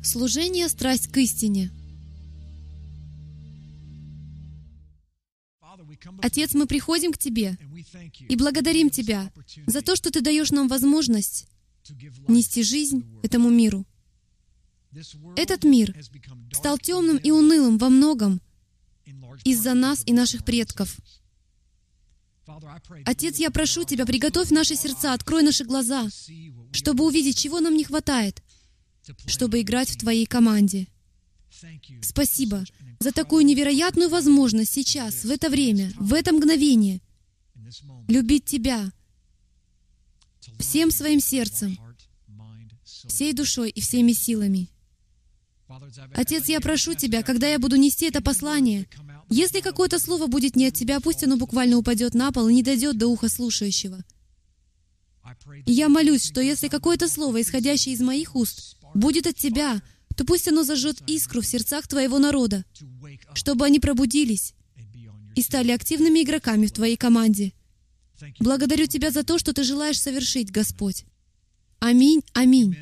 Служение — страсть к истине. Отец, мы приходим к Тебе и благодарим Тебя за то, что Ты даешь нам возможность нести жизнь этому миру. Этот мир стал темным и унылым во многом из-за нас и наших предков. Отец, я прошу Тебя, приготовь наши сердца, открой наши глаза, чтобы увидеть, чего нам не хватает, чтобы играть в Твоей команде. Спасибо за такую невероятную возможность сейчас, в это время, в это мгновение, любить Тебя всем своим сердцем, всей душой и всеми силами. Отец, я прошу Тебя, когда я буду нести это послание, если какое-то слово будет не от Тебя, пусть оно буквально упадет на пол и не дойдет до уха слушающего. И я молюсь, что если какое-то слово, исходящее из моих уст, будет от Тебя, то пусть оно зажжет искру в сердцах Твоего народа, чтобы они пробудились и стали активными игроками в Твоей команде. Благодарю Тебя за то, что Ты желаешь совершить, Господь. Аминь, аминь.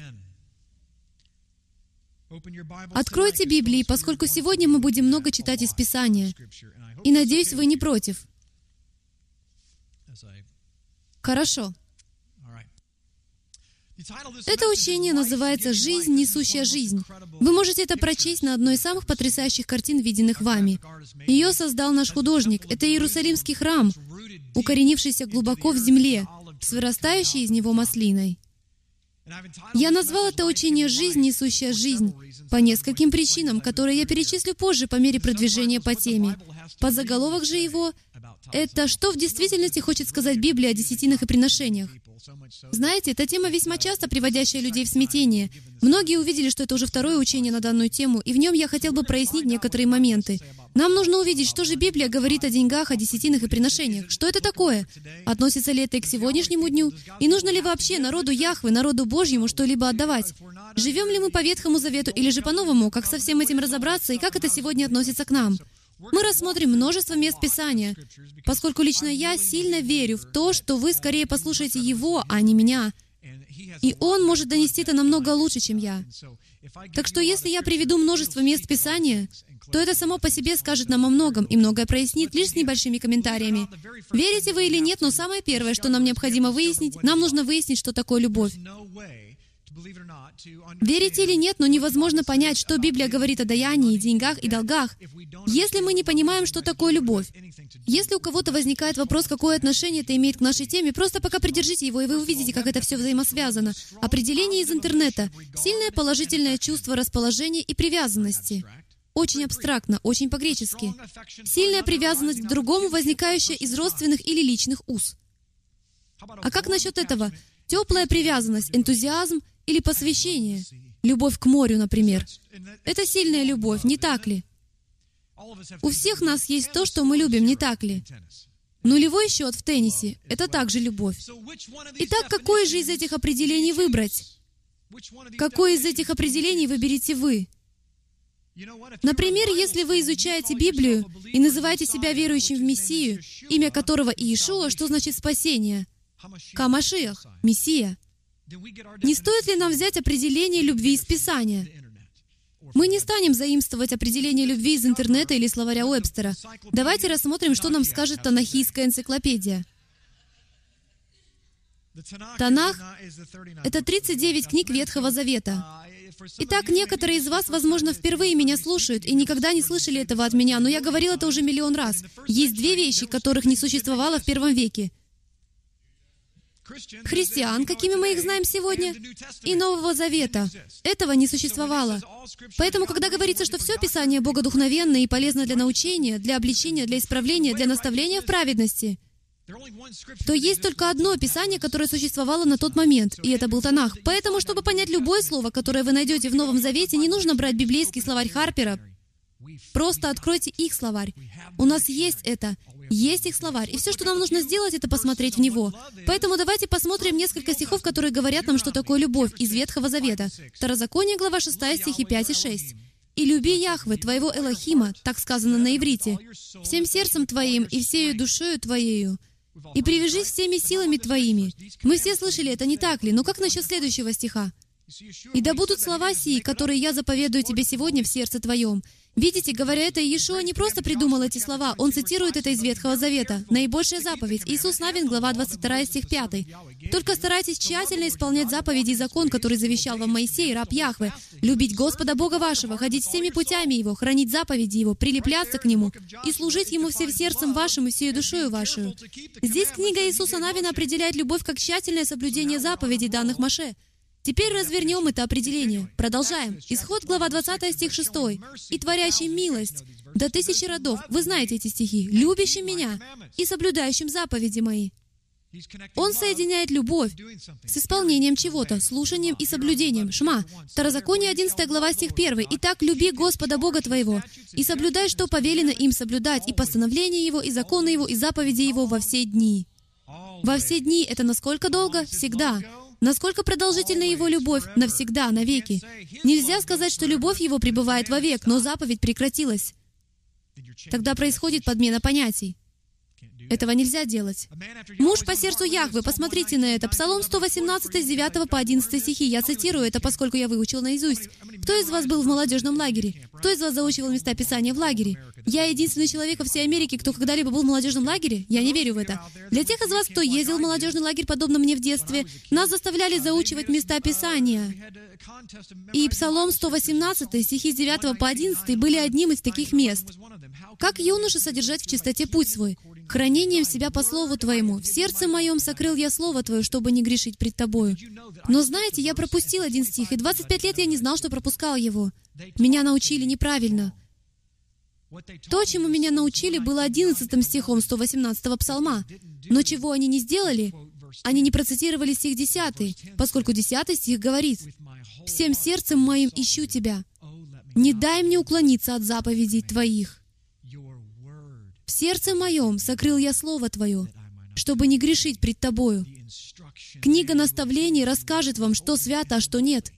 Откройте Библии, поскольку сегодня мы будем много читать из Писания. И надеюсь, вы не против. Хорошо. Это учение называется «Жизнь, несущая жизнь». Вы можете это прочесть на одной из самых потрясающих картин, виденных вами. Ее создал наш художник. Это Иерусалимский храм, укоренившийся глубоко в земле, с вырастающей из него маслиной. Я назвал это учение «Жизнь, несущая жизнь» по нескольким причинам, которые я перечислю позже по мере продвижения по теме. Подзаголовок же его — это «Что в действительности хочет сказать Библия о десятинах и приношениях?». Знаете, эта тема весьма часто приводящая людей в смятение. Многие увидели, что это уже второе учение на данную тему, и в нем я хотел бы прояснить некоторые моменты. Нам нужно увидеть, что же Библия говорит о деньгах, о десятинах и приношениях. Что это такое? Относится ли это и к сегодняшнему дню? И нужно ли вообще народу Яхве, народу Божьему что-либо отдавать? Живем ли мы по Ветхому Завету или же по Новому? Как со всем этим разобраться и как это сегодня относится к нам? Мы рассмотрим множество мест Писания, поскольку лично я сильно верю в то, что вы скорее послушаете Его, а не меня. И Он может донести это намного лучше, чем я. Так что если я приведу множество мест Писания, то это само по себе скажет нам о многом и многое прояснит лишь с небольшими комментариями. Верите вы или нет, но самое первое, что нам необходимо выяснить, нам нужно выяснить, что такое любовь. Верите или нет, но невозможно понять, что Библия говорит о даянии, деньгах и долгах, если мы не понимаем, что такое любовь. Если у кого-то возникает вопрос, какое отношение это имеет к нашей теме, просто пока придержите его, и вы увидите, как это все взаимосвязано. Определение из интернета. Сильное положительное чувство расположения и привязанности. Очень абстрактно, очень по-гречески. Сильная привязанность к другому, возникающая из родственных или личных уз. А как насчет этого? Теплая привязанность, энтузиазм или посвящение. Любовь к морю, например. Это сильная любовь, не так ли? У всех нас есть то, что мы любим, не так ли? Нулевой счет в теннисе — это также любовь. Итак, какое же из этих определений выбрать? Какое из этих определений выберете вы? Например, если вы изучаете Библию и называете себя верующим в Мессию, имя которого Иешуа, что значит спасение? Ка-Машиах, Мессия. Не стоит ли нам взять определение любви из Писания? Мы не станем заимствовать определение любви из интернета или словаря Уэбстера. Давайте рассмотрим, что нам скажет Танахийская энциклопедия. Танах — это 39 книг Ветхого Завета. Итак, некоторые из вас, возможно, впервые меня слушают и никогда не слышали этого от меня, но я говорил это уже миллион раз. Есть две вещи, которых не существовало в первом веке. Христиан, какими мы их знаем сегодня, и Нового Завета. Этого не существовало. Поэтому, когда говорится, что все Писание богодухновенно и полезно для научения, для обличения, для исправления, для наставления в праведности, то есть только одно Писание, которое существовало на тот момент, и это был Танах. Поэтому, чтобы понять любое слово, которое вы найдете в Новом Завете, не нужно брать библейский словарь Харпера. Просто откройте их словарь. У нас есть это. Есть их словарь. И все, что нам нужно сделать, это посмотреть в него. Поэтому давайте посмотрим несколько стихов, которые говорят нам, что такое любовь из Ветхого Завета. Второзаконие, глава 6, стихи 5 и 6. «И люби Яхве, твоего Элохима», так сказано на иврите, «всем сердцем твоим и всею душою твоею, и привяжись всеми силами твоими». Мы все слышали это, не так ли? Но как насчет следующего стиха? И да будут слова сии, которые я заповедую тебе сегодня в сердце твоем. Видите, говоря это, Иешуа не просто придумал эти слова, он цитирует это из Ветхого Завета. Наибольшая заповедь. Иисус Навин, глава 22, стих 5. «Только старайтесь тщательно исполнять заповеди и закон, который завещал вам Моисей, раб Яхве, любить Господа Бога вашего, ходить всеми путями Его, хранить заповеди Его, прилепляться к Нему и служить Ему всем сердцем вашим и всей душою вашей». Здесь книга Иисуса Навина определяет любовь как тщательное соблюдение заповедей, данных Моше. Теперь развернем это определение. Продолжаем. Исход, глава 20, стих 6. «И творящий милость до 1000 родов». Вы знаете эти стихи. «Любящим Меня и соблюдающим заповеди Мои». Он соединяет любовь с исполнением чего-то, слушанием и соблюдением. Шма. Второзаконие, 11 глава, стих 1. «Итак, люби Господа Бога твоего, и соблюдай, что повелено им соблюдать, и постановления Его, и законы Его, и заповеди Его во все дни». Во все дни — это насколько долго? Всегда. Насколько продолжительна Его любовь? Навсегда, навеки. Нельзя сказать, что любовь Его пребывает вовек, но заповедь прекратилась. Тогда происходит подмена понятий. Этого нельзя делать. Муж по сердцу Яхвы, посмотрите на это. Псалом 118, с 9 по 11 стихи. Я цитирую это, поскольку я выучил наизусть. Кто из вас был в молодежном лагере? Кто из вас заучивал места Писания в лагере? Я единственный человек во всей Америке, кто когда-либо был в молодежном лагере? Я не верю в это. Для тех из вас, кто ездил в молодежный лагерь, подобно мне в детстве, нас заставляли заучивать места Писания. И Псалом 118, стихи с 9 по 11 были одним из таких мест. «Как юноше содержать в чистоте путь свой? Хранением себя по слову Твоему. В сердце моем сокрыл я слово Твое, чтобы не грешить пред Тобою». Но знаете, я пропустил один стих, и 25 лет я не знал, что пропускал его. Меня научили неправильно. То, чему меня научили, было 11 стихом 118 псалма. Но чего они не сделали? Они не процитировали стих 10, поскольку 10 стих говорит: «Всем сердцем моим ищу Тебя. Не дай мне уклониться от заповедей Твоих. В сердце моем сокрыл я Слово Твое, чтобы не грешить пред Тобою». Книга наставлений расскажет вам, что свято, а что нет.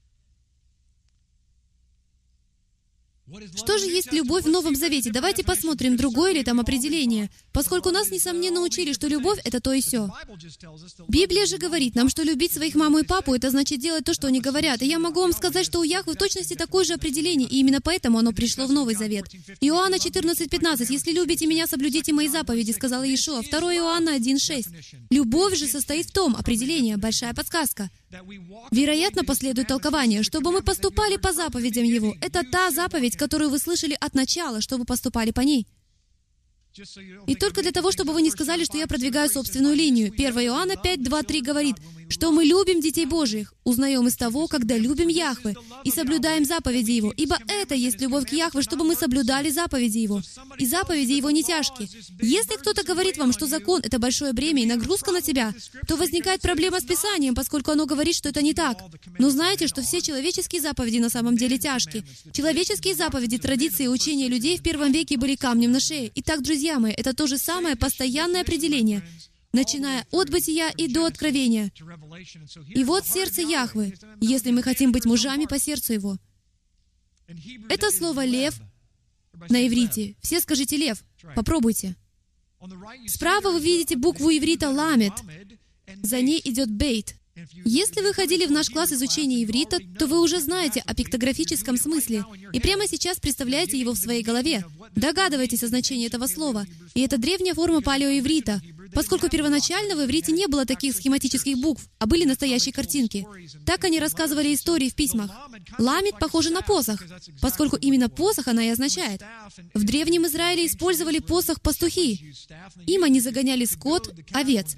Что же есть любовь в Новом Завете? Давайте посмотрим, другое ли там определение, поскольку нас, несомненно, учили, что любовь — это то и сё. Библия же говорит нам, что любить своих маму и папу — это значит делать то, что они говорят. И я могу вам сказать, что у Яхвы в точности такое же определение, и именно поэтому оно пришло в Новый Завет. Иоанна 14:15. «Если любите Меня, соблюдите Мои заповеди», сказал Иешуа. 2 Иоанна 1:6. Любовь же состоит в том, определение, большая подсказка. Вероятно, последует толкование, чтобы мы поступали по заповедям Его. Это та заповедь, которую вы слышали от начала, чтобы поступали по ней. И только для того, чтобы вы не сказали, что я продвигаю собственную линию. 1 Иоанна 5, 2, 3 говорит, что мы любим детей Божьих, узнаем из того, когда любим Яхве и соблюдаем заповеди Его. Ибо это есть любовь к Яхве, чтобы мы соблюдали заповеди Его. И заповеди Его не тяжкие. Если кто-то говорит вам, что закон — это большое бремя и нагрузка на тебя, то возникает проблема с Писанием, поскольку оно говорит, что это не так. Но знаете, что все человеческие заповеди на самом деле тяжкие. Человеческие заповеди, традиции и учения людей в первом веке были камнем на шее. Итак, друзья мои, это то же самое постоянное определение, начиная от Бытия и до Откровения. И вот сердце Яхвы, если мы хотим быть мужами по сердцу Его. Это слово «лев» на иврите. Все скажите «лев». Попробуйте. Справа вы видите букву иврита «ламет». За ней идет «бейт». Если вы ходили в наш класс изучения иврита, то вы уже знаете о пиктографическом смысле, и прямо сейчас представляете его в своей голове. Догадываетесь о значении этого слова. И это древняя форма палеоиврита, поскольку первоначально в иврите не было таких схематических букв, а были настоящие картинки. Так они рассказывали истории в письмах. Ламет похоже на посох, поскольку именно посох она и означает. В Древнем Израиле использовали посох пастухи. Им они загоняли скот, овец.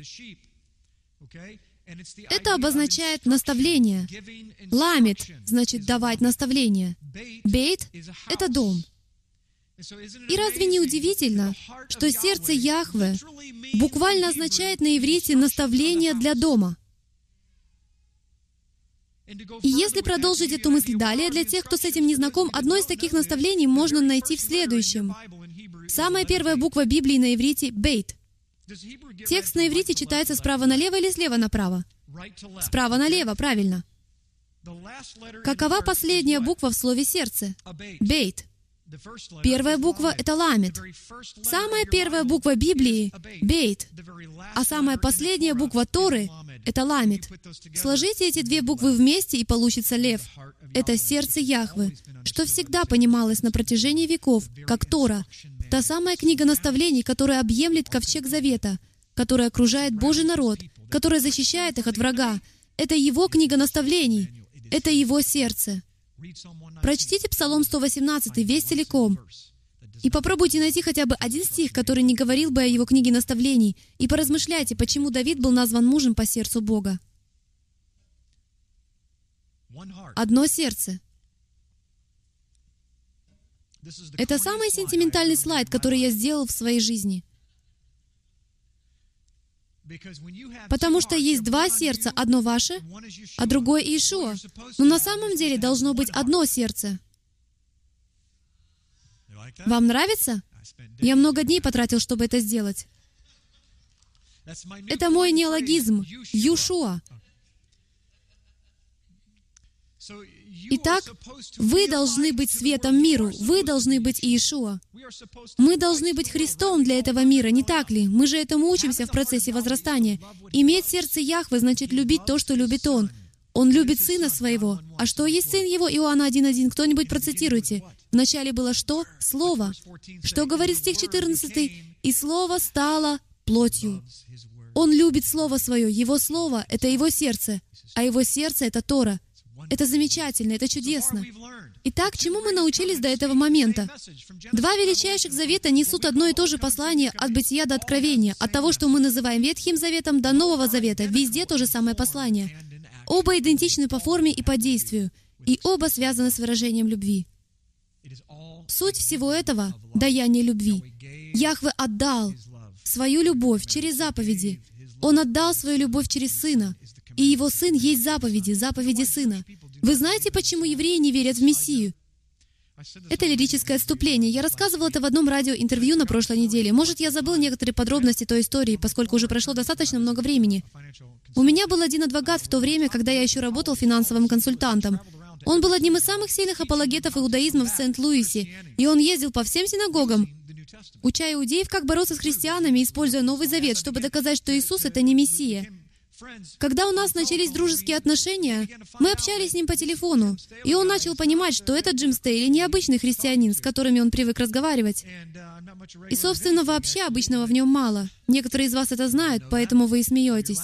Это обозначает наставление. Ламет значит давать наставление. Бейт — это дом. И разве не удивительно, что сердце Яхве буквально означает на иврите наставление для дома? И если продолжить эту мысль далее, для тех, кто с этим не знаком, одно из таких наставлений можно найти в следующем. Самая первая буква Библии на иврите — бейт. Текст на иврите читается справа налево или слева направо? Справа налево, правильно. Какова последняя буква в слове «сердце»? Бейт. Первая буква — это ламет. Самая первая буква Библии — бейт, а самая последняя буква Торы — это ламет. Сложите эти две буквы вместе, и получится лев. Это сердце Яхвы, что всегда понималось на протяжении веков, как Тора, та самая книга наставлений, которая объемлет ковчег завета, которая окружает Божий народ, которая защищает их от врага. Это Его книга наставлений, это Его сердце. Прочтите Псалом 118 весь целиком, и попробуйте найти хотя бы один стих, который не говорил бы о его книге наставлений, и поразмышляйте, почему Давид был назван мужем по сердцу Бога. Одно сердце. Это самый сентиментальный слайд, который я сделал в своей жизни. Потому что есть два сердца, одно ваше, а другое Иешуа. Но на самом деле должно быть одно сердце. Вам нравится? Я много дней потратил, чтобы это сделать. Это мой неологизм, Юшуа. Итак, вы должны быть светом миру, вы должны быть Иешуа. Мы должны быть Христом для этого мира, не так ли? Мы же этому учимся в процессе возрастания. Иметь сердце Яхвы значит любить то, что любит Он. Он любит Сына Своего. А что есть Сын Его? Иоанна 1:1. Кто-нибудь процитируйте. Вначале было что? Слово. Что говорит стих 14? «И Слово стало плотью». Он любит Слово Свое. Его Слово — это Его сердце, а Его сердце — это Тора. Это замечательно, это чудесно. Итак, чему мы научились до этого момента? Два величайших завета несут одно и то же послание от Бытия до Откровения, от того, что мы называем Ветхим Заветом, до Нового Завета. Везде то же самое послание. Оба идентичны по форме и по действию, и оба связаны с выражением любви. Суть всего этого — даяние любви. Яхве отдал свою любовь через заповеди. Он отдал свою любовь через Сына. И Его Сын есть заповеди, заповеди Сына. Вы знаете, почему евреи не верят в Мессию? Это лирическое отступление. Я рассказывал это в одном радиоинтервью на прошлой неделе. Может, я забыл некоторые подробности той истории, поскольку уже прошло достаточно много времени. У меня был один адвокат в то время, когда я еще работал финансовым консультантом. Он был одним из самых сильных апологетов иудаизма в Сент-Луисе, и он ездил по всем синагогам, уча иудеев, как бороться с христианами, используя Новый Завет, чтобы доказать, что Иисус — это не Мессия. Когда у нас начались дружеские отношения, мы общались с ним по телефону, и он начал понимать, что этот Джим Стейли необычный христианин, с которыми он привык разговаривать. И, собственно, вообще обычного в нем мало. Некоторые из вас это знают, поэтому вы и смеетесь.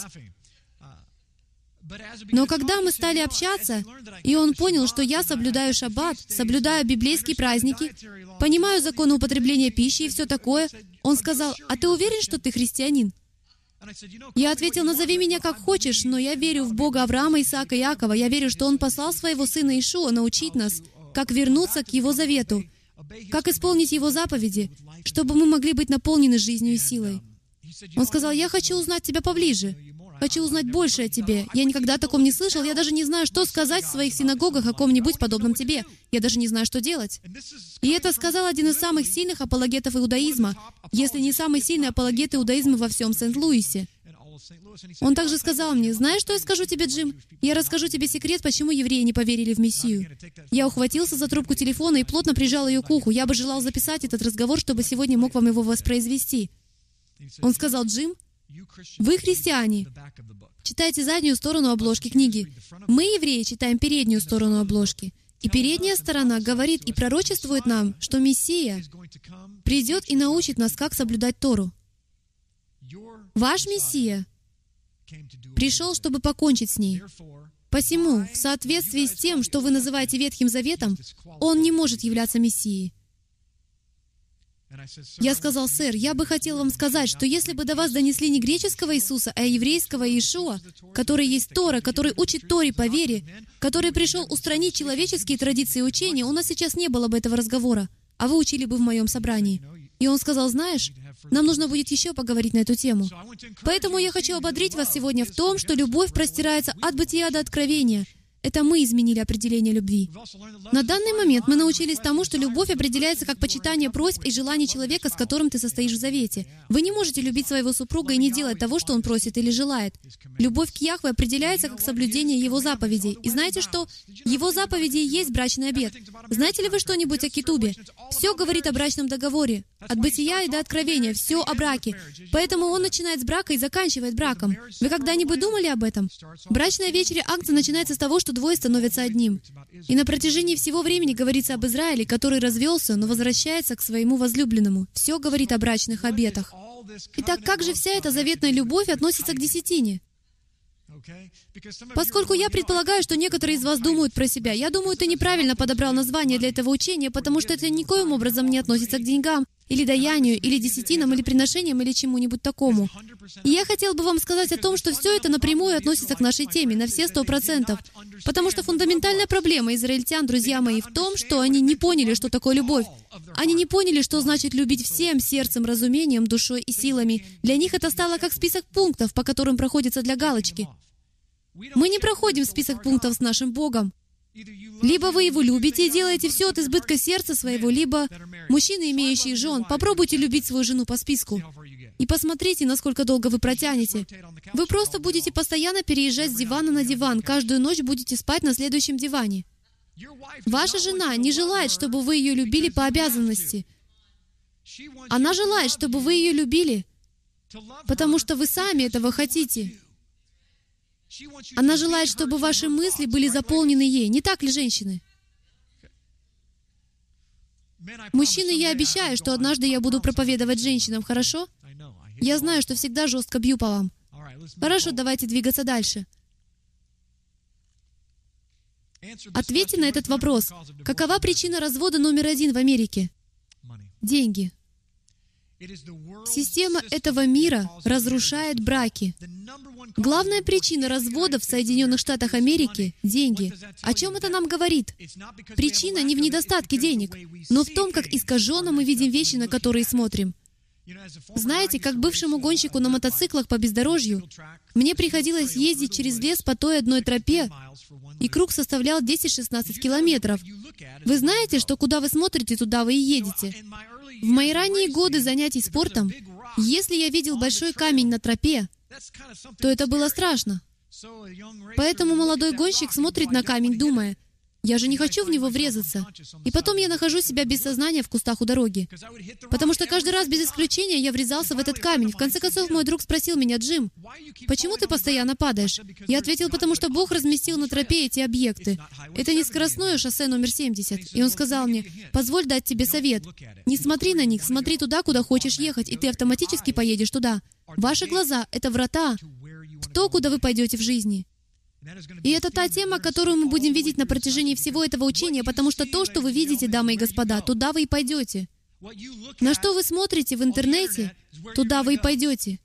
Но когда мы стали общаться, и он понял, что я соблюдаю шаббат, соблюдаю библейские праздники, понимаю законы употребления пищи и все такое, он сказал: «А ты уверен, что ты христианин?» Я ответил: «Назови меня как хочешь, но я верю в Бога Авраама, Исаака и Иакова. Я верю, что Он послал Своего Сына Иешуа научить нас, как вернуться к Его завету, как исполнить Его заповеди, чтобы мы могли быть наполнены жизнью и силой». Он сказал: «Я хочу узнать тебя поближе. Хочу узнать больше о тебе. Я никогда о таком не слышал. Я даже не знаю, что сказать в своих синагогах о ком-нибудь подобном тебе. Я даже не знаю, что делать». И это сказал один из самых сильных апологетов иудаизма, если не самый сильный апологет иудаизма во всем Сент-Луисе. Он также сказал мне: «Знаешь, что я скажу тебе, Джим? Я расскажу тебе секрет, почему евреи не поверили в Мессию». Я ухватился за трубку телефона и плотно прижал ее к уху. Я бы желал записать этот разговор, чтобы сегодня мог вам его воспроизвести. Он сказал: «Джим, вы, христиане, читайте заднюю сторону обложки книги. Мы, евреи, читаем переднюю сторону обложки. И передняя сторона говорит и пророчествует нам, что Мессия придет и научит нас, как соблюдать Тору. Ваш Мессия пришел, чтобы покончить с ней. Посему, в соответствии с тем, что вы называете Ветхим Заветом, Он не может являться Мессией». Я сказал: «Сэр, я бы хотел вам сказать, что если бы до вас донесли не греческого Иисуса, а еврейского Иешуа, который есть Тора, который учит Торе по вере, который пришел устранить человеческие традиции и учения, у нас сейчас не было бы этого разговора, а вы учили бы в моем собрании». И он сказал: «Знаешь, нам нужно будет еще поговорить на эту тему. Поэтому я хочу ободрить вас сегодня в том, что любовь простирается от Бытия до Откровения. Это мы изменили определение любви. На данный момент мы научились тому, что любовь определяется как почитание просьб и желаний человека, с которым ты состоишь в завете. Вы не можете любить своего супруга и не делать того, что он просит или желает. Любовь к Яхве определяется как соблюдение Его заповедей. И знаете что? Его заповеди и есть брачный обет. Знаете ли вы что-нибудь о Кетубе? Все говорит о брачном договоре. От Бытия и до Откровения. Все о браке. Поэтому он начинает с брака и заканчивает браком. Вы когда-нибудь думали об этом? Брачная вечеря акция начинается с того, что двое становятся одним. И на протяжении всего времени говорится об Израиле, который развелся, но возвращается к своему возлюбленному. Все говорит о брачных обетах. Итак, как же вся эта заветная любовь относится к десятине? Поскольку я предполагаю, что некоторые из вас думают про себя, я думаю, ты неправильно подобрал название для этого учения, потому что это никоим образом не относится к деньгам, или даянию, или десятинам, или приношениям, или чему-нибудь такому. И я хотел бы вам сказать о том, что все это напрямую относится к нашей теме, на все 100%. Потому что фундаментальная проблема израильтян, друзья мои, в том, что они не поняли, что такое любовь. Они не поняли, что значит любить всем сердцем, разумением, душой и силами. Для них это стало как список пунктов, по которым проходится для галочки. Мы не проходим список пунктов с нашим Богом. Либо вы Его любите и делаете все от избытка сердца своего, либо, мужчины, имеющие жен, попробуйте любить свою жену по списку. И посмотрите, насколько долго вы протянете. Вы просто будете постоянно переезжать с дивана на диван, каждую ночь будете спать на следующем диване. Ваша жена не желает, чтобы вы ее любили по обязанности. Она желает, чтобы вы ее любили, потому что вы сами этого хотите. Она желает, чтобы ваши мысли были заполнены ей. Не так ли, женщины? Мужчины, я обещаю, что однажды я буду проповедовать женщинам, хорошо? Я знаю, что всегда жестко бью по вам. Хорошо, давайте двигаться дальше. Ответьте на этот вопрос. Какова причина развода номер 1 в Америке? Деньги. Система этого мира разрушает браки. Главная причина развода в Соединенных Штатах Америки — деньги. О чем это нам говорит? Причина не в недостатке денег, но в том, как искаженно мы видим вещи, на которые смотрим. Знаете, как бывшему гонщику на мотоциклах по бездорожью, мне приходилось ездить через лес по той одной тропе, и круг составлял 10-16 километров. Вы знаете, что куда вы смотрите, туда вы и едете. В мои ранние годы занятий спортом, если я видел большой камень на тропе, то это было страшно. Поэтому молодой гонщик смотрит на камень, думая, «Я же не хочу в него врезаться». И потом я нахожу себя без сознания в кустах у дороги. Потому что каждый раз без исключения я врезался в этот камень. В конце концов, мой друг спросил меня: «Джим, почему ты постоянно падаешь?» Я ответил: «Потому что Бог разместил на тропе эти объекты. Это не скоростное шоссе номер 70. И он сказал мне: «Позволь дать тебе совет. Не смотри на них, смотри туда, куда хочешь ехать, и ты автоматически поедешь туда. Ваши глаза — это врата в то, куда вы пойдете в жизни». И это та тема, которую мы будем видеть на протяжении всего этого учения, потому что то, что вы видите, дамы и господа, туда вы и пойдете. На что вы смотрите в интернете, туда вы и пойдете.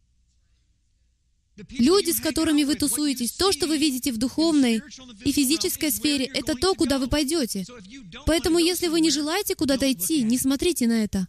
Люди, с которыми вы тусуетесь, то, что вы видите в духовной и физической сфере, это то, куда вы пойдете. Поэтому, если вы не желаете куда-то идти, не смотрите на это.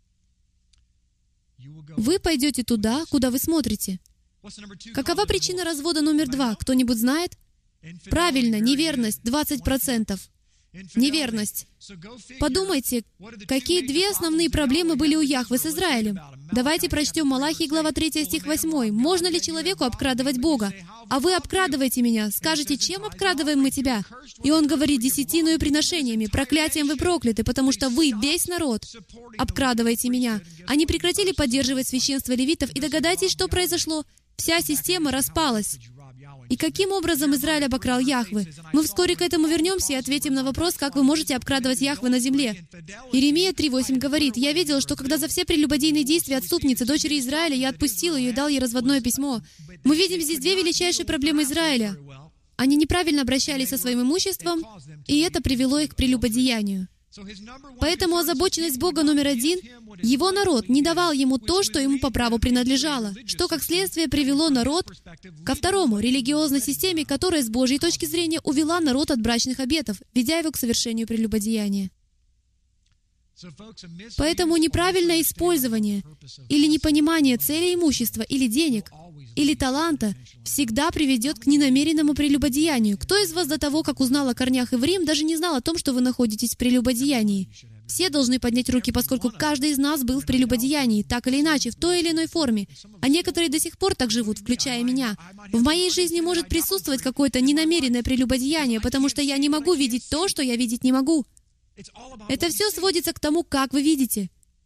Вы пойдете туда, куда вы смотрите. Какова причина развода номер 2? Кто-нибудь знает? Правильно, неверность, 20%. Неверность. Подумайте, какие 2 основные проблемы были у Яхвы с Израилем. Давайте прочтем Малахии, глава 3, стих 8. «Можно ли человеку обкрадывать Бога? А вы обкрадываете меня. Скажете, чем обкрадываем мы тебя?» И он говорит: «Десятиною приношениями. Проклятием вы прокляты, потому что вы, весь народ, обкрадываете меня». Они прекратили поддерживать священство левитов, и догадайтесь, что произошло. Вся система распалась. И каким образом Израиль обокрал Яхвы? Мы вскоре к этому вернемся и ответим на вопрос, как вы можете обкрадывать Яхвы на земле. Иеремия 3:8 говорит: «Я видел, что когда за все прелюбодейные действия отступницы, дочери Израиля, я отпустил ее и дал ей разводное письмо». Мы видим здесь 2 величайшие проблемы Израиля. Они неправильно обращались со своим имуществом, и это привело их к прелюбодеянию. Поэтому озабоченность Бога номер 1 — Его народ не давал Ему то, что Ему по праву принадлежало, что, как следствие, привело народ ко второму — религиозной системе, которая с Божьей точки зрения увела народ от брачных обетов, ведя его к совершению прелюбодеяния. Поэтому неправильное использование или непонимание цели имущества, или денег, или таланта всегда приведет к ненамеренному прелюбодеянию. Кто из вас до того, как узнал о корнях Иврим, даже не знал о том, что вы находитесь в прелюбодеянии? Все должны поднять руки, поскольку каждый из нас был в прелюбодеянии, так или иначе, в той или иной форме. А некоторые до сих пор так живут, включая меня. В моей жизни может присутствовать какое-то ненамеренное прелюбодеяние, потому что я не могу видеть то, что я видеть не могу. Это все сводится к тому, как вы видите.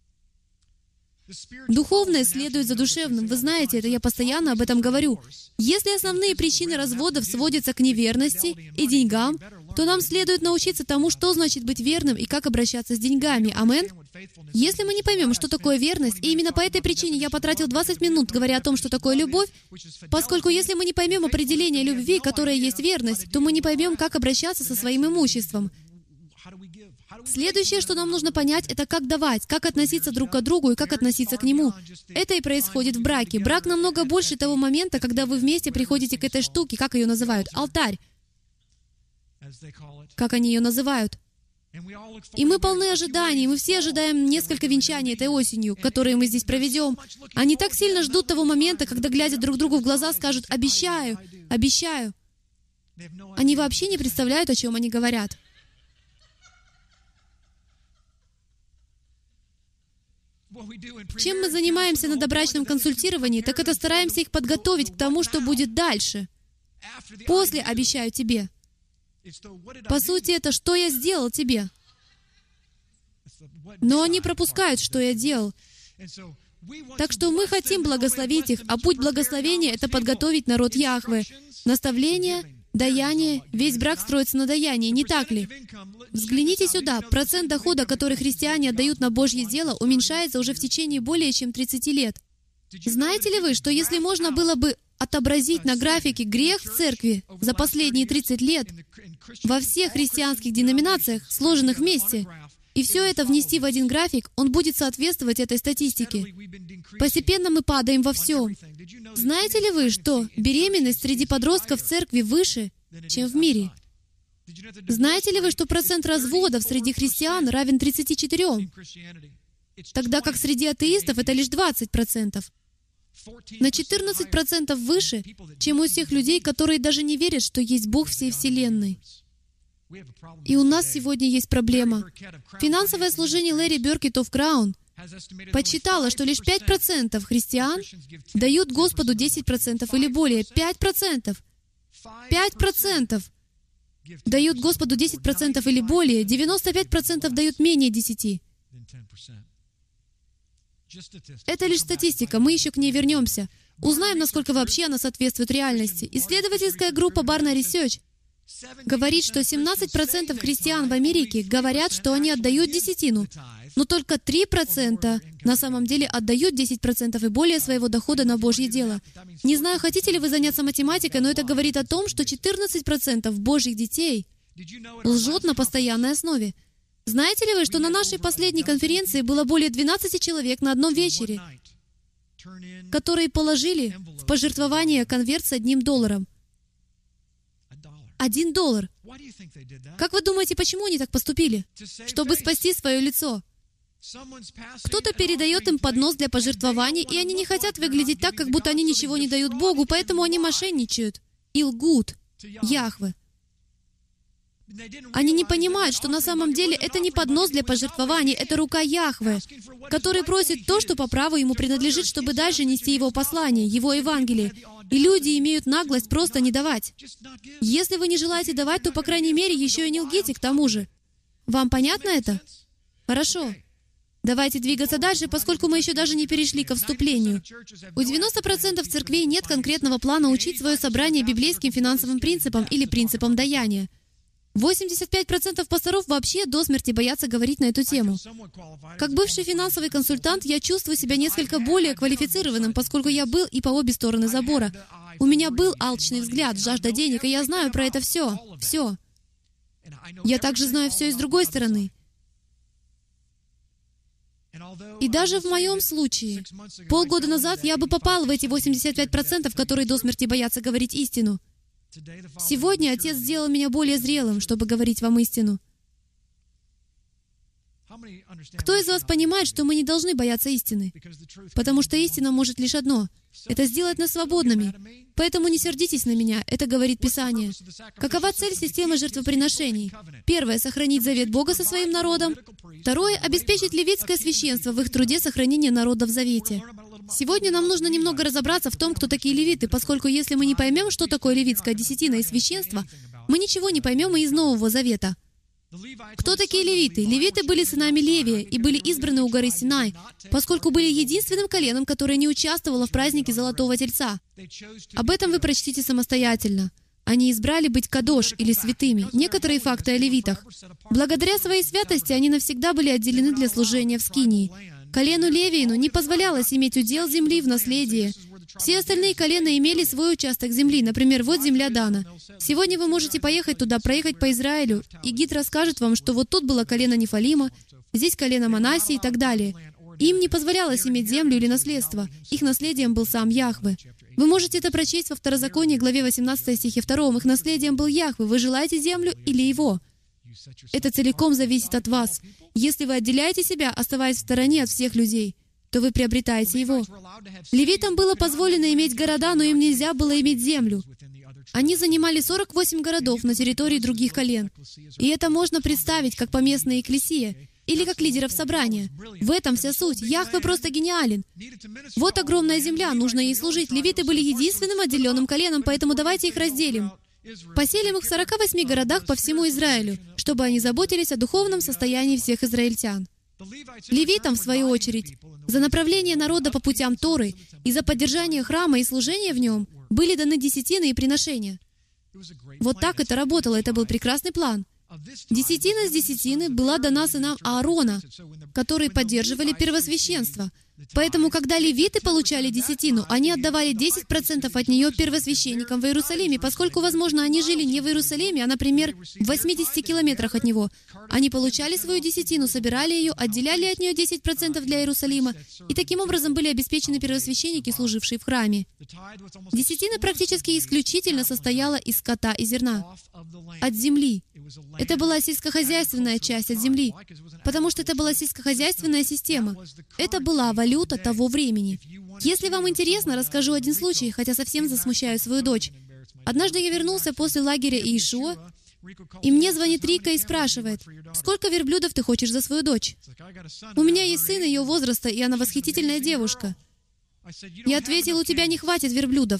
Духовное следует за душевным. Вы знаете это, я постоянно об этом говорю. Если основные причины разводов сводятся к неверности и деньгам, то нам следует научиться тому, что значит быть верным и как обращаться с деньгами. Амен? Если мы не поймем, что такое верность, и именно по этой причине я потратил 20 минут, говоря о том, что такое любовь, поскольку если мы не поймем определение любви, которая есть верность, то мы не поймем, как обращаться со своим имуществом. Следующее, что нам нужно понять, это как давать, как относиться друг к другу и как относиться к нему. Это и происходит в браке. Брак намного больше того момента, когда вы вместе приходите к этой штуке, как ее называют, алтарь, как они ее называют. И мы полны ожиданий, мы все ожидаем несколько венчаний этой осенью, которые мы здесь проведем. Они так сильно ждут того момента, когда, глядя друг другу в глаза, скажут «обещаю, обещаю». Они вообще не представляют, о чем они говорят. Чем мы занимаемся на добрачном консультировании, так это стараемся их подготовить к тому, что будет дальше. После «обещаю тебе». По сути, это «что я сделал тебе». Но они пропускают, что я делал. Так что мы хотим благословить их, а путь благословения — это подготовить народ Яхве. Наставление, даяние, весь брак строится на даянии, не так ли? Взгляните сюда. Процент дохода, который христиане отдают на Божье дело, уменьшается уже в течение более чем 30 лет. Знаете ли вы, что если можно было бы отобразить на графике грех в церкви за последние 30 лет во всех христианских деноминациях, сложенных вместе, и все это внести в один график, он будет соответствовать этой статистике. Постепенно мы падаем во всем. Знаете ли вы, что беременность среди подростков в церкви выше, чем в мире? Знаете ли вы, что процент разводов среди христиан равен 34, тогда как среди атеистов это лишь 20%? На 14% выше, чем у всех людей, которые даже не верят, что есть Бог всей Вселенной. И у нас сегодня есть проблема. Финансовое служение Лэри Беркет of Crown подсчитало, что лишь 5% христиан дают Господу 10% или более. 5%! 5% дают Господу 10% или более. 95% дают менее 10%. Это лишь статистика, мы еще к ней вернемся. Узнаем, насколько вообще она соответствует реальности. Исследовательская группа Barna Research говорит, что 17% христиан в Америке говорят, что они отдают десятину, но только 3% на самом деле отдают 10% и более своего дохода на Божье дело. Не знаю, хотите ли вы заняться математикой, но это говорит о том, что 14% Божьих детей лжут на постоянной основе. Знаете ли вы, что на нашей последней конференции было более 12 человек на одном вечере, которые положили в пожертвование конверт с $1? $1. Как вы думаете, почему они так поступили? Чтобы спасти свое лицо. Кто-то передает им поднос для пожертвований, и они не хотят выглядеть так, как будто они ничего не дают Богу, поэтому они мошенничают и лгут Яхве. Они не понимают, что на самом деле это не поднос для пожертвований, это рука Яхве, который просит то, что по праву ему принадлежит, чтобы дальше нести его послание, его Евангелие. И люди имеют наглость просто не давать. Если вы не желаете давать, то, по крайней мере, еще и не лгите к тому же. Вам понятно это? Хорошо. Давайте двигаться дальше, поскольку мы еще даже не перешли ко вступлению. У 90% церквей нет конкретного плана учить свое собрание библейским финансовым принципам или принципам даяния. 85% пасторов вообще до смерти боятся говорить на эту тему. Как бывший финансовый консультант, я чувствую себя несколько более квалифицированным, поскольку я был и по обе стороны забора. У меня был алчный взгляд, жажда денег, и я знаю про это все. Все. Я также знаю все и с другой стороны. И даже в моем случае, полгода назад я бы попал в эти 85%, которые до смерти боятся говорить истину. Сегодня Отец сделал меня более зрелым, чтобы говорить вам истину. Кто из вас понимает, что мы не должны бояться истины? Потому что истина может лишь одно — это сделать нас свободными. Поэтому не сердитесь на меня, это говорит Писание. Какова цель системы жертвоприношений? Первое — сохранить завет Бога со своим народом. Второе — обеспечить левитское священство в их труде сохранения народа в завете. Сегодня нам нужно немного разобраться в том, кто такие левиты, поскольку если мы не поймем, что такое левитская десятина и священство, мы ничего не поймем и из Нового Завета. Кто такие левиты? Левиты были сынами Левия и были избраны у горы Синай, поскольку были единственным коленом, которое не участвовало в празднике Золотого Тельца. Об этом вы прочтите самостоятельно. Они избрали быть кадош или святыми. Некоторые факты о левитах. Благодаря своей святости они навсегда были отделены для служения в Скинии. Колену Левиину не позволялось иметь удел земли в наследие. Все остальные колена имели свой участок земли. Например, вот земля Дана. Сегодня вы можете поехать туда, проехать по Израилю, и гид расскажет вам, что вот тут было колено Нефалима, здесь колено Манассии и так далее. Им не позволялось иметь землю или наследство. Их наследием был сам Яхве. Вы можете это прочесть во Второзаконии, главе 18 стихе 2. Их наследием был Яхве. Вы желаете землю или его? Это целиком зависит от вас. Если вы отделяете себя, оставаясь в стороне от всех людей, то вы приобретаете его. Левитам было позволено иметь города, но им нельзя было иметь землю. Они занимали 48 городов на территории других колен. И это можно представить как поместная экклесия или как лидеров собрания. В этом вся суть. Яхве просто гениален. Вот огромная земля, нужно ей служить. Левиты были единственным отделенным коленом, поэтому давайте их разделим. Поселим их в 48 городах по всему Израилю, чтобы они заботились о духовном состоянии всех израильтян. Левитам, в свою очередь, за направление народа по путям Торы и за поддержание храма и служение в нем были даны десятины и приношения. Вот так это работало, это был прекрасный план. Десятина с десятины была дана сынам Аарона, которые поддерживали первосвященство. Поэтому, когда левиты получали десятину, они отдавали 10% от нее первосвященникам в Иерусалиме, поскольку, возможно, они жили не в Иерусалиме, а, например, в 80 километрах от него. Они получали свою десятину, собирали ее, отделяли от нее 10% для Иерусалима, и таким образом были обеспечены первосвященники, служившие в храме. Десятина практически исключительно состояла из скота и зерна, от земли. Это была сельскохозяйственная часть от земли, потому что это была сельскохозяйственная система. Это была валюта того времени. Если вам интересно, расскажу один случай, хотя совсем засмущаю свою дочь. Однажды я вернулся после лагеря Иешуа, и мне звонит Рика и спрашивает: «Сколько верблюдов ты хочешь за свою дочь?» «У меня есть сын ее возраста, и она восхитительная девушка». Я ответил: «У тебя не хватит верблюдов».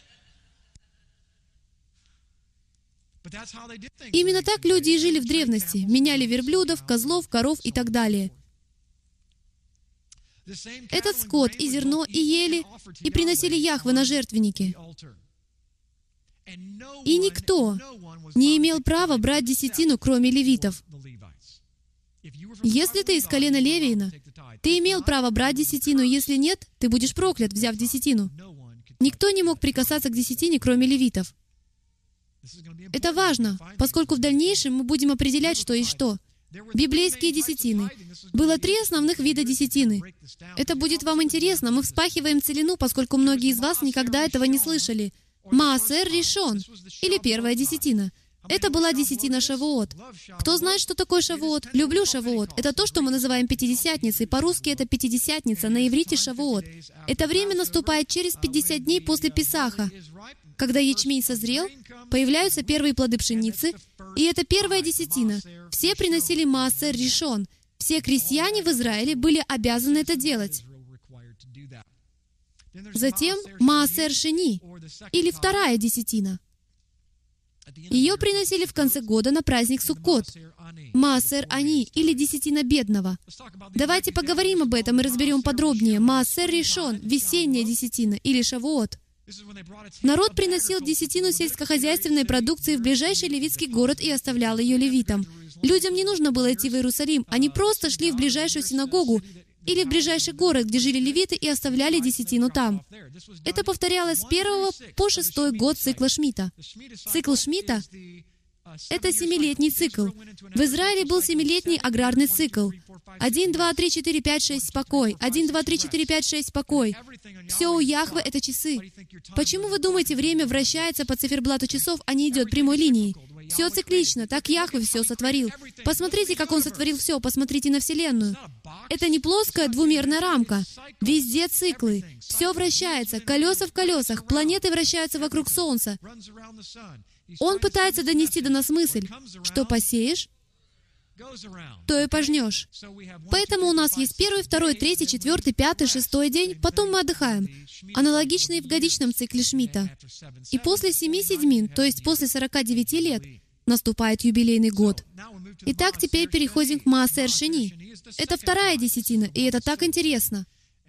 Именно так люди и жили в древности. Меняли верблюдов, козлов, коров и так далее. Этот скот и зерно и ели, и приносили Яхве на жертвенники. И никто не имел права брать десятину, кроме левитов. Если ты из колена Левиина, ты имел право брать десятину, если нет, ты будешь проклят, взяв десятину. Никто не мог прикасаться к десятине, кроме левитов. Это важно, поскольку в дальнейшем мы будем определять, что есть что. Библейские десятины. Было 3 основных вида десятины. Это будет вам интересно. Мы вспахиваем целину, поскольку многие из вас никогда этого не слышали. Маасер Ришон, или первая десятина. Это была десятина Шавуот. Кто знает, что такое Шавуот? Люблю Шавуот. Это то, что мы называем Пятидесятницей. По-русски это Пятидесятница, на иврите Шавуот. Это время наступает через 50 дней после Песаха. Когда ячмень созрел, появляются первые плоды пшеницы, и это первая десятина. Все приносили Маасер Ришон. Все крестьяне в Израиле были обязаны это делать. Затем Маасер Шени, или вторая десятина. Ее приносили в конце года на праздник Суккот. Маасер Ани, или десятина бедного. Давайте поговорим об этом и разберем подробнее. Маасер Ришон, весенняя десятина, или Шавуот. Народ приносил десятину сельскохозяйственной продукции в ближайший левитский город и оставлял ее левитам. Людям не нужно было идти в Иерусалим, они просто шли в ближайшую синагогу или в ближайший город, где жили левиты, и оставляли десятину там. Это повторялось с 1 по 6 год цикла Шмита. Цикл Шмита — это 7-летний цикл. В Израиле был 7-летний аграрный цикл. 1, 2, 3, 4, 5, 6, спокой. 1, 2, 3, 4, 5, 6, спокой. Все у Яхве — это часы. Почему вы думаете, время вращается по циферблату часов, а не идет прямой линией? Все циклично, так Яхве все сотворил. Посмотрите, как Он сотворил все, посмотрите на Вселенную. Это не плоская двумерная рамка. Везде циклы. Все вращается, колеса в колесах, планеты вращаются вокруг Солнца. Он пытается донести до нас мысль, что посеешь, то и пожнешь. Поэтому у нас есть 1, 2, 3, 4, 5, 6 день, потом мы отдыхаем. Аналогично и в годичном цикле Шмидта. И после 7 седьмин, то есть после 49 лет, наступает юбилейный год. Итак, теперь переходим к Маасер Шени. Это вторая десятина, и это так интересно.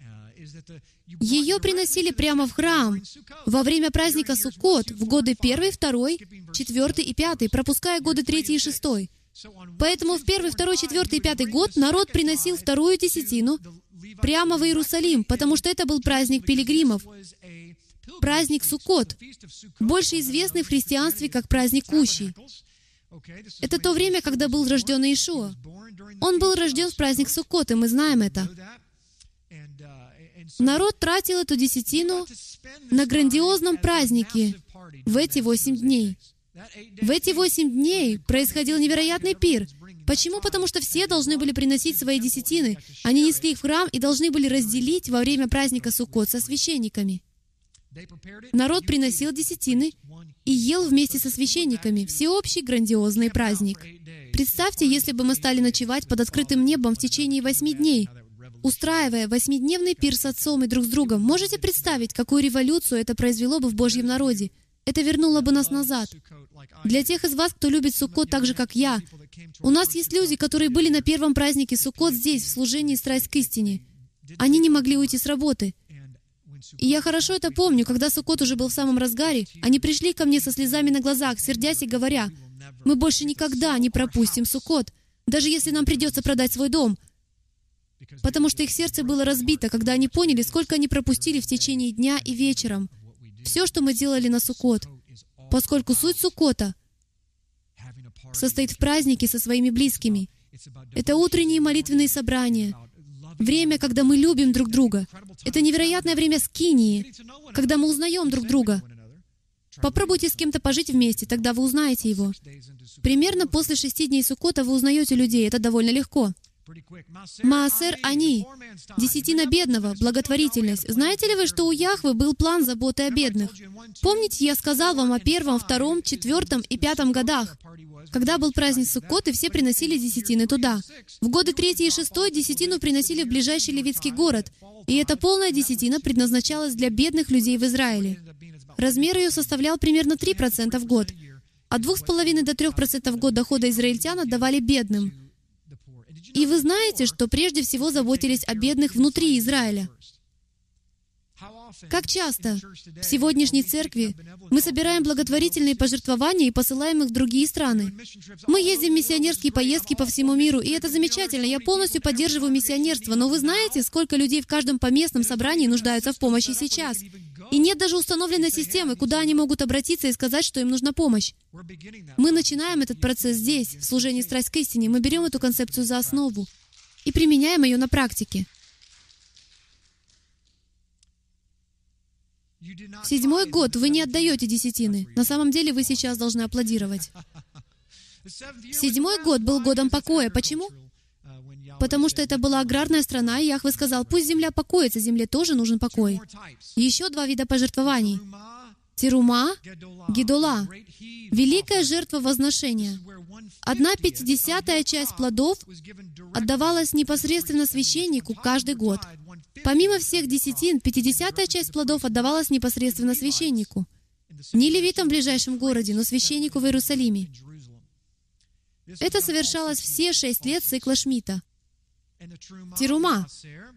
Ее приносили прямо в храм во время праздника Суккот, в годы 1, 2, 4 и 5, пропуская годы 3 и 6. Поэтому в 1, 2, 4 и 5 год народ приносил вторую десятину прямо в Иерусалим, потому что это был праздник пилигримов, праздник Суккот, больше известный в христианстве как праздник Кущи. Это то время, когда был рожден Иешуа. Он был рожден в праздник Суккот, и мы знаем это. Народ тратил эту десятину на грандиозном празднике в эти 8 дней. В эти 8 дней происходил невероятный пир. Почему? Потому что все должны были приносить свои десятины. Они несли их в храм и должны были разделить во время праздника Суккот со священниками. Народ приносил десятины и ел вместе со священниками. Всеобщий грандиозный праздник. Представьте, если бы мы стали ночевать под открытым небом в течение 8 дней, устраивая 8-дневный пир с отцом и друг с другом. Можете представить, какую революцию это произвело бы в Божьем народе? Это вернуло бы нас назад. Для тех из вас, кто любит Суккот так же, как я, у нас есть люди, которые были на первом празднике Суккот здесь, в служении «Страсть к истине». Они не могли уйти с работы. И я хорошо это помню, когда Суккот уже был в самом разгаре, они пришли ко мне со слезами на глазах, сердясь и говоря: «Мы больше никогда не пропустим Суккот, даже если нам придется продать свой дом». Потому что их сердце было разбито, когда они поняли, сколько они пропустили в течение дня и вечером. Все, что мы делали на Суккот, поскольку суть Суккота состоит в празднике со своими близкими. Это утренние молитвенные собрания, время, когда мы любим друг друга. Это невероятное время скинии, когда мы узнаем друг друга. Попробуйте с кем-то пожить вместе, тогда вы узнаете его. Примерно после 6 дней Суккота вы узнаете людей, это довольно легко. Маасер Ани, десятина бедного, благотворительность. Знаете ли вы, что у Яхвы был план заботы о бедных? Помните, я сказал вам о 1, 2, 4 и 5 годах, когда был праздник Суккот, и все приносили десятины туда. В годы 3 и 6 десятину приносили в ближайший левитский город, и эта полная десятина предназначалась для бедных людей в Израиле. Размер ее составлял примерно 3% в год. От 2,5 до 3% в год дохода израильтян отдавали бедным. И вы знаете, что прежде всего заботились о бедных внутри Израиля. Как часто в сегодняшней церкви мы собираем благотворительные пожертвования и посылаем их в другие страны? Мы ездим в миссионерские поездки по всему миру, и это замечательно. Я полностью поддерживаю миссионерство, но вы знаете, сколько людей в каждом поместном собрании нуждаются в помощи сейчас? И нет даже установленной системы, куда они могут обратиться и сказать, что им нужна помощь. Мы начинаем этот процесс здесь, в служении «Страсть к истине». Мы берем эту концепцию за основу и применяем ее на практике. В 7-й год вы не отдаете десятины. На самом деле вы сейчас должны аплодировать. 7-й год был годом покоя. Почему? Потому что это была аграрная страна, и Яхве сказал: пусть земля покоится, земле тоже нужен покой. Еще 2 вида пожертвований. Терума, Гедола. Великая жертва возношения. 1/50 часть плодов отдавалась непосредственно священнику каждый год. Помимо всех десятин, 50 часть плодов отдавалась непосредственно священнику. Не левитам в ближайшем городе, но священнику в Иерусалиме. Это совершалось все 6 лет цикла Шмидта. Терума.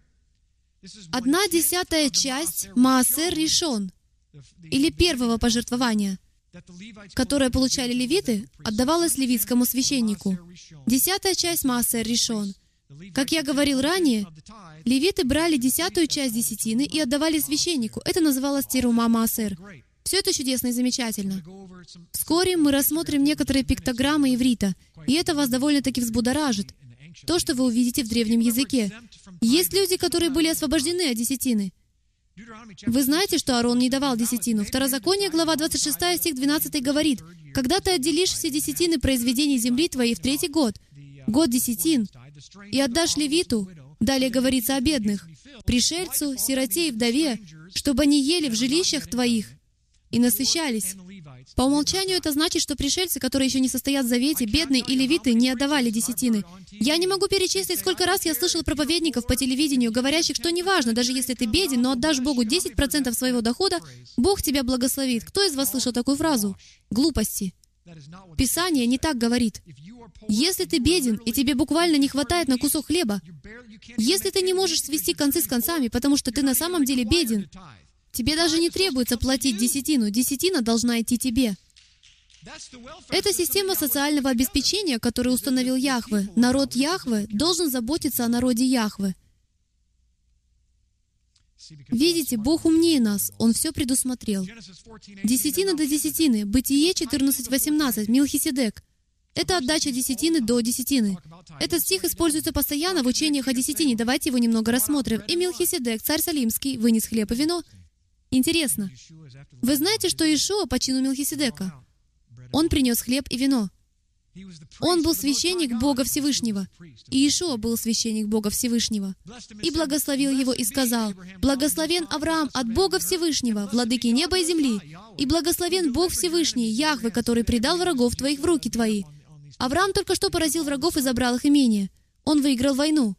1/10 часть Маасер Ришон, или первого пожертвования, которое получали левиты, отдавалось левитскому священнику. 10 часть Маасер Ришон. Как я говорил ранее, левиты брали 10 часть десятины и отдавали священнику. Это называлось Терума Маасер. Все это чудесно и замечательно. Вскоре мы рассмотрим некоторые пиктограммы иврита, и это вас довольно-таки взбудоражит. То, что вы увидите в древнем языке. Есть люди, которые были освобождены от десятины. Вы знаете, что Аарон не давал десятину. Второзаконие, глава 26, стих 12 говорит: «Когда ты отделишь все десятины произведений земли твоей в 3-й год, год десятин, и отдашь левиту», далее говорится о бедных, «пришельцу, сироте и вдове, чтобы они ели в жилищах твоих и насыщались». По умолчанию это значит, что пришельцы, которые еще не состоят в завете, бедные и левиты, не отдавали десятины. Я не могу перечислить, сколько раз я слышал проповедников по телевидению, говорящих, что неважно, даже если ты беден, но отдашь Богу 10% своего дохода, Бог тебя благословит. Кто из вас слышал такую фразу? Глупости. Писание не так говорит. Если ты беден, и тебе буквально не хватает на кусок хлеба, если ты не можешь свести концы с концами, потому что ты на самом деле беден, тебе даже не требуется платить десятину. Десятина должна идти тебе. Это система социального обеспечения, которую установил Яхве. Народ Яхве должен заботиться о народе Яхве. Видите, Бог умнее нас. Он все предусмотрел. Десятина до десятины. Бытие 14:18. Милхиседек. Это отдача десятины до десятины. Этот стих используется постоянно в учениях о десятине. Давайте его немного рассмотрим. «И Милхиседек, царь Салимский, вынес хлеб и вино». Интересно. Вы знаете, что Иешуа по чину Милхиседека? Он принес хлеб и вино. Он был священник Бога Всевышнего. И Иешуа был священник Бога Всевышнего. И благословил его и сказал: «Благословен Авраам от Бога Всевышнего, владыки неба и земли, и благословен Бог Всевышний, Яхве, который предал врагов твоих в руки твои». Авраам только что поразил врагов и забрал их имение. Он выиграл войну.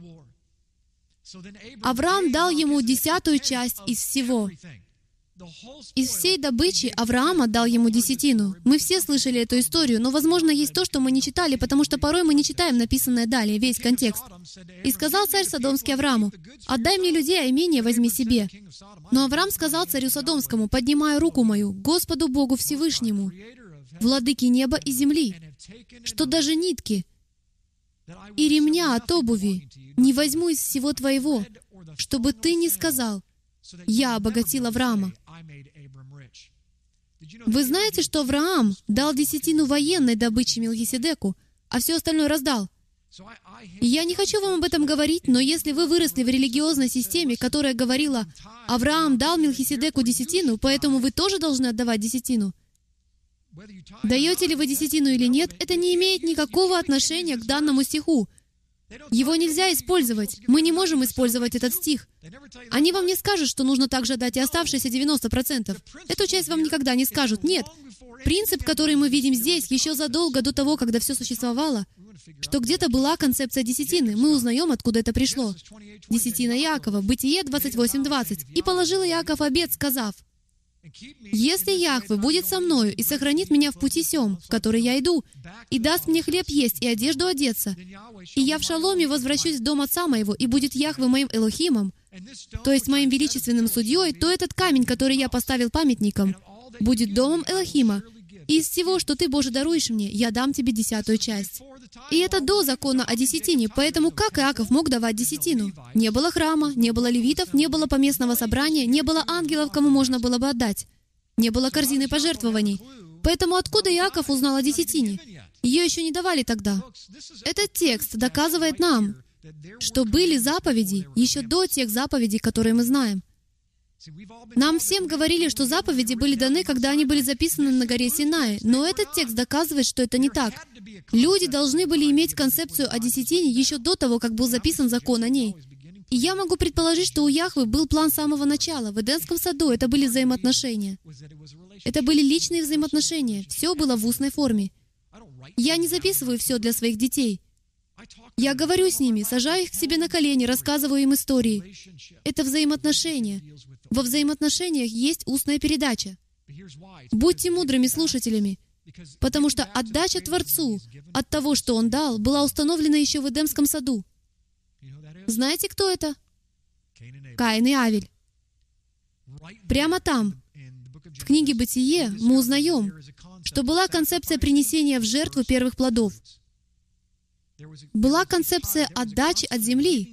Авраам дал ему 10-ю часть из всего. Из всей добычи Авраам отдал ему десятину. Мы все слышали эту историю, но, возможно, есть то, что мы не читали, потому что порой мы не читаем написанное далее, весь контекст. «И сказал царь Содомский Аврааму: отдай мне людей, а имение возьми себе. Но Авраам сказал царю Содомскому, поднимая руку мою, Господу Богу Всевышнему, владыке неба и земли, что даже нитки и ремня от обуви не возьму из всего твоего, чтобы ты не сказал: я обогатил Авраама». Вы знаете, что Авраам дал десятину военной добычи Милхиседеку, а все остальное раздал? И я не хочу вам об этом говорить, но если вы выросли в религиозной системе, которая говорила: Авраам дал Милхиседеку десятину, поэтому вы тоже должны отдавать десятину. Даете ли вы десятину или нет, это не имеет никакого отношения к данному стиху. Его нельзя использовать. Мы не можем использовать этот стих. Они вам не скажут, что нужно также дать и оставшиеся 90%. Эту часть вам никогда не скажут. Нет. Принцип, который мы видим здесь, еще задолго до того, когда все существовало, что где-то была концепция десятины. Мы узнаем, откуда это пришло. Десятина Иакова, Бытие 28:20. «И положил Иаков обет, сказав: если Яхве будет со мною и сохранит меня в пути сем, в который я иду, и даст мне хлеб есть и одежду одеться, и я в шаломе возвращусь в дом отца моего, и будет Яхве моим Элохимом, то есть моим величественным судьей, то этот камень, который я поставил памятником, будет домом Элохима. И из всего, что ты, Боже, даруешь мне, я дам тебе 10-ю часть». И это до закона о десятине, поэтому как Иаков мог давать десятину? Не было храма, не было левитов, не было поместного собрания, не было ангелов, кому можно было бы отдать. Не было корзины пожертвований. Поэтому откуда Иаков узнал о десятине? Ее еще не давали тогда. Этот текст доказывает нам, что были заповеди еще до тех заповедей, которые мы знаем. Нам всем говорили, что заповеди были даны, когда они были записаны на горе Синай, но этот текст доказывает, что это не так. Люди должны были иметь концепцию о десятине еще до того, как был записан закон о ней. И я могу предположить, что у Яхвы был план с самого начала. В Эдемском саду это были взаимоотношения. Это были личные взаимоотношения. Все было в устной форме. Я не записываю все для своих детей. Я говорю с ними, сажаю их к себе на колени, рассказываю им истории. Это взаимоотношения. Во взаимоотношениях есть устная передача. Будьте мудрыми слушателями, потому что отдача Творцу от того, что Он дал, была установлена еще в Эдемском саду. Знаете, кто это? Каин и Авель. Прямо там, в книге «Бытие», мы узнаем, что была концепция принесения в жертву первых плодов. Была концепция отдачи от земли,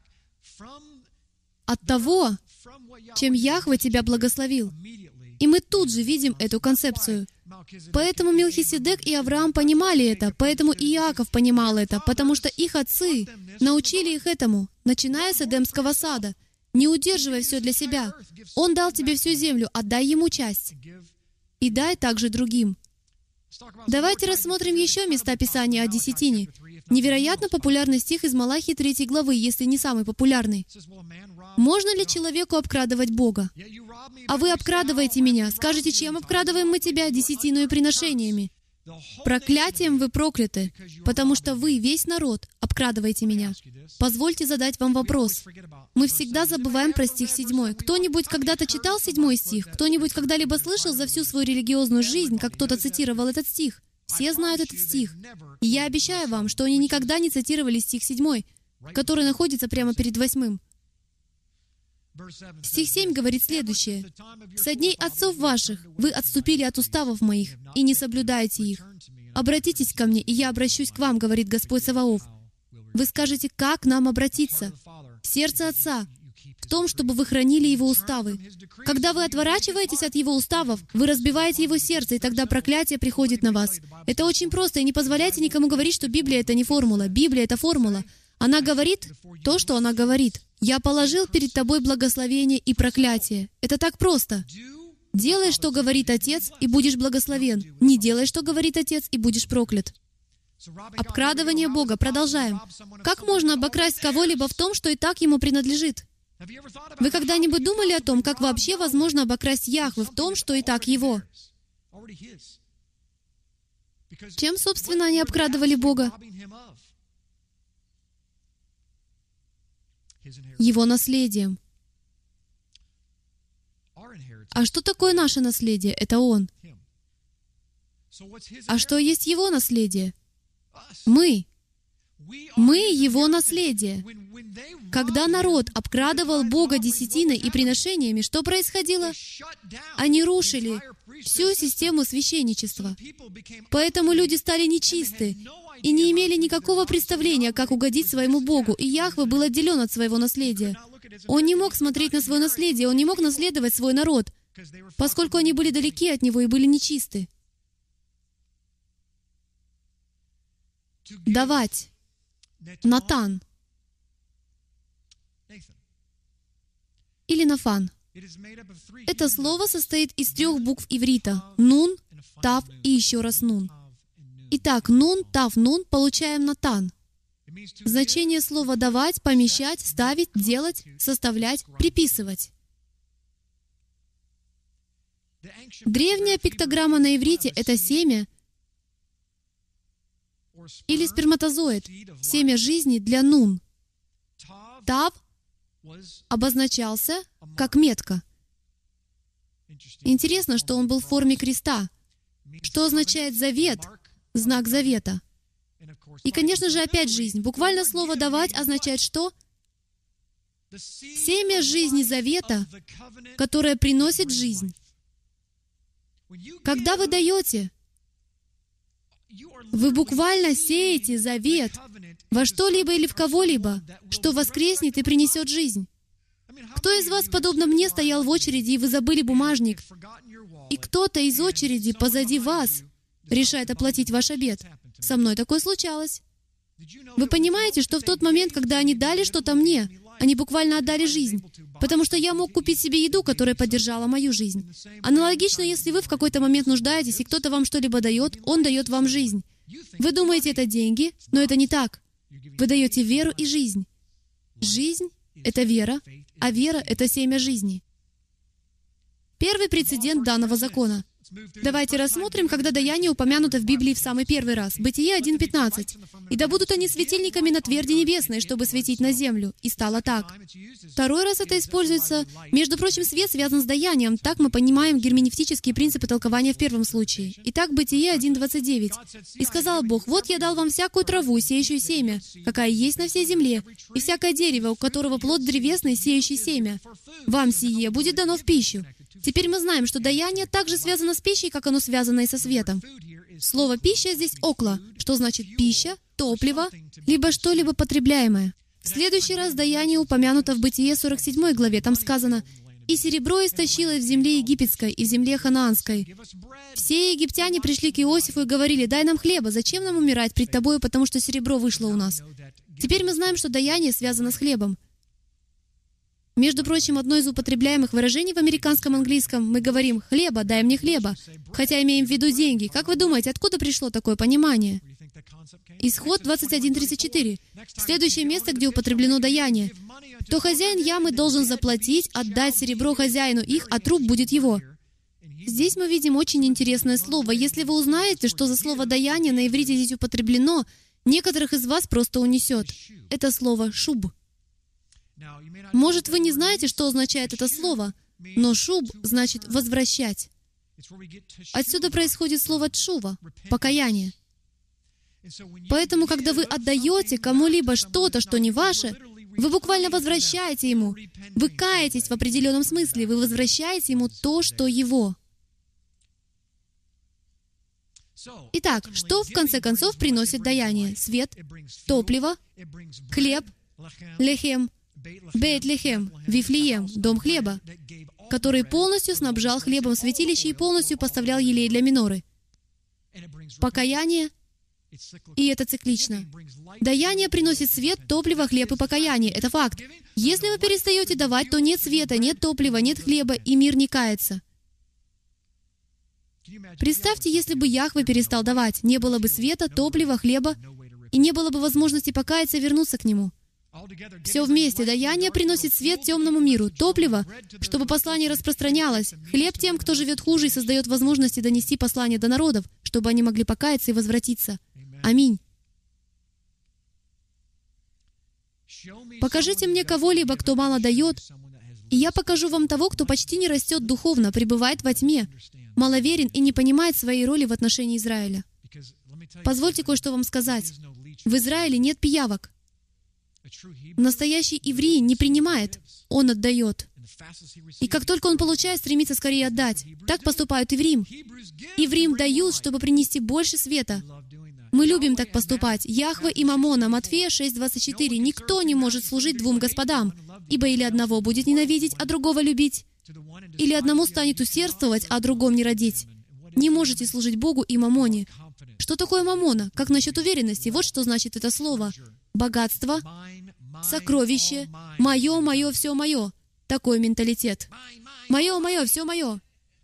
от того, чем Яхве тебя благословил. И мы тут же видим эту концепцию. Поэтому Милхиседек и Авраам понимали это, поэтому и Иаков понимал это, потому что их отцы научили их этому, начиная с Эдемского сада. Не удерживай все для себя. Он дал тебе всю землю, отдай Ему часть. И дай также другим. Давайте рассмотрим еще места Писания о десятине. Невероятно популярный стих из Малахии 3 главы, если не самый популярный. «Можно ли человеку обкрадывать Бога? А вы обкрадываете меня. Скажете, чем обкрадываем мы тебя? Десятиной и приношениями. Проклятием вы прокляты, потому что вы, весь народ, обкрадываете меня». Позвольте задать вам вопрос. Мы всегда забываем про стих 7. Кто-нибудь когда-то читал 7 стих? Кто-нибудь когда-либо слышал за всю свою религиозную жизнь, как кто-то цитировал этот стих? Все знают этот стих. И я обещаю вам, что они никогда не цитировали стих 7, который находится прямо перед 8. Стих 7 говорит следующее. «Со дней отцов ваших вы отступили от уставов моих и не соблюдаете их. Обратитесь ко мне, и я обращусь к вам, говорит Господь Саваоф». Вы скажете, как нам обратиться? В сердце Отца, в том, чтобы вы хранили Его уставы. Когда вы отворачиваетесь от Его уставов, вы разбиваете Его сердце, и тогда проклятие приходит на вас. Это очень просто, и не позволяйте никому говорить, что Библия — это не формула. Библия — это формула. Она говорит то, что она говорит. «Я положил перед тобой благословение и проклятие». Это так просто. Делай, что говорит Отец, и будешь благословен. Не делай, что говорит Отец, и будешь проклят. Обкрадывание Бога. Продолжаем. Как можно обокрасть кого-либо в том, что и так ему принадлежит? Вы когда-нибудь думали о том, как вообще возможно обокрасть Яхве в том, что и так Его? Чем, собственно, они обкрадывали Бога? Его наследием. А что такое наше наследие? Это Он. А что есть Его наследие? Мы. Мы Его наследие. Когда народ обкрадывал Бога десятиной и приношениями, что происходило? Они рушили всю систему священничества. Поэтому люди стали нечисты и не имели никакого представления, как угодить своему Богу, и Яхве был отделен от своего наследия. Он не мог смотреть на свое наследие, он не мог наследовать свой народ, поскольку они были далеки от Него и были нечисты. Давать. Натан. Или Нафан. Это слово состоит из 3 букв иврита. Нун, Тав и еще раз Нун. Итак, Нун, Тав, Нун получаем Натан. Значение слова «давать», «помещать», «ставить», «делать», «составлять», «приписывать». Древняя пиктограмма на иврите — это семя или сперматозоид, семя жизни для Нун. Тав обозначался как метка. Интересно, что он был в форме креста, что означает «завет», знак завета. И, конечно же, опять жизнь. Буквально слово «давать» означает что? Семя жизни завета, которое приносит жизнь. Когда вы даете, вы буквально сеете завет во что-либо или в кого-либо, что воскреснет и принесет жизнь. Кто из вас, подобно мне, стоял в очереди, и вы забыли бумажник, и кто-то из очереди позади вас решает оплатить ваш обед? Со мной такое случалось. Вы понимаете, что в тот момент, когда они дали что-то мне, они буквально отдали жизнь, потому что я мог купить себе еду, которая поддержала мою жизнь. Аналогично, если вы в какой-то момент нуждаетесь, и кто-то вам что-либо дает, он дает вам жизнь. Вы думаете, это деньги, но это не так. Вы даете веру и жизнь. Жизнь — это вера, а вера — это семя жизни. Первый прецедент данного закона. Давайте рассмотрим, когда даяние упомянуто в Библии в самый первый раз. Бытие 1:15. «И да будут они светильниками на тверди небесной, чтобы светить на землю». И стало так. Второй раз это используется. Между прочим, свет связан с даянием. Так мы понимаем герменевтические принципы толкования в первом случае. Итак, Бытие 1:29. «И сказал Бог, вот я дал вам всякую траву, сеющую семя, какая есть на всей земле, и всякое дерево, у которого плод древесный, сеющий семя. Вам сие будет дано в пищу». Теперь мы знаем, что даяние также связано с пищей, как оно связано и со светом. Слово «пища» здесь «окла», что значит пища, топливо, либо что-либо потребляемое. В следующий раз даяние упомянуто в Бытие 47 главе. Там сказано: «И серебро истощилось в земле египетской и в земле ханаанской». Все египтяне пришли к Иосифу и говорили: «Дай нам хлеба, зачем нам умирать пред тобою, потому что серебро вышло у нас». Теперь мы знаем, что даяние связано с хлебом. Между прочим, одно из употребляемых выражений в американском английском мы говорим «хлеба, дай мне хлеба», хотя имеем в виду деньги. Как вы думаете, откуда пришло такое понимание? Исход 21:34. Следующее место, где употреблено даяние. «То хозяин ямы должен заплатить, отдать серебро хозяину их, а труп будет его». Здесь мы видим очень интересное слово. Если вы узнаете, что за слово «даяние» на иврите здесь употреблено, некоторых из вас просто унесет. Это слово «шуб». Может, вы не знаете, что означает это слово, но «шуб» значит «возвращать». Отсюда происходит слово «тшува» — «покаяние». Поэтому, когда вы отдаете кому-либо что-то, что не ваше, вы буквально возвращаете ему. Вы каетесь в определенном смысле. Вы возвращаете ему то, что его. Итак, что в конце концов приносит даяние? Свет, топливо, хлеб, лехем, Бейт-Лехем, Вифлеем, дом хлеба, который полностью снабжал хлебом святилище и полностью поставлял елей для миноры. Покаяние, и это циклично. Даяние приносит свет, топливо, хлеб и покаяние. Это факт. Если вы перестаете давать, то нет света, нет топлива, нет хлеба, и мир не кается. Представьте, если бы Яхве перестал давать, не было бы света, топлива, хлеба, и не было бы возможности покаяться и вернуться к Нему. Все вместе. Даяние приносит свет темному миру, топливо, чтобы послание распространялось, хлеб тем, кто живет хуже, и создает возможности донести послание до народов, чтобы они могли покаяться и возвратиться. Аминь. Покажите мне кого-либо, кто мало дает, и я покажу вам того, кто почти не растет духовно, пребывает во тьме, маловерен и не понимает своей роли в отношении Израиля. Позвольте кое-что вам сказать. В Израиле нет пиявок. Настоящий еврей не принимает, он отдает. И как только он получает, стремится скорее отдать. Так поступают евреи. Евреям дают, чтобы принести больше света. Мы любим так поступать. Яхве и Мамона, Матфея 6:24. Никто не может служить двум господам, ибо или одного будет ненавидеть, а другого любить, или одному станет усердствовать, а другом не родить. Не можете служить Богу и Мамоне. Что такое Мамона? Как насчет уверенности? Вот что значит это слово. Богатство, сокровище, мое, мое, все мое. Такой менталитет. Мое, мое, все мое.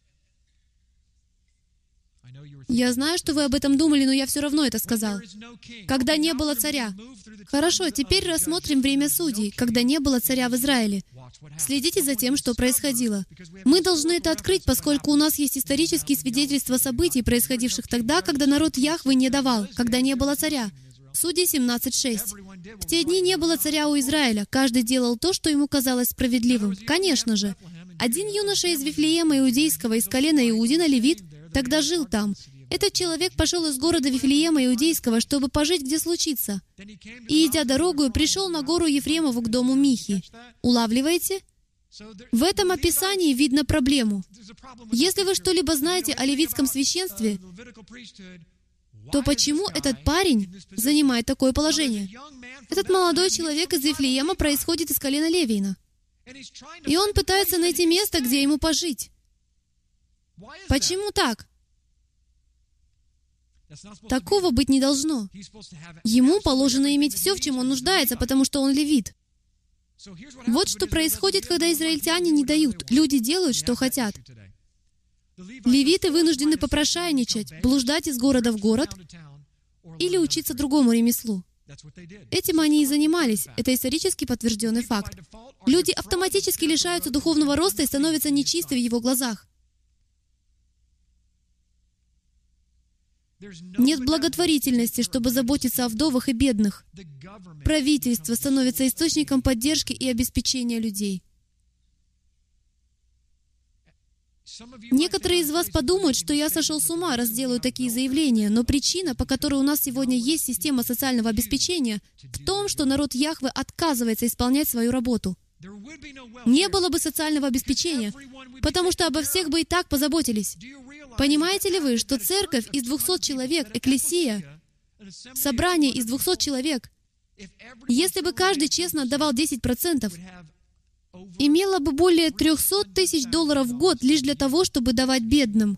Я знаю, что вы об этом думали, но я все равно это сказал. Когда не было царя. Хорошо, теперь рассмотрим время судей, когда не было царя в Израиле. Следите за тем, что происходило. Мы должны это открыть, поскольку у нас есть исторические свидетельства событий, происходивших тогда, когда народ Яхве не давал, когда не было царя. Судьи 17:6. В те дни не было царя у Израиля. Каждый делал то, что ему казалось справедливым. Конечно же. Один юноша из Вифлеема Иудейского, из колена Иудина, левит, тогда жил там. Этот человек пошел из города Вифлеема Иудейского, чтобы пожить, где случится. И, идя дорогою, пришел на гору Ефремову к дому Михи. Улавливаете? В этом описании видно проблему. Если вы что-либо знаете о левитском священстве, то почему этот парень занимает такое положение? Этот молодой человек из Вифлеема происходит из колена Левиина. И он пытается найти место, где ему пожить. Почему так? Такого быть не должно. Ему положено иметь все, в чем он нуждается, потому что он левит. Вот что происходит, когда израильтяне не дают. Люди делают, что хотят. Левиты вынуждены попрошайничать, блуждать из города в город или учиться другому ремеслу. Этим они и занимались. Это исторически подтвержденный факт. Люди автоматически лишаются духовного роста и становятся нечисты в его глазах. Нет благотворительности, чтобы заботиться о вдовах и бедных. Правительство становится источником поддержки и обеспечения людей. Некоторые из вас подумают, что я сошел с ума, раз делаю такие заявления, но причина, по которой у нас сегодня есть система социального обеспечения, в том, что народ Яхве отказывается исполнять свою работу. Не было бы социального обеспечения, потому что обо всех бы и так позаботились. Понимаете ли вы, что церковь из 200 человек, экклесия, собрание из 200 человек, если бы каждый честно отдавал 10%, имела бы более $300 тысяч в год лишь для того, чтобы давать бедным.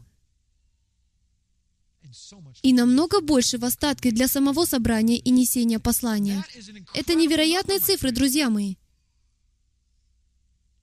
И намного больше в остатке для самого собрания и несения послания. Это невероятные цифры, друзья мои.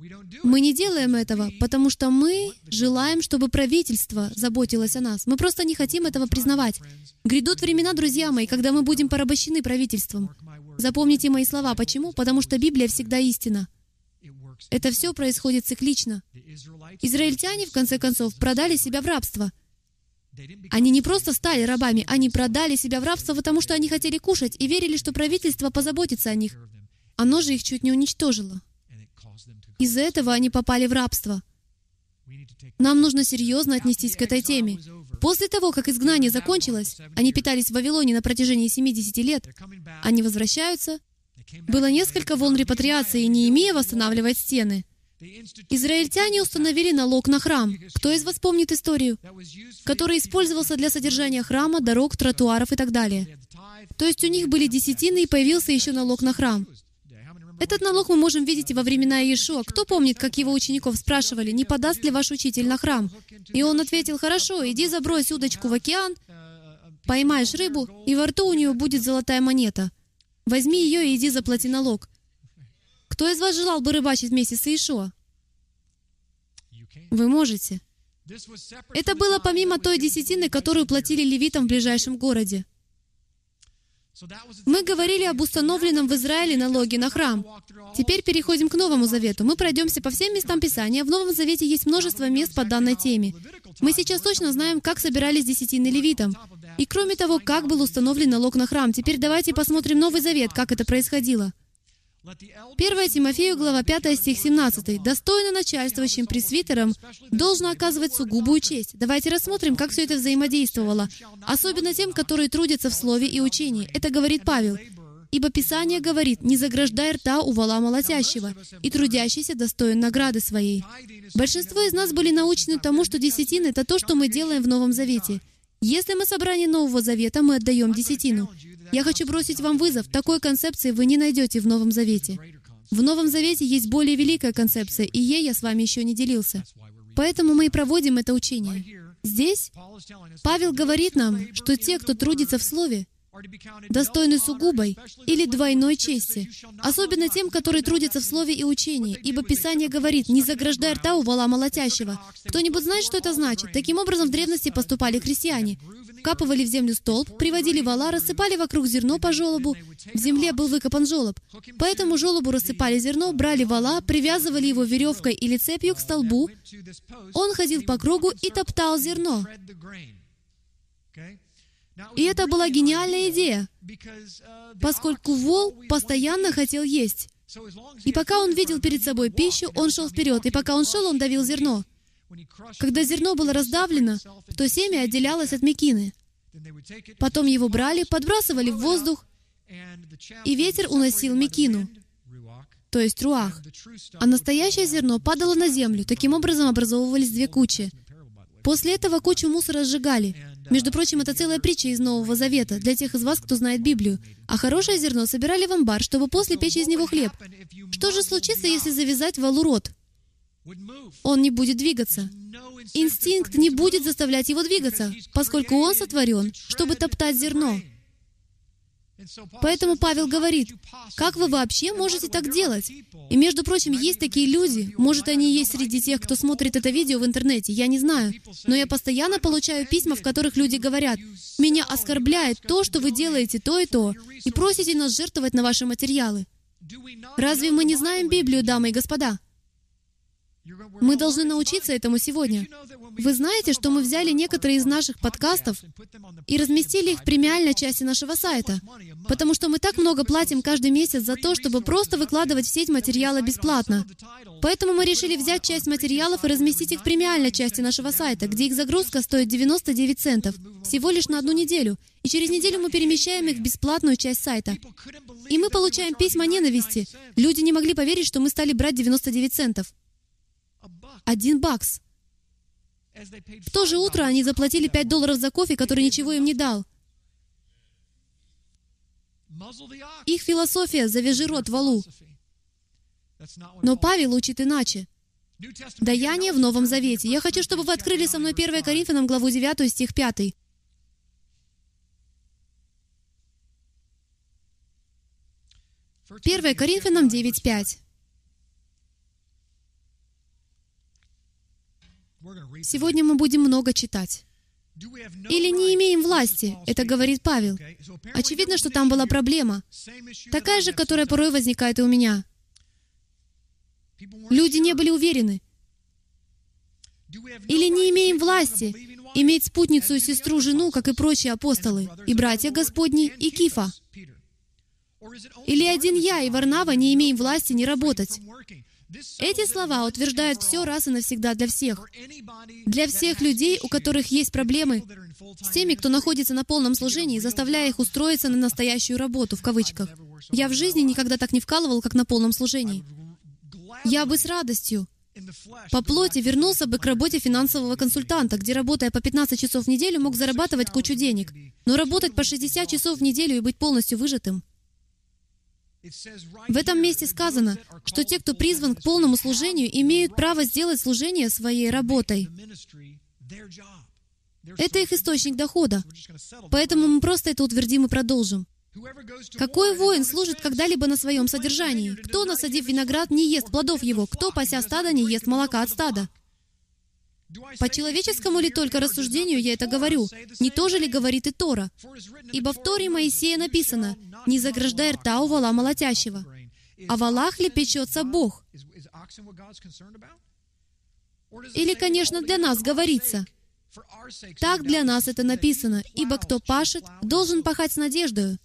Мы не делаем этого, потому что мы желаем, чтобы правительство заботилось о нас. Мы просто не хотим этого признавать. Грядут времена, друзья мои, когда мы будем порабощены правительством. Запомните мои слова. Почему? Потому что Библия всегда истина. Это все происходит циклично. Израильтяне, в конце концов, продали себя в рабство. Они не просто стали рабами, они продали себя в рабство, потому что они хотели кушать и верили, что правительство позаботится о них. Оно же их чуть не уничтожило. Из-за этого они попали в рабство. Нам нужно серьезно отнестись к этой теме. После того, как изгнание закончилось, они питались в Вавилоне на протяжении 70 лет, они возвращаются. Было несколько волн репатриации, и Неемия восстанавливает стены. Израильтяне установили налог на храм. Кто из вас помнит историю? Который использовался для содержания храма, дорог, тротуаров и так далее. То есть у них были десятины, и появился еще налог на храм. Этот налог мы можем видеть и во времена Иешуа. Кто помнит, как его учеников спрашивали, не подаст ли ваш учитель на храм? И он ответил: хорошо, иди забрось удочку в океан, поймаешь рыбу, и во рту у нее будет золотая монета. Возьми ее и иди заплати налог. Кто из вас желал бы рыбачить вместе с Иешуа? Вы можете. Это было помимо той десятины, которую платили левитам в ближайшем городе. Мы говорили об установленном в Израиле налоге на храм. Теперь переходим к Новому Завету. Мы пройдемся по всем местам Писания. В Новом Завете есть множество мест по данной теме. Мы сейчас точно знаем, как собирались десятины левитам. И кроме того, как был установлен налог на храм. Теперь давайте посмотрим Новый Завет, как это происходило. 1 Тимофею, глава 5, стих 17. «Достойно начальствующим пресвитерам должно оказывать сугубую честь». Давайте рассмотрим, как все это взаимодействовало. Особенно тем, которые трудятся в слове и учении. Это говорит Павел. «Ибо Писание говорит, не заграждай рта у вола молотящего, и трудящийся достоин награды своей». Большинство из нас были научены тому, что десятина — это то, что мы делаем в Новом Завете. Если мы собрание Нового Завета, мы отдаем десятину. Я хочу бросить вам вызов. Такой концепции вы не найдете в Новом Завете. В Новом Завете есть более великая концепция, и ей я с вами еще не делился. Поэтому мы и проводим это учение. Здесь Павел говорит нам, что те, кто трудится в Слове, достойны сугубой или двойной чести, особенно тем, которые трудятся в слове и учении, ибо Писание говорит, не заграждай рта у вола молотящего. Кто-нибудь знает, что это значит? Таким образом, в древности поступали христиане. Вкапывали в землю столб, приводили вола, рассыпали вокруг зерно по желобу. В земле был выкопан желоб. По этому желобу рассыпали зерно, брали вола, привязывали его веревкой или цепью к столбу. Он ходил по кругу и топтал зерно. И это была гениальная идея, поскольку вол постоянно хотел есть. И пока он видел перед собой пищу, он шел вперед, и пока он шел, он давил зерно. Когда зерно было раздавлено, то семя отделялось от мекины. Потом его брали, подбрасывали в воздух, и ветер уносил мекину, то есть руах. А настоящее зерно падало на землю. Таким образом образовывались две кучи. После этого кучу мусора сжигали. Между прочим, это целая притча из Нового Завета, для тех из вас, кто знает Библию. А хорошее зерно собирали в амбар, чтобы после печь из него хлеб. Что же случится, если завязать волу рот? Он не будет двигаться. Инстинкт не будет заставлять его двигаться, поскольку он сотворен, чтобы топтать зерно. Поэтому Павел говорит, как вы вообще можете так делать? И, между прочим, есть такие люди, может, они и есть среди тех, кто смотрит это видео в интернете, я не знаю, но я постоянно получаю письма, в которых люди говорят, «Меня оскорбляет то, что вы делаете то, и просите нас жертвовать на ваши материалы». Разве мы не знаем Библию, дамы и господа? Мы должны научиться этому сегодня. Вы знаете, что мы взяли некоторые из наших подкастов и разместили их в премиальной части нашего сайта, потому что мы так много платим каждый месяц за то, чтобы просто выкладывать в сеть материалы бесплатно. Поэтому мы решили взять часть материалов и разместить их в премиальной части нашего сайта, где их загрузка стоит 99 центов, всего лишь на 1 неделю. И через неделю мы перемещаем их в бесплатную часть сайта. И мы получаем письма ненависти. Люди не могли поверить, что мы стали брать 99 центов. $1. В то же утро они заплатили $5 за кофе, который ничего им не дал. Их философия — завяжи рот волу. Но Павел учит иначе. Даяние в Новом Завете. Я хочу, чтобы вы открыли со мной 1 Коринфянам, главу 9, стих 5. 1 Коринфянам 9:5. Сегодня мы будем много читать. Или не имеем власти, это говорит Павел. Очевидно, что там была проблема, такая же, которая порой возникает и у меня. Люди не были уверены. Или не имеем власти иметь спутницу и сестру, жену, как и прочие апостолы, и братья Господни, и Кифа. Или один я и Варнава не имеем власти не работать. Эти слова утверждают все раз и навсегда для всех. Для всех людей, у которых есть проблемы с теми, кто находится на полном служении, заставляя их устроиться на настоящую работу, в кавычках. Я в жизни никогда так не вкалывал, как на полном служении. Я бы с радостью по плоти вернулся бы к работе финансового консультанта, где, работая по 15 часов в неделю, мог зарабатывать кучу денег. Но работать по 60 часов в неделю и быть полностью выжатым. В этом месте сказано, что те, кто призван к полному служению, имеют право сделать служение своей работой. Это их источник дохода. Поэтому мы просто это утвердим и продолжим. Какой воин служит когда-либо на своем содержании? Кто, насадив виноград, не ест плодов его? Кто, пася стадо, не ест молока от стада? По человеческому ли только рассуждению я это говорю? Не то же ли говорит и Тора? Ибо в Торе Моисея написано: «Не заграждай рта у вола молотящего». О волах ли печется Бог? Или, конечно, для нас говорится: «Так для нас это написано, ибо кто пашет, должен пахать с надеждою,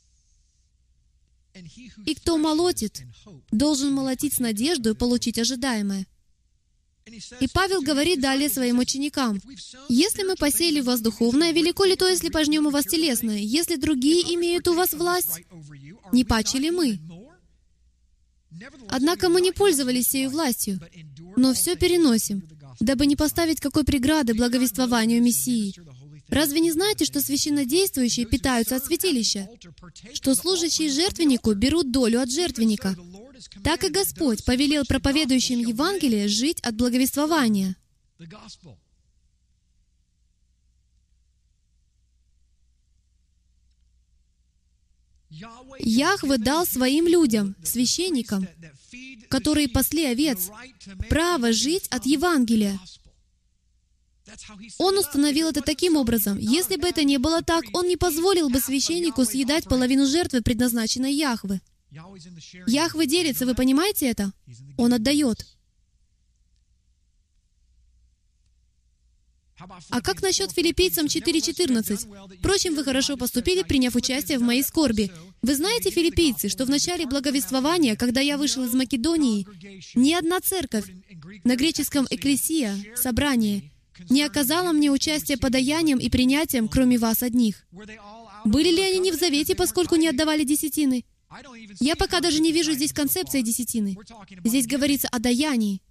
и кто молотит, должен молотить с надеждою получить ожидаемое». И Павел говорит далее своим ученикам: «Если мы посеяли в вас духовное, велико ли то, если пожнем у вас телесное? Если другие имеют у вас власть, не паче ли мы? Однако мы не пользовались сею властью, но все переносим, дабы не поставить какой преграды благовествованию Мессии. Разве не знаете, что священнодействующие питаются от святилища? Что служащие жертвеннику берут долю от жертвенника? Так и Господь повелел проповедующим Евангелие жить от благовествования». Яхве дал своим людям, священникам, которые пасли овец, право жить от Евангелия. Он установил это таким образом. Если бы это не было так, Он не позволил бы священнику съедать половину жертвы, предназначенной Яхве. Яхве делится, вы понимаете это? Он отдает. А как насчет Филиппийцам 4:14? «Впрочем, вы хорошо поступили, приняв участие в моей скорби». Вы знаете, филиппийцы, что в начале благовествования, когда я вышел из Македонии, ни одна церковь, на греческом «экклесия», «собрание», не оказала мне участия подаянием и принятием, кроме вас одних. Были ли они не в завете, поскольку не отдавали десятины? Я пока даже не вижу здесь концепции десятины. Здесь говорится о даянии.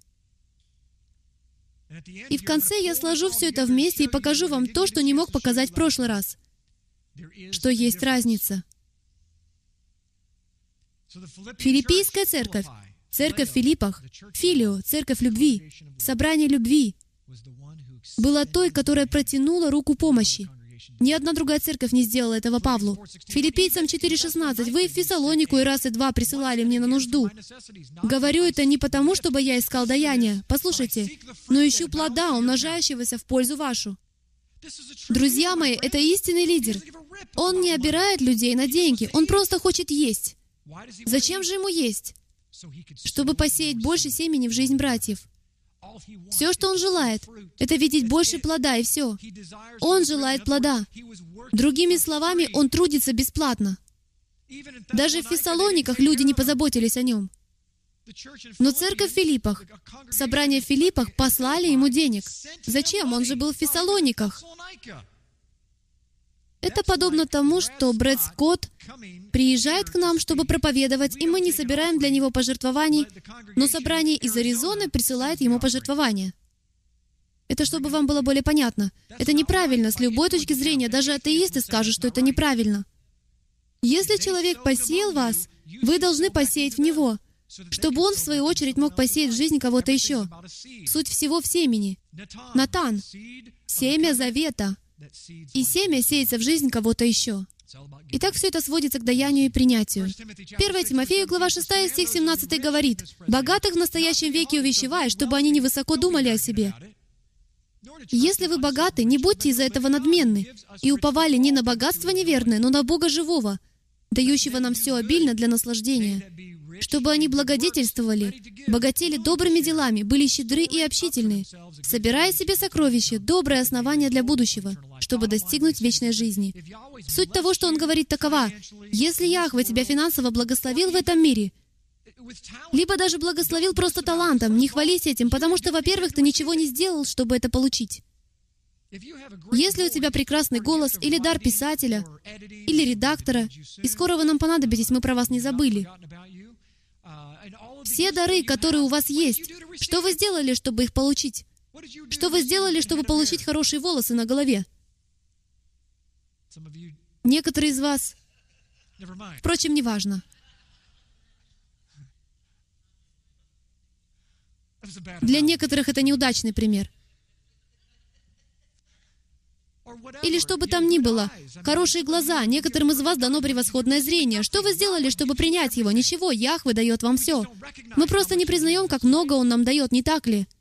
И в конце я сложу все это вместе и покажу вам то, что не мог показать в прошлый раз. Что есть разница. Филиппийская церковь, церковь в Филиппах, Филио, церковь любви, собрание любви, была той, которая протянула руку помощи. Ни одна другая церковь не сделала этого Павлу. Филиппийцам 4:16. «Вы в Фессалонику и раз и два присылали мне на нужду». Говорю это не потому, чтобы я искал даяния. Послушайте, но ищу плода, умножающегося в пользу вашу. Друзья мои, это истинный лидер. Он не обирает людей на деньги, он просто хочет есть. Зачем же ему есть? Чтобы посеять больше семени в жизнь братьев. Все, что он желает, это видеть больше плода, и все. Он желает плода. Другими словами, он трудится бесплатно. Даже в Фессалониках люди не позаботились о нем. Но церковь в Филиппах, собрание в Филиппах послали ему денег. Зачем? Он же был в Фессалониках. Это подобно тому, что Брэд Скотт приезжает к нам, чтобы проповедовать, и мы не собираем для него пожертвований, но собрание из Аризоны присылает ему пожертвования. Это чтобы вам было более понятно. Это неправильно. С любой точки зрения, даже атеисты скажут, что это неправильно. Если человек посеял вас, вы должны посеять в него, чтобы он, в свою очередь, мог посеять в жизнь кого-то еще. Суть всего в семени. Натан — семя завета. И семя сеется в жизнь кого-то еще. Итак, все это сводится к даянию и принятию. 1 Тимофею, глава 6, стих 17 говорит: «Богатых в настоящем веке увещевай, чтобы они невысоко думали о себе». Если вы богаты, не будьте из-за этого надменны и уповали не на богатство неверное, но на Бога живого, дающего нам все обильно для наслаждения, чтобы они благодетельствовали, богатели добрыми делами, были щедры и общительны, собирая себе сокровища, доброе основание для будущего, чтобы достигнуть вечной жизни. Суть того, что он говорит, такова: если Яхве тебя финансово благословил в этом мире, либо даже благословил просто талантом, не хвались этим, потому что, во-первых, ты ничего не сделал, чтобы это получить. Если у тебя прекрасный голос, или дар писателя, или редактора, и скоро вы нам понадобитесь, мы про вас не забыли. Все дары, которые у вас есть, что вы сделали, чтобы их получить? Что вы сделали, чтобы получить хорошие волосы на голове? Некоторые из вас... Впрочем, неважно. Для некоторых это неудачный пример. Или что бы там ни было. Хорошие глаза. Некоторым из вас дано превосходное зрение. Что вы сделали, чтобы принять его? Ничего, Яхве дает вам все. Мы просто не признаем, как много Он нам дает, не так ли?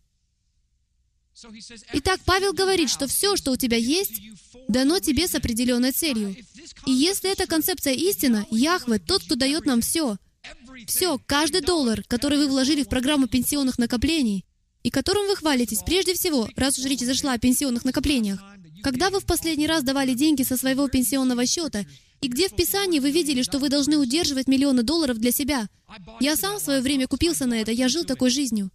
Итак, Павел говорит, что все, что у тебя есть, дано тебе с определенной целью. И если эта концепция истина, Яхве — тот, кто дает нам все. Все, каждый доллар, который вы вложили в программу пенсионных накоплений, и которым вы хвалитесь, прежде всего, раз уж речь зашла о пенсионных накоплениях. Когда вы в последний раз давали деньги со своего пенсионного счета, и где в Писании вы видели, что вы должны удерживать миллионы долларов для себя? Я сам в свое время купился на это, я жил такой жизнью.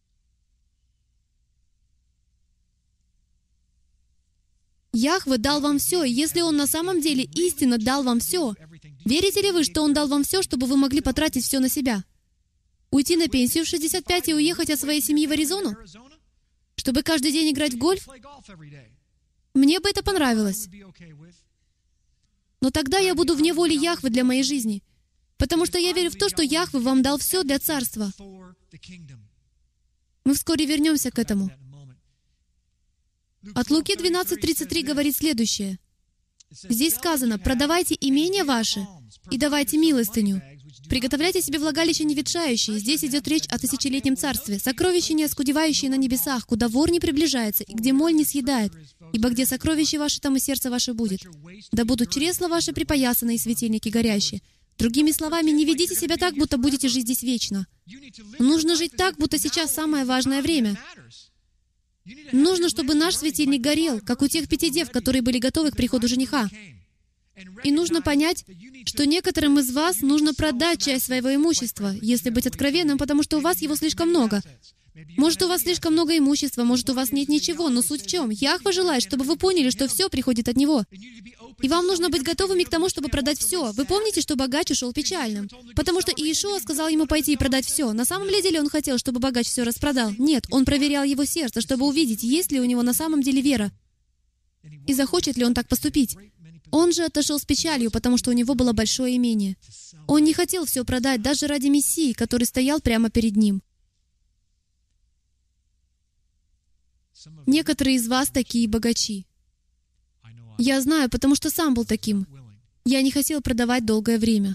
Яхве дал вам все, и если Он на самом деле истинно дал вам все, верите ли вы, что Он дал вам все, чтобы вы могли потратить все на себя? Уйти на пенсию в 65 и уехать от своей семьи в Аризону? Чтобы каждый день играть в гольф? Мне бы это понравилось. Но тогда я буду вне воли Яхве для моей жизни, потому что я верю в то, что Яхве вам дал все для Царства. Мы вскоре вернемся к этому. От Луки 12:33 говорит следующее. Здесь сказано: «Продавайте имение ваше и давайте милостыню. Приготовляйте себе влагалище неветшающее». Здесь идет речь о тысячелетнем царстве. «Сокровища не оскудевающие на небесах, куда вор не приближается, и где моль не съедает. Ибо где сокровище ваше, там и сердце ваше будет. Да будут чресла ваши припоясаны и светильники горящие». Другими словами, не ведите себя так, будто будете жить здесь вечно. Нужно жить так, будто сейчас самое важное время. Нужно, чтобы наш светильник горел, как у тех 5 дев, которые были готовы к приходу жениха. И нужно понять, что некоторым из вас нужно продать часть своего имущества, если быть откровенным, потому что у вас его слишком много. Может, у вас слишком много имущества, может, у вас нет ничего, но суть в чем? Яхве желает, чтобы вы поняли, что все приходит от Него. И вам нужно быть готовыми к тому, чтобы продать все. Вы помните, что богач ушел печальным? Потому что Иешуа сказал ему пойти и продать все. На самом ли деле он хотел, чтобы богач все распродал? Нет, он проверял его сердце, чтобы увидеть, есть ли у него на самом деле вера. И захочет ли он так поступить. Он же отошел с печалью, потому что у него было большое имение. Он не хотел все продать даже ради Мессии, который стоял прямо перед ним. Некоторые из вас такие богачи. Я знаю, потому что сам был таким. Я не хотел продавать долгое время.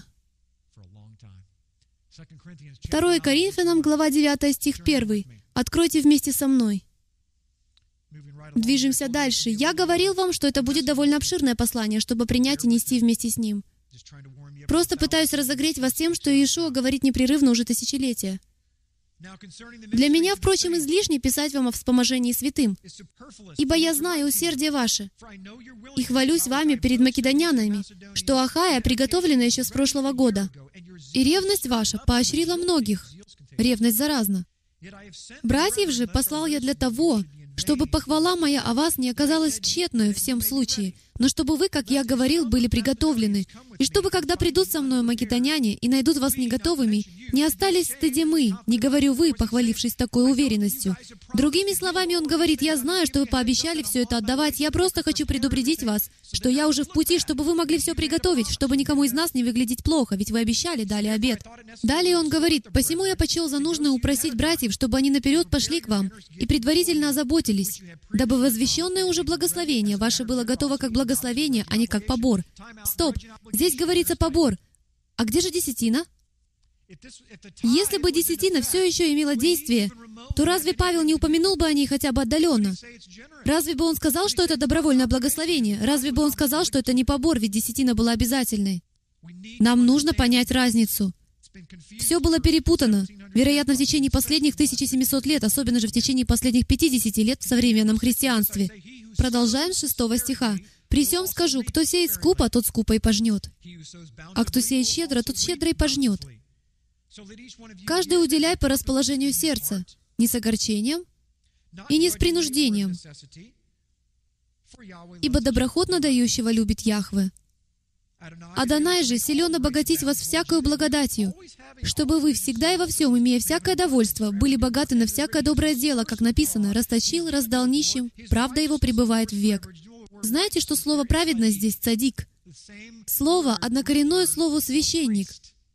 2 Коринфянам, глава 9, стих 1. «Откройте вместе со мной». Движемся дальше. Я говорил вам, что это будет довольно обширное послание, чтобы принять и нести вместе с ним. Просто пытаюсь разогреть вас тем, что Иешуа говорит непрерывно уже тысячелетия. Для меня, впрочем, излишне писать вам о вспоможении святым, ибо я знаю усердие ваше, и хвалюсь вами перед македонянами, что Ахая приготовлена еще с прошлого года, и ревность ваша поощрила многих. Ревность заразна. Братьев же послал я для того, чтобы похвала моя о вас не оказалась тщетною в всем случае, но чтобы вы, как я говорил, были приготовлены, и чтобы, когда придут со мною македоняне и найдут вас не готовыми, не остались в стыде мы, не говорю вы, похвалившись такой уверенностью. Другими словами, он говорит: я знаю, что вы пообещали все это отдавать, я просто хочу предупредить вас, что я уже в пути, чтобы вы могли все приготовить, чтобы никому из нас не выглядеть плохо, ведь вы обещали, дали обет. Далее он говорит: посему я почел за нужное упросить братьев, чтобы они наперед пошли к вам и предварительно озаботились, дабы возвещенное уже благословение ваше было готово как благословение, а не как побор. Стоп! Здесь говорится побор. А где же десятина? Если бы десятина все еще имела действие, то разве Павел не упомянул бы о ней хотя бы отдаленно? Разве бы он сказал, что это добровольное благословение? Разве бы он сказал, что это не побор, ведь десятина была обязательной? Нам нужно понять разницу. Все было перепутано, вероятно, в течение последних 1700 лет, особенно же в течение последних 50 лет в современном христианстве. Продолжаем с 6 стиха. «При сем скажу, кто сеет скупо, тот скупо и пожнет, а кто сеет щедро, тот щедро и пожнет. Каждый уделяй по расположению сердца, не с огорчением и не с принуждением, ибо доброхотно дающего любит Яхве. Адонай же силен обогатить вас всякою благодатью, чтобы вы всегда и во всем, имея всякое довольство, были богаты на всякое доброе дело, как написано, расточил, раздал нищим, правда его пребывает в век». Знаете, что слово «праведность» здесь «цадик»? Слово, однокоренное слову «священник».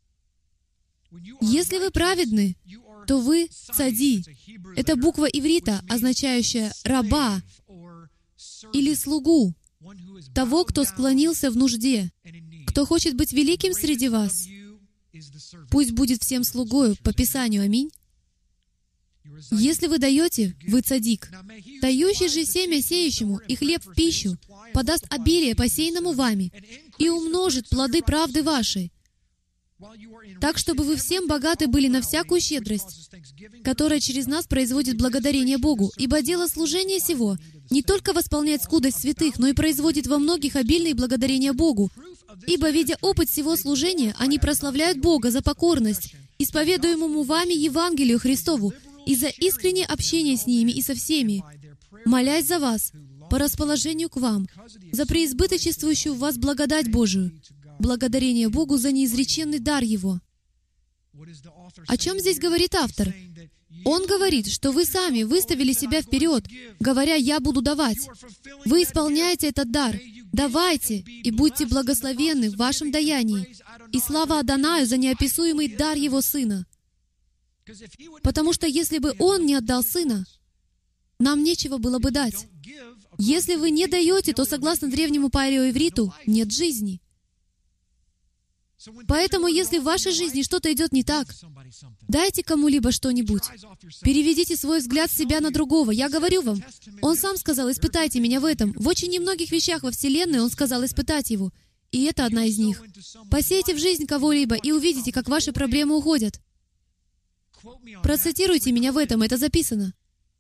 Если вы праведны, то вы цади. Это буква иврита, означающая раба или слугу, того, кто склонился в нужде, кто хочет быть великим среди вас. Пусть будет всем слугою по Писанию. Аминь. Если вы даете, вы цадик. Дающий же семя сеющему и хлеб в пищу подаст обилие посеянному вами и умножит плоды правды вашей, так, чтобы вы всем богаты были на всякую щедрость, которая через нас производит благодарение Богу, ибо дело служения сего не только восполняет скудость святых, но и производит во многих обильные благодарения Богу, ибо, видя опыт всего служения, они прославляют Бога за покорность, исповедуемому вами Евангелию Христову, и за искреннее общение с ними и со всеми, молясь за вас, по расположению к вам, за преизбыточествующую в вас благодать Божию, благодарение Богу за неизреченный дар Его. О чем здесь говорит автор? Он говорит, что вы сами выставили себя вперед, говоря: «Я буду давать». Вы исполняете этот дар. Давайте, и будьте благословенны в вашем даянии. И слава Адонаю за неописуемый дар Его Сына. Потому что если бы Он не отдал Сына, нам нечего было бы дать. Если вы не даете, то, согласно древнему палеоивриту, нет жизни. Поэтому, если в вашей жизни что-то идет не так, дайте кому-либо что-нибудь. Переведите свой взгляд с себя на другого. Я говорю вам, Он сам сказал: «Испытайте меня в этом». В очень немногих вещах во Вселенной Он сказал испытать Его. И это одна из них. Посейте в жизнь кого-либо и увидите, как ваши проблемы уходят. Процитируйте меня в этом, это записано.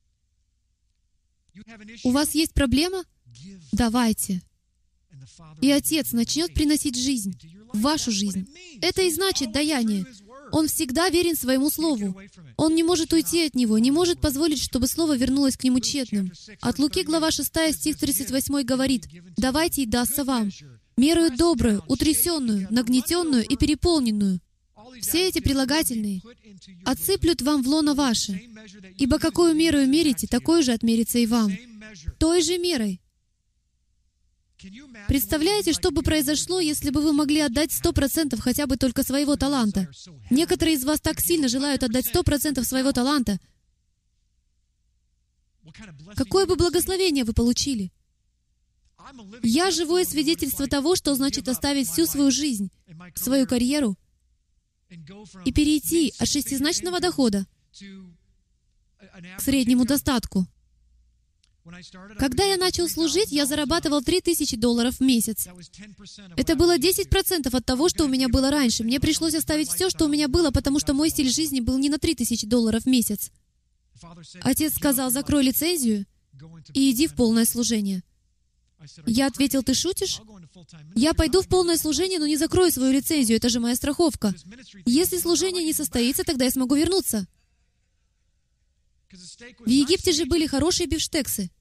У вас есть проблема? Давайте. И Отец начнет приносить жизнь в вашу жизнь. Это и значит даяние. Он всегда верен своему Слову. Он не может уйти от Него, не может позволить, чтобы Слово вернулось к Нему тщетным. От Луки, глава 6, стих 38 говорит: «Давайте, и дастся вам, мерою добрую, утрясенную, нагнетенную и переполненную». Все эти прилагательные отсыплют вам в лоно ваше, ибо какую меру мерите, такой же отмерится и вам. Той же мерой. Представляете, что бы произошло, если бы вы могли отдать 100% хотя бы только своего таланта? Некоторые из вас так сильно желают отдать 100% своего таланта. Какое бы благословение вы получили? Я живое свидетельство того, что значит оставить всю свою жизнь, свою карьеру, и перейти от шестизначного дохода к среднему достатку. Когда я начал служить, я зарабатывал $3000 в месяц. Это было 10% от того, что у меня было раньше. Мне пришлось оставить все, что у меня было, потому что мой стиль жизни был не на $3000 в месяц. Отец сказал: «Закрой лицензию и иди в полное служение». Я ответил: «Ты шутишь? Я пойду в полное служение, но не закрою свою лицензию, это же моя страховка. Если служение не состоится, тогда я смогу вернуться». В Египте же были хорошие бифштексы.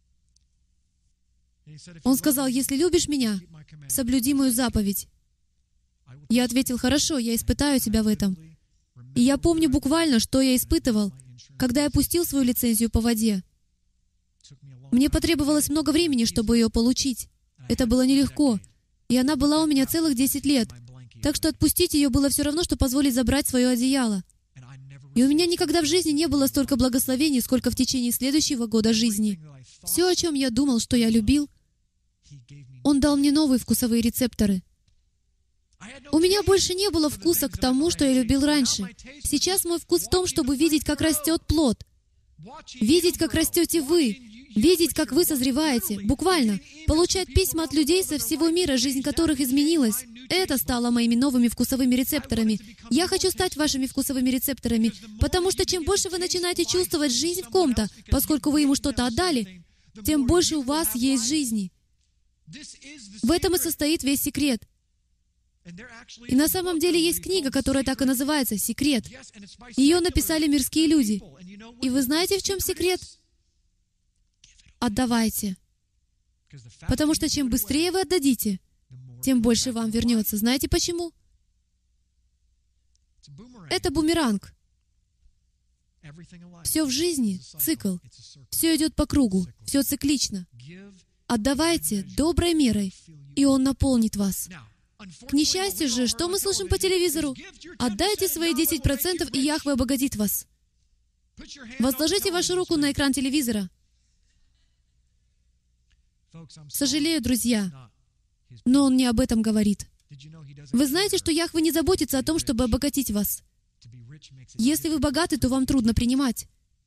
Он сказал: «Если любишь меня, соблюди мою заповедь». Я ответил: «Хорошо, я испытаю тебя в этом». И я помню буквально, что я испытывал, когда я пустил свою лицензию по воде. Мне потребовалось много времени, чтобы ее получить. Это было нелегко. И она была у меня целых 10 лет. Так что отпустить ее было все равно, что позволить забрать свое одеяло. И у меня никогда в жизни не было столько благословений, сколько в течение следующего года жизни. Все, о чем я думал, что я любил, Он дал мне новые вкусовые рецепторы. У меня больше не было вкуса к тому, что я любил раньше. Сейчас мой вкус в том, чтобы видеть, как растет плод. Видеть, как растете вы. Видеть, как вы созреваете. Буквально. Получать письма от людей со всего мира, жизнь которых изменилась. Это стало моими новыми вкусовыми рецепторами. Я хочу стать вашими вкусовыми рецепторами, потому что чем больше вы начинаете чувствовать жизнь в ком-то, поскольку вы ему что-то отдали, тем больше у вас есть жизни. В этом и состоит весь секрет. И на самом деле есть книга, которая так и называется «Секрет». Ее написали мирские люди. И вы знаете, в чем секрет? Отдавайте. Потому что чем быстрее вы отдадите, тем больше вам вернется. Знаете почему? Это бумеранг. Все в жизни — цикл. Все идет по кругу. Все циклично. Отдавайте доброй мерой, и Он наполнит вас. К несчастью же, что мы слышим по телевизору? Отдайте свои 10%, и Яхве обогатит вас. Возложите вашу руку на экран телевизора. Сожалею, друзья, но Он не об этом говорит. Вы знаете, что Яхве не заботится о том, чтобы обогатить вас. Если вы богаты, то вам трудно принимать.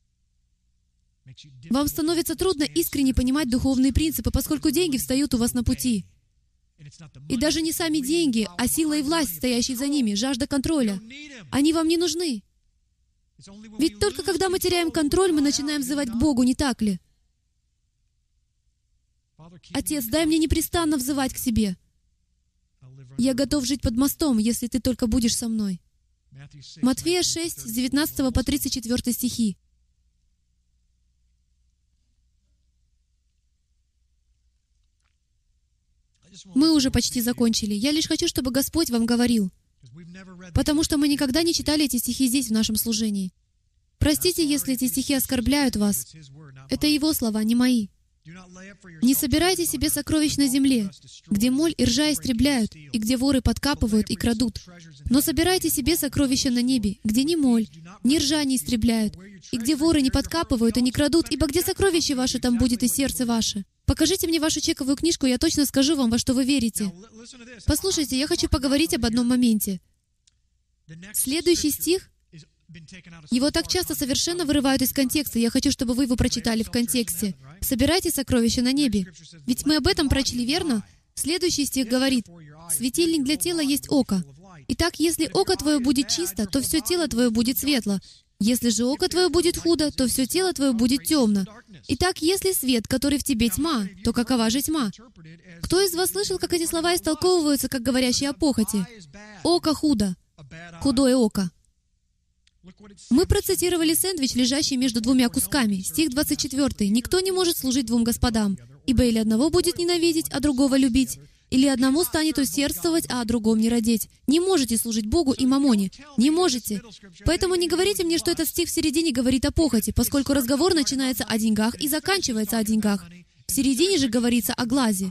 Вам становится трудно искренне понимать духовные принципы, поскольку деньги встают у вас на пути. И даже не сами деньги, а сила и власть, стоящие за ними, жажда контроля. Они вам не нужны. Ведь только когда мы теряем контроль, мы начинаем взывать к Богу, не так ли? Отец, дай мне непрестанно взывать к себе. Я готов жить под мостом, если ты только будешь со мной. Матфея 6, с 19 по 34 стихи. Мы уже почти закончили. Я лишь хочу, чтобы Господь вам говорил, потому что мы никогда не читали эти стихи здесь, в нашем служении. Простите, если эти стихи оскорбляют вас. Это Его слова, не мои. «Не собирайте себе сокровищ на земле, где моль и ржа истребляют, и где воры подкапывают и крадут. Но собирайте себе сокровища на небе, где ни моль, ни ржа не истребляют, и где воры не подкапывают и не крадут, ибо где сокровище ваше, там будет и сердце ваше». Покажите мне вашу чековую книжку, я точно скажу вам, во что вы верите. Послушайте, я хочу поговорить об одном моменте. Следующий стих, его так часто совершенно вырывают из контекста. Я хочу, чтобы вы его прочитали в контексте. «Собирайте сокровища на небе». Ведь мы об этом прочли, верно? Следующий стих говорит: «Светильник для тела есть око. Итак, если око твое будет чисто, то все тело твое будет светло. Если же око твое будет худо, то все тело твое будет темно. Итак, если свет, который в тебе тьма, то какова же тьма?» Кто из вас слышал, как эти слова истолковываются, как говорящие о похоти? Око худо. Худое око. Мы процитировали сэндвич, лежащий между двумя кусками. Стих 24. «Никто не может служить двум господам, ибо или одного будет ненавидеть, а другого любить, или одному станет усердствовать, а о другом не родить. Не можете служить Богу и мамоне. Не можете. Поэтому не говорите мне, что этот стих в середине говорит о похоти, поскольку разговор начинается о деньгах и заканчивается о деньгах. В середине же говорится о глазе.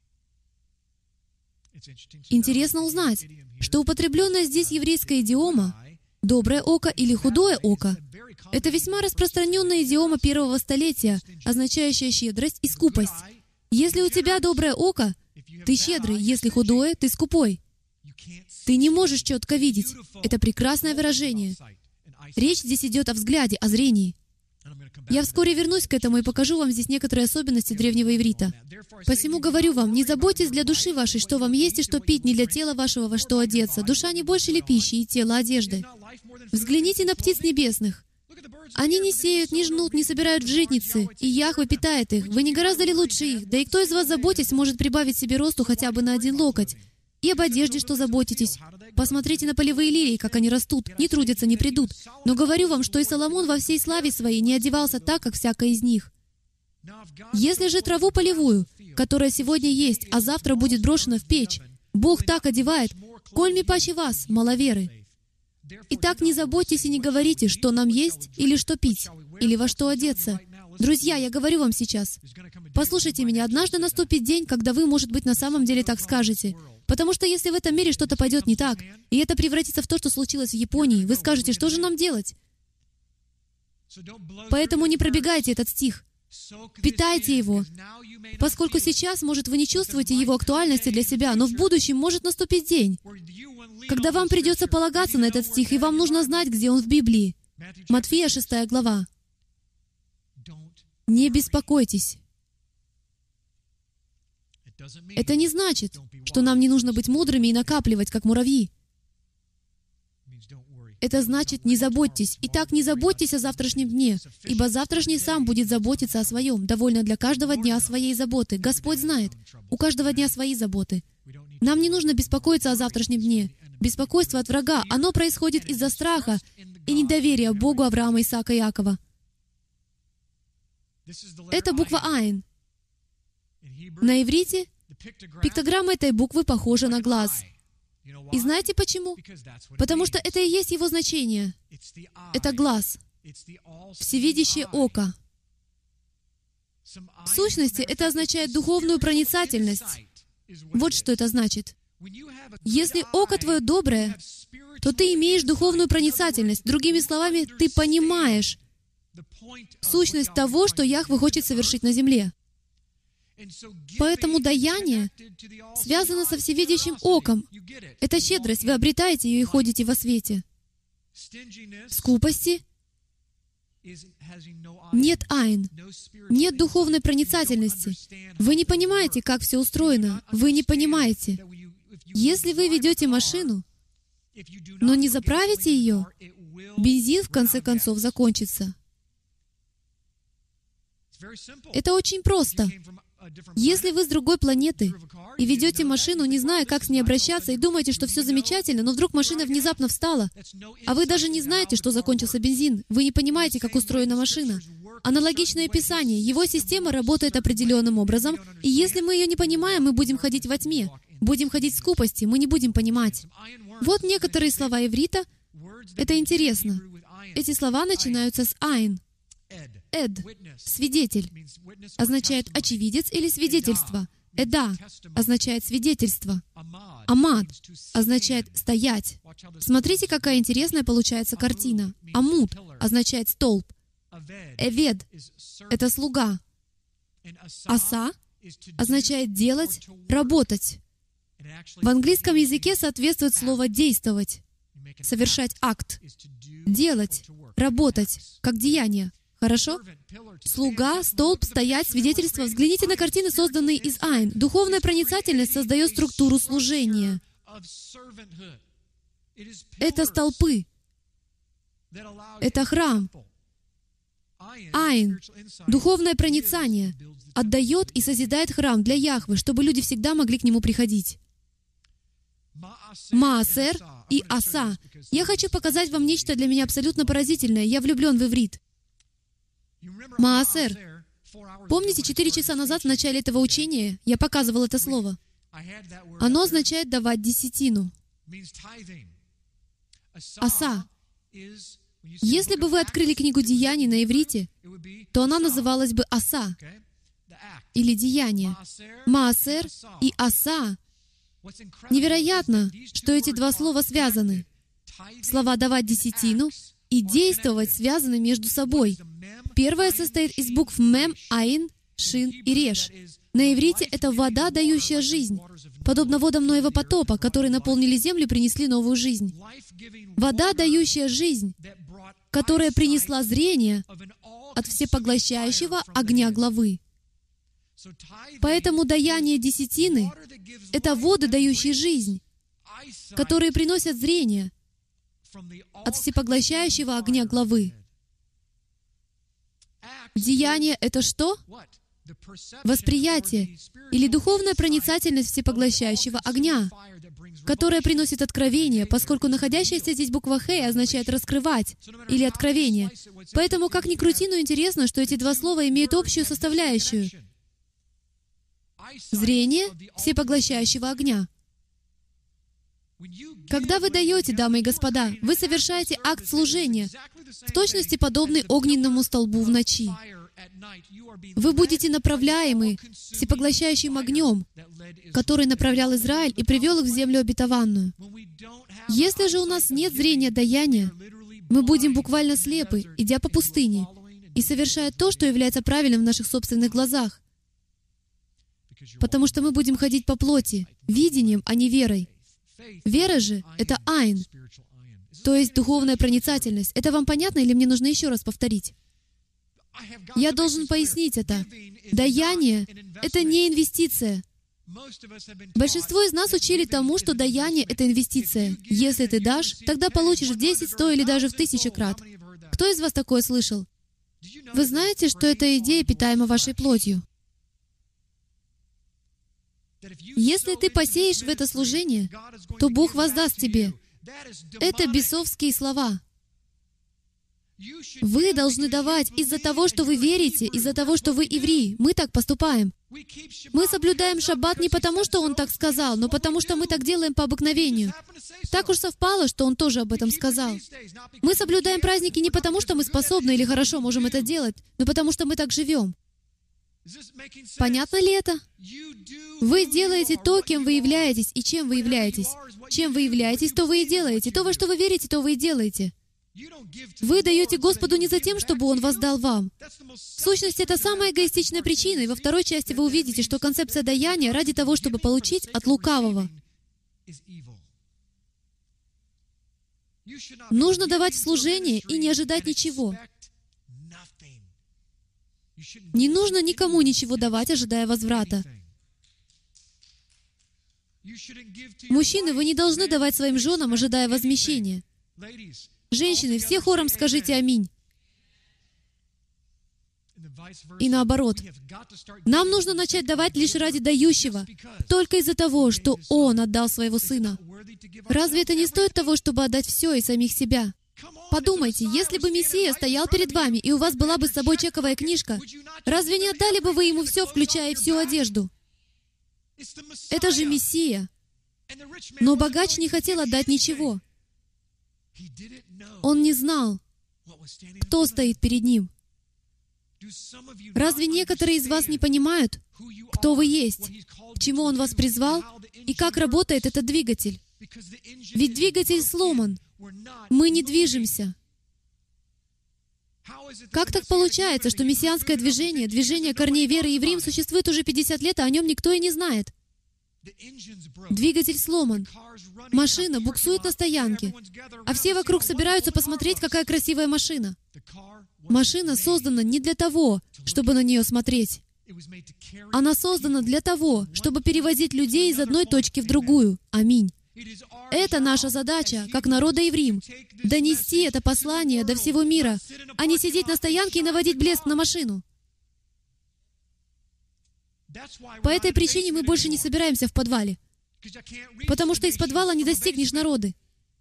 Интересно узнать, что употребленная здесь еврейская идиома «доброе око» или «худое око» — это весьма распространенная идиома первого столетия, означающая щедрость и скупость. Если у тебя доброе око, ты щедрый, если худое, ты скупой. Ты не можешь четко видеть. Это прекрасное выражение. Речь здесь идет о взгляде, о зрении. Я вскоре вернусь к этому и покажу вам здесь некоторые особенности древнего иврита. Посему говорю вам, не заботьтесь для души вашей, что вам есть и что пить, не для тела вашего, во что одеться. Душа не больше ли пищи, и тело одежды? Взгляните на птиц небесных. Они не сеют, не жнут, не собирают в житницы, и Яхве питает их. Вы не гораздо ли лучше их? Да и кто из вас, заботясь, может прибавить себе росту хотя бы на 1 локоть? И об одежде что заботитесь? Посмотрите на полевые лилии, как они растут, не трудятся, не придут. Но говорю вам, что и Соломон во всей славе своей не одевался так, как всякая из них. Если же траву полевую, которая сегодня есть, а завтра будет брошена в печь, Бог так одевает, коль ми паче вас, маловеры. Итак, не заботьтесь и не говорите, что нам есть, или что пить, или во что одеться. Друзья, я говорю вам сейчас, послушайте меня, однажды наступит день, когда вы, может быть, на самом деле так скажете. Потому что если в этом мире что-то пойдет не так, и это превратится в то, что случилось в Японии, вы скажете, что же нам делать? Поэтому не пробегайте этот стих. Питайте его, поскольку сейчас, может, вы не чувствуете его актуальности для себя, но в будущем может наступить день, когда вам придется полагаться на этот стих, и вам нужно знать, где он в Библии. Матфея, 6 глава. «Не беспокойтесь». Это не значит, что нам не нужно быть мудрыми и накапливать, как муравьи. Это значит, не заботьтесь. Итак, не заботьтесь о завтрашнем дне, ибо завтрашний сам будет заботиться о своем. Довольно для каждого дня своей заботы. Господь знает, у каждого дня свои заботы. Нам не нужно беспокоиться о завтрашнем дне. Беспокойство от врага, оно происходит из-за страха и недоверия Богу Авраама, Исаака и Иакова. Это буква «Айн». На иврите пиктограмма этой буквы похожа на глаз. И знаете почему? Потому что это и есть его значение. Это глаз, всевидящее око. В сущности, это означает духовную проницательность. Вот что это значит. Если око твое доброе, то ты имеешь духовную проницательность. Другими словами, ты понимаешь сущность того, что Яхве хочет совершить на земле. Поэтому даяние связано со всевидящим оком. Это щедрость, вы обретаете ее и ходите во свете. В скупости нет айн, нет духовной проницательности. Вы не понимаете, как все устроено. Вы не понимаете. Если вы ведете машину, но не заправите ее, бензин в конце концов закончится. Это очень просто. Если вы с другой планеты и ведете машину, не зная, как с ней обращаться, и думаете, что все замечательно, но вдруг машина внезапно встала, а вы даже не знаете, что закончился бензин, вы не понимаете, как устроена машина. Аналогичное Писание. Его система работает определенным образом, и если мы ее не понимаем, мы будем ходить во тьме, будем ходить в скупости, мы не будем понимать. Вот некоторые слова иврита. Это интересно. Эти слова начинаются с «айн». «Эд» — «свидетель» означает «очевидец» или «свидетельство». «Эда» означает «свидетельство». «Амад» означает «стоять». Смотрите, какая интересная получается картина. «Амуд» означает «столб». «Эвед» — это «слуга». «Аса» означает «делать», «работать». В английском языке соответствует слово «действовать», «совершать акт», «делать», «работать», как деяние. Хорошо? Слуга, столб, стоять, свидетельство. Взгляните на картины, созданные из айн. Духовная проницательность создает структуру служения. Это столпы. Это храм. Айн, духовное проницание, отдает и созидает храм для Яхвы, чтобы люди всегда могли к нему приходить. Маасер и Аса. Я хочу показать вам нечто для меня абсолютно поразительное. Я влюблен в иврит. Маасер. Помните, 4 часа назад в начале этого учения я показывал это слово? Оно означает «давать десятину». Аса. Если бы вы открыли книгу Деяний на иврите, то она называлась бы Аса, или Деяние. Маасер и Аса. Невероятно, что эти два слова связаны. Слова «давать десятину» и «действовать» связаны между собой. Первое состоит из букв «мем», «айн», «шин» и «реш». На иврите это вода, дающая жизнь, подобно водам Ноева потопа, которые наполнили землю и принесли новую жизнь. Вода, дающая жизнь, которая принесла зрение от всепоглощающего огня главы. Поэтому даяние десятины — это воды, дающие жизнь, которые приносят зрение от всепоглощающего огня главы. Деяние — это что? Восприятие или духовная проницательность всепоглощающего огня, которая приносит откровение, поскольку находящаяся здесь буква «хей» означает «раскрывать» или «откровение». Поэтому, как ни крути, но интересно, что эти два слова имеют общую составляющую. Зрение всепоглощающего огня. Когда вы даете, дамы и господа, вы совершаете акт служения, в точности подобный огненному столбу в ночи. Вы будете направляемы всепоглощающим огнем, который направлял Израиль и привел их в землю обетованную. Если же у нас нет зрения даяния, мы будем буквально слепы, идя по пустыне, и совершают то, что является правильным в наших собственных глазах. Потому что мы будем ходить по плоти, видением, а не верой. Вера же — это айн, то есть духовная проницательность. Это вам понятно или мне нужно еще раз повторить? Я должен пояснить это. Даяние — это не инвестиция. Большинство из нас учили тому, что даяние — это инвестиция. Если ты дашь, тогда получишь в 10, 100 или даже в 1000 крат. Кто из вас такое слышал? Вы знаете, что эта идея питаема вашей плотью? Если ты посеешь в это служение, то Бог воздаст тебе. Это бесовские слова. Вы должны давать из-за того, что вы верите, из-за того, что вы евреи. Мы так поступаем. Мы соблюдаем шаббат не потому, что Он так сказал, но потому, что мы так делаем по обыкновению. Так уж совпало, что Он тоже об этом сказал. Мы соблюдаем праздники не потому, что мы способны или хорошо можем это делать, но потому, что мы так живем. Понятно ли это? Вы делаете то, кем вы являетесь и чем вы являетесь. Чем вы являетесь, то вы и делаете. То, во что вы верите, то вы и делаете. Вы даете Господу не за тем, чтобы Он воздал вам. В сущности, это самая эгоистичная причина, и во второй части вы увидите, что концепция даяния ради того, чтобы получить от лукавого. Нужно давать в служение и не ожидать ничего. Не нужно никому ничего давать, ожидая возврата. Мужчины, вы не должны давать своим женам, ожидая возмещения. Женщины, все хором скажите «Аминь». И наоборот. Нам нужно начать давать лишь ради дающего, только из-за того, что Он отдал Своего Сына. Разве это не стоит того, чтобы отдать все и самих себя? Подумайте, если бы Мессия стоял перед вами, и у вас была бы с собой чековая книжка, разве не отдали бы вы Ему все, включая и всю одежду? Это же Мессия. Но богач не хотел отдать ничего. Он не знал, кто стоит перед ним. Разве некоторые из вас не понимают, кто вы есть, к чему Он вас призвал, и как работает этот двигатель? Ведь двигатель сломан. Мы не движемся. Как так получается, что мессианское движение, движение корней веры евреям, существует уже 50 лет, а о нем никто и не знает? Двигатель сломан. Машина буксует на стоянке, а все вокруг собираются посмотреть, какая красивая машина. Машина создана не для того, чтобы на нее смотреть. Она создана для того, чтобы перевозить людей из одной точки в другую. Аминь. Это наша задача, как народа евреям, донести это послание до всего мира, а не сидеть на стоянке и наводить блеск на машину. По этой причине мы больше не собираемся в подвале, потому что из подвала не достигнешь народы.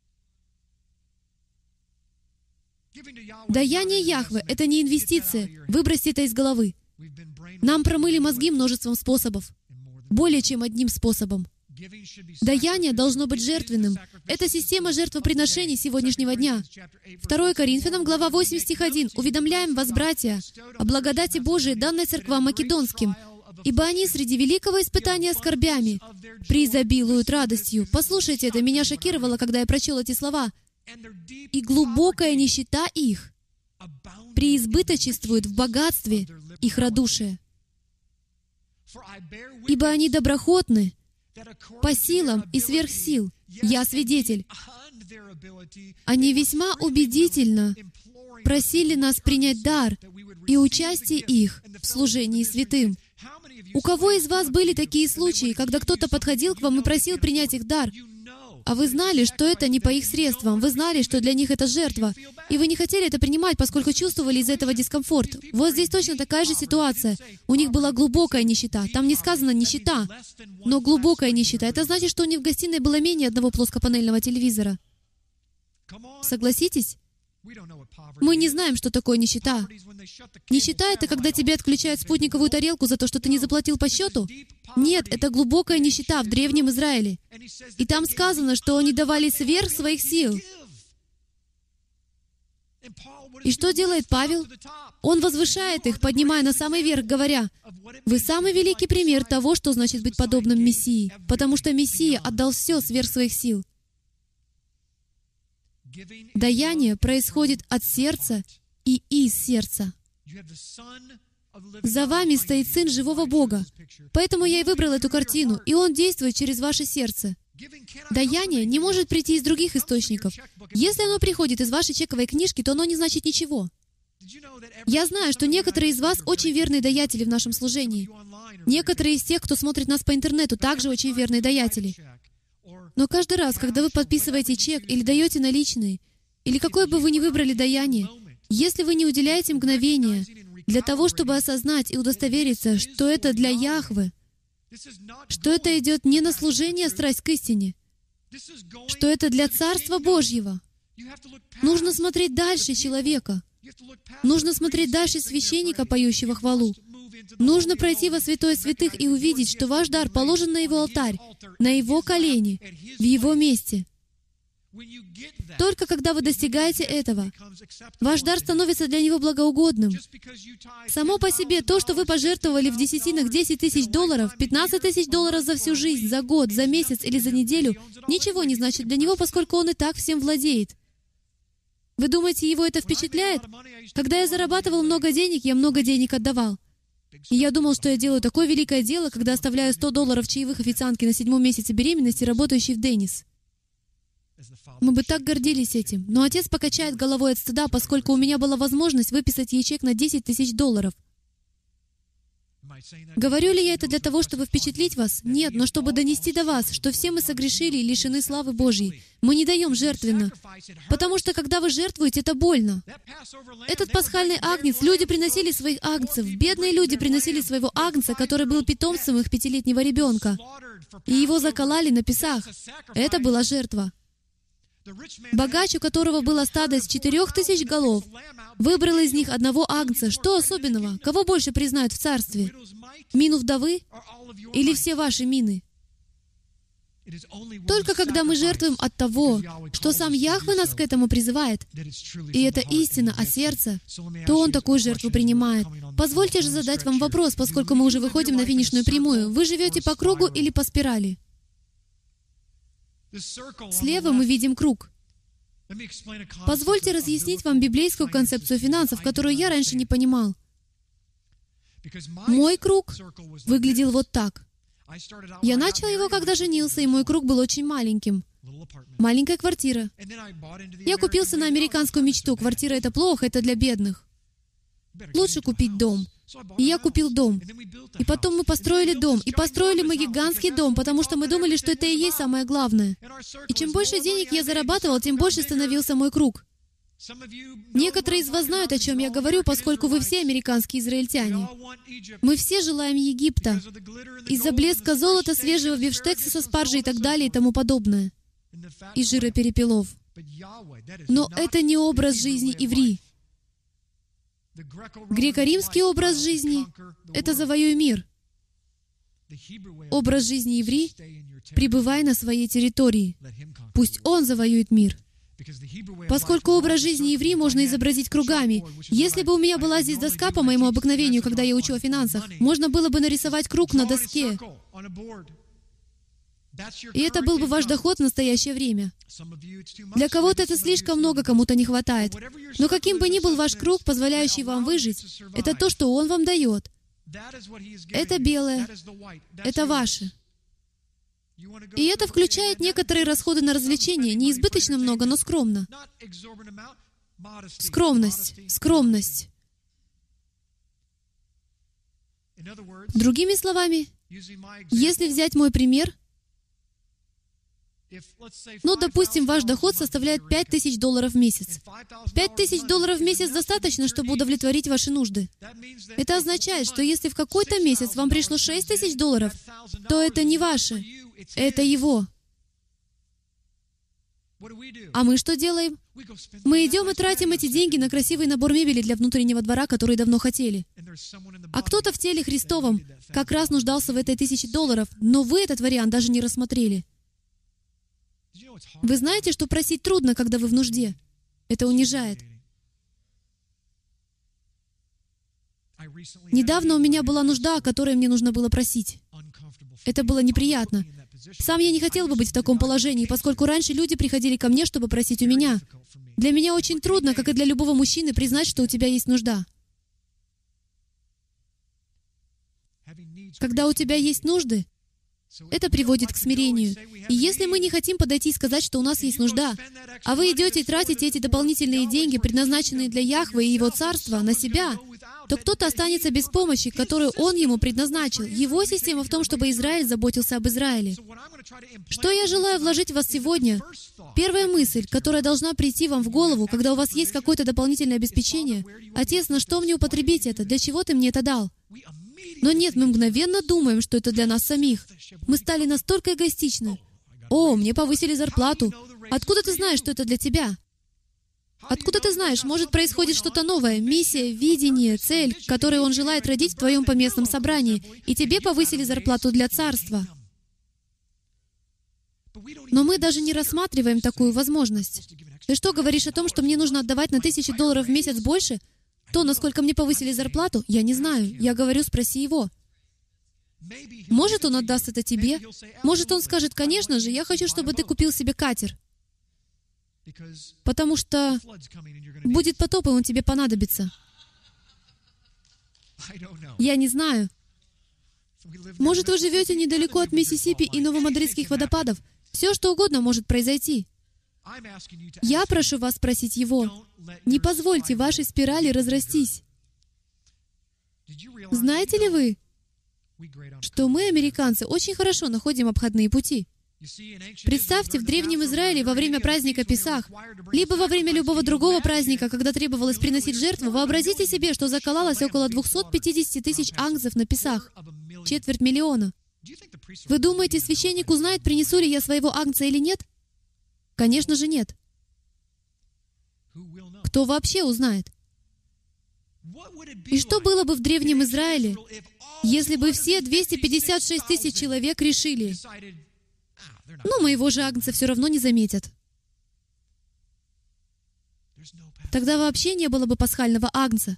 Даяние Яхве — это не инвестиция. Выбросьте это из головы. Нам промыли мозги множеством способов, более чем одним способом. Даяние должно быть жертвенным. Это система жертвоприношений сегодняшнего дня. 2 Коринфянам, глава 8, стих 1. «Уведомляем вас, братья, о благодати Божией, данной церквам македонским, ибо они среди великого испытания скорбями преизобилуют радостью». Послушайте, это меня шокировало, когда я прочел эти слова. «И глубокая нищета их преизбыточествует в богатстве их радушия. Ибо они доброхотны по силам и сверх сил. Я свидетель. Они весьма убедительно просили нас принять дар и участие их в служении святым». У кого из вас были такие случаи, когда кто-то подходил к вам и просил принять их дар, а вы знали, что это не по их средствам, вы знали, что для них это жертва, и вы не хотели это принимать, поскольку чувствовали из-за этого дискомфорт? Вот здесь точно такая же ситуация. У них была глубокая нищета. Там не сказано «нищета», но глубокая нищета. Это значит, что у них в гостиной было менее одного плоскопанельного телевизора. Согласитесь? Мы не знаем, что такое нищета. Нищета — это когда тебе отключают спутниковую тарелку за то, что ты не заплатил по счету? Нет, это глубокая нищета в Древнем Израиле. И там сказано, что они давали сверх своих сил. И что делает Павел? Он возвышает их, поднимая на самый верх, говоря: «Вы самый великий пример того, что значит быть подобным Мессии, потому что Мессия отдал все сверх своих сил». Даяние происходит от сердца и из сердца. За вами стоит Сын живого Бога. Поэтому я и выбрал эту картину, и Он действует через ваше сердце. Даяние не может прийти из других источников. Если оно приходит из вашей чековой книжки, то оно не значит ничего. Я знаю, что некоторые из вас очень верные даятели в нашем служении. Некоторые из тех, кто смотрит нас по интернету, также очень верные даятели. Но каждый раз, когда вы подписываете чек или даете наличные, или какое бы вы ни выбрали даяние, если вы не уделяете мгновения для того, чтобы осознать и удостовериться, что это для Яхве, что это идет не на служение, а страсть к истине, что это для Царства Божьего, нужно смотреть дальше человека. Нужно смотреть дальше священника, поющего хвалу. Нужно пройти во святое святых и увидеть, что ваш дар положен на его алтарь, на его колени, в его месте. Только когда вы достигаете этого, ваш дар становится для него благоугодным. Само по себе то, что вы пожертвовали в десятинах $10 000, $15 000 за всю жизнь, за год, за месяц или за неделю, ничего не значит для него, поскольку он и так всем владеет. Вы думаете, его это впечатляет? Когда я зарабатывал много денег, я много денег отдавал. И я думал, что я делаю такое великое дело, когда оставляю $100 чаевых официантке на 7-м месяце беременности, работающей в Деннис. Мы бы так гордились этим. Но отец покачает головой от стыда, поскольку у меня была возможность выписать ей чек на $10 000. Говорю ли я это для того, чтобы впечатлить вас? Нет, но чтобы донести до вас, что все мы согрешили и лишены славы Божьей. Мы не даем жертвенно. Потому что, когда вы жертвуете, это больно. Этот пасхальный агнец, люди приносили своих агнцев. Бедные люди приносили своего агнца, который был питомцем их 5-летнего ребенка. И его закололи на песах. Это была жертва. Богач, у которого было стадо из 4000 голов, выбрал из них одного агнца. Что особенного? Кого больше признают в царстве? Мину вдовы или все ваши мины? Только когда мы жертвуем от того, что сам Яхве нас к этому призывает, и это истина от сердца, то Он такую жертву принимает. Позвольте же задать вам вопрос, поскольку мы уже выходим на финишную прямую. Вы живете по кругу или по спирали? Слева мы видим круг. Позвольте разъяснить вам библейскую концепцию финансов, которую я раньше не понимал. Мой круг выглядел вот так. Я начал его, когда женился, и мой круг был очень маленьким. Маленькая квартира. Я купился на американскую мечту. Квартира — это плохо, это для бедных. Лучше купить дом. И я купил дом. И потом мы построили дом. И построили мы гигантский дом, потому что мы думали, что это и есть самое главное. И чем больше денег я зарабатывал, тем больше становился мой круг. Некоторые из вас знают, о чем я говорю, поскольку вы все американские израильтяне. Мы все желаем Египта из-за блеска золота, свежего бифштекса со спаржей и так далее и тому подобное. И жира перепелов. Но это не образ жизни иври. Греко-римский образ жизни — это «завоюй мир». Образ жизни иври — «пребывай на своей территории». Пусть он завоюет мир. Поскольку образ жизни иври можно изобразить кругами. Если бы у меня была здесь доска по моему обыкновению, когда я учу о финансах, можно было бы нарисовать круг на доске. И это был бы ваш доход в настоящее время. Для кого-то это слишком много, кому-то не хватает. Но каким бы ни был ваш круг, позволяющий вам выжить, это то, что Он вам дает. Это белое, это ваше. И это включает некоторые расходы на развлечения, не избыточно много, но скромно. Скромность, скромность. Другими словами, если взять мой пример, допустим, ваш доход составляет $5000 в месяц. $5000 в месяц достаточно, чтобы удовлетворить ваши нужды. Это означает, что если в какой-то месяц вам пришло $6000, то это не ваше, это Его. А мы что делаем? Мы идем и тратим эти деньги на красивый набор мебели для внутреннего двора, который давно хотели. А кто-то в теле Христовом как раз нуждался в этой $1000, но вы этот вариант даже не рассмотрели. Вы знаете, что просить трудно, когда вы в нужде. Это унижает. Недавно у меня была нужда, о которой мне нужно было просить. Это было неприятно. Сам я не хотел бы быть в таком положении, поскольку раньше люди приходили ко мне, чтобы просить у меня. Для меня очень трудно, как и для любого мужчины, признать, что у тебя есть нужда. Когда у тебя есть нужды, это приводит к смирению. И если мы не хотим подойти и сказать, что у нас есть нужда, а вы идете и тратите эти дополнительные деньги, предназначенные для Яхве и Его Царства, на себя, то кто-то останется без помощи, которую Он ему предназначил. Его система в том, чтобы Израиль заботился об Израиле. Что я желаю вложить в вас сегодня? Первая мысль, которая должна прийти вам в голову, когда у вас есть какое-то дополнительное обеспечение. «Отец, на что мне употребить это? Для чего Ты мне это дал?» Но нет, мы мгновенно думаем, что это для нас самих. Мы стали настолько эгоистичны. «О, мне повысили зарплату. Откуда ты знаешь, что это для тебя?» Откуда ты знаешь, может, происходит что-то новое, миссия, видение, цель, которую Он желает родить в твоем поместном собрании, и тебе повысили зарплату для царства. Но мы даже не рассматриваем такую возможность. Ты что, говоришь о том, что мне нужно отдавать на $1000 в месяц больше? То, насколько мне повысили зарплату, я не знаю. Я говорю, спроси его. Может, он отдаст это тебе? Может, он скажет, конечно же, я хочу, чтобы ты купил себе катер. Потому что будет потоп, и он тебе понадобится. Я не знаю. Может, вы живете недалеко от Миссисипи и Новомадридских водопадов. Все, что угодно может произойти. Я прошу вас спросить его. Не позвольте вашей спирали разрастись. Знаете ли вы, что мы, американцы, очень хорошо находим обходные пути? Представьте, в Древнем Израиле во время праздника Песах, либо во время любого другого праздника, когда требовалось приносить жертву, вообразите себе, что закололось около 250 тысяч агнцев на Песах, 250 000. Вы думаете, священник узнает, принесу ли я своего агнца или нет? Конечно же, нет. Кто вообще узнает? И что было бы в Древнем Израиле, если бы все 256 тысяч человек решили, ну, моего же агнца все равно не заметят? Тогда вообще не было бы пасхального агнца.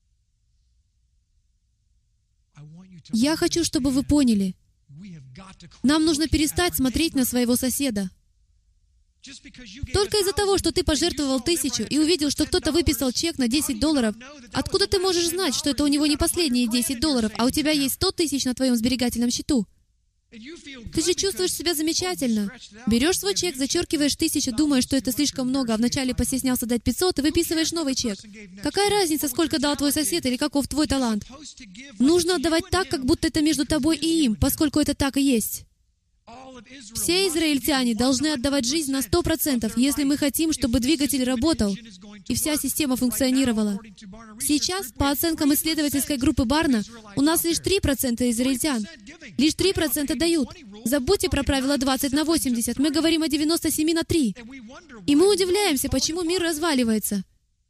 Я хочу, чтобы вы поняли, нам нужно перестать смотреть на своего соседа. Только из-за того, что ты пожертвовал 1000 и увидел, что кто-то выписал чек на $10, откуда ты можешь знать, что это у него не последние $10, а у тебя есть 100 000 на твоем сберегательном счету? Ты же чувствуешь себя замечательно. Берешь свой чек, зачеркиваешь 1000, думаешь, что это слишком много, а вначале постеснялся дать 500, и выписываешь новый чек. Какая разница, сколько дал твой сосед или каков твой талант? Нужно отдавать так, как будто это между тобой и им, поскольку это так и есть. Все израильтяне должны отдавать жизнь на 100%, если мы хотим, чтобы двигатель работал и вся система функционировала. Сейчас, по оценкам исследовательской группы Барна, у нас лишь 3% израильтян. Лишь 3% дают. Забудьте про правило 20/80. Мы говорим о 97/3. И мы удивляемся, почему мир разваливается.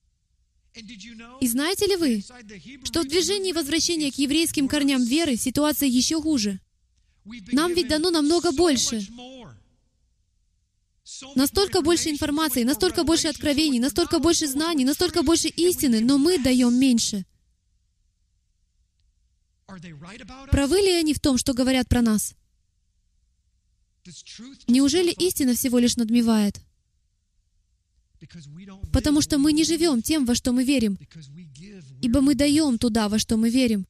И знаете ли вы, что в движении возвращения к еврейским корням веры ситуация еще хуже? Нам ведь дано намного больше. Настолько больше информации, настолько больше откровений, настолько больше знаний, настолько больше истины, но мы даем меньше. Правы ли они в том, что говорят про нас? Неужели истина всего лишь надмевает? Потому что мы не живем тем, во что мы верим, ибо мы даем туда, во что мы верим.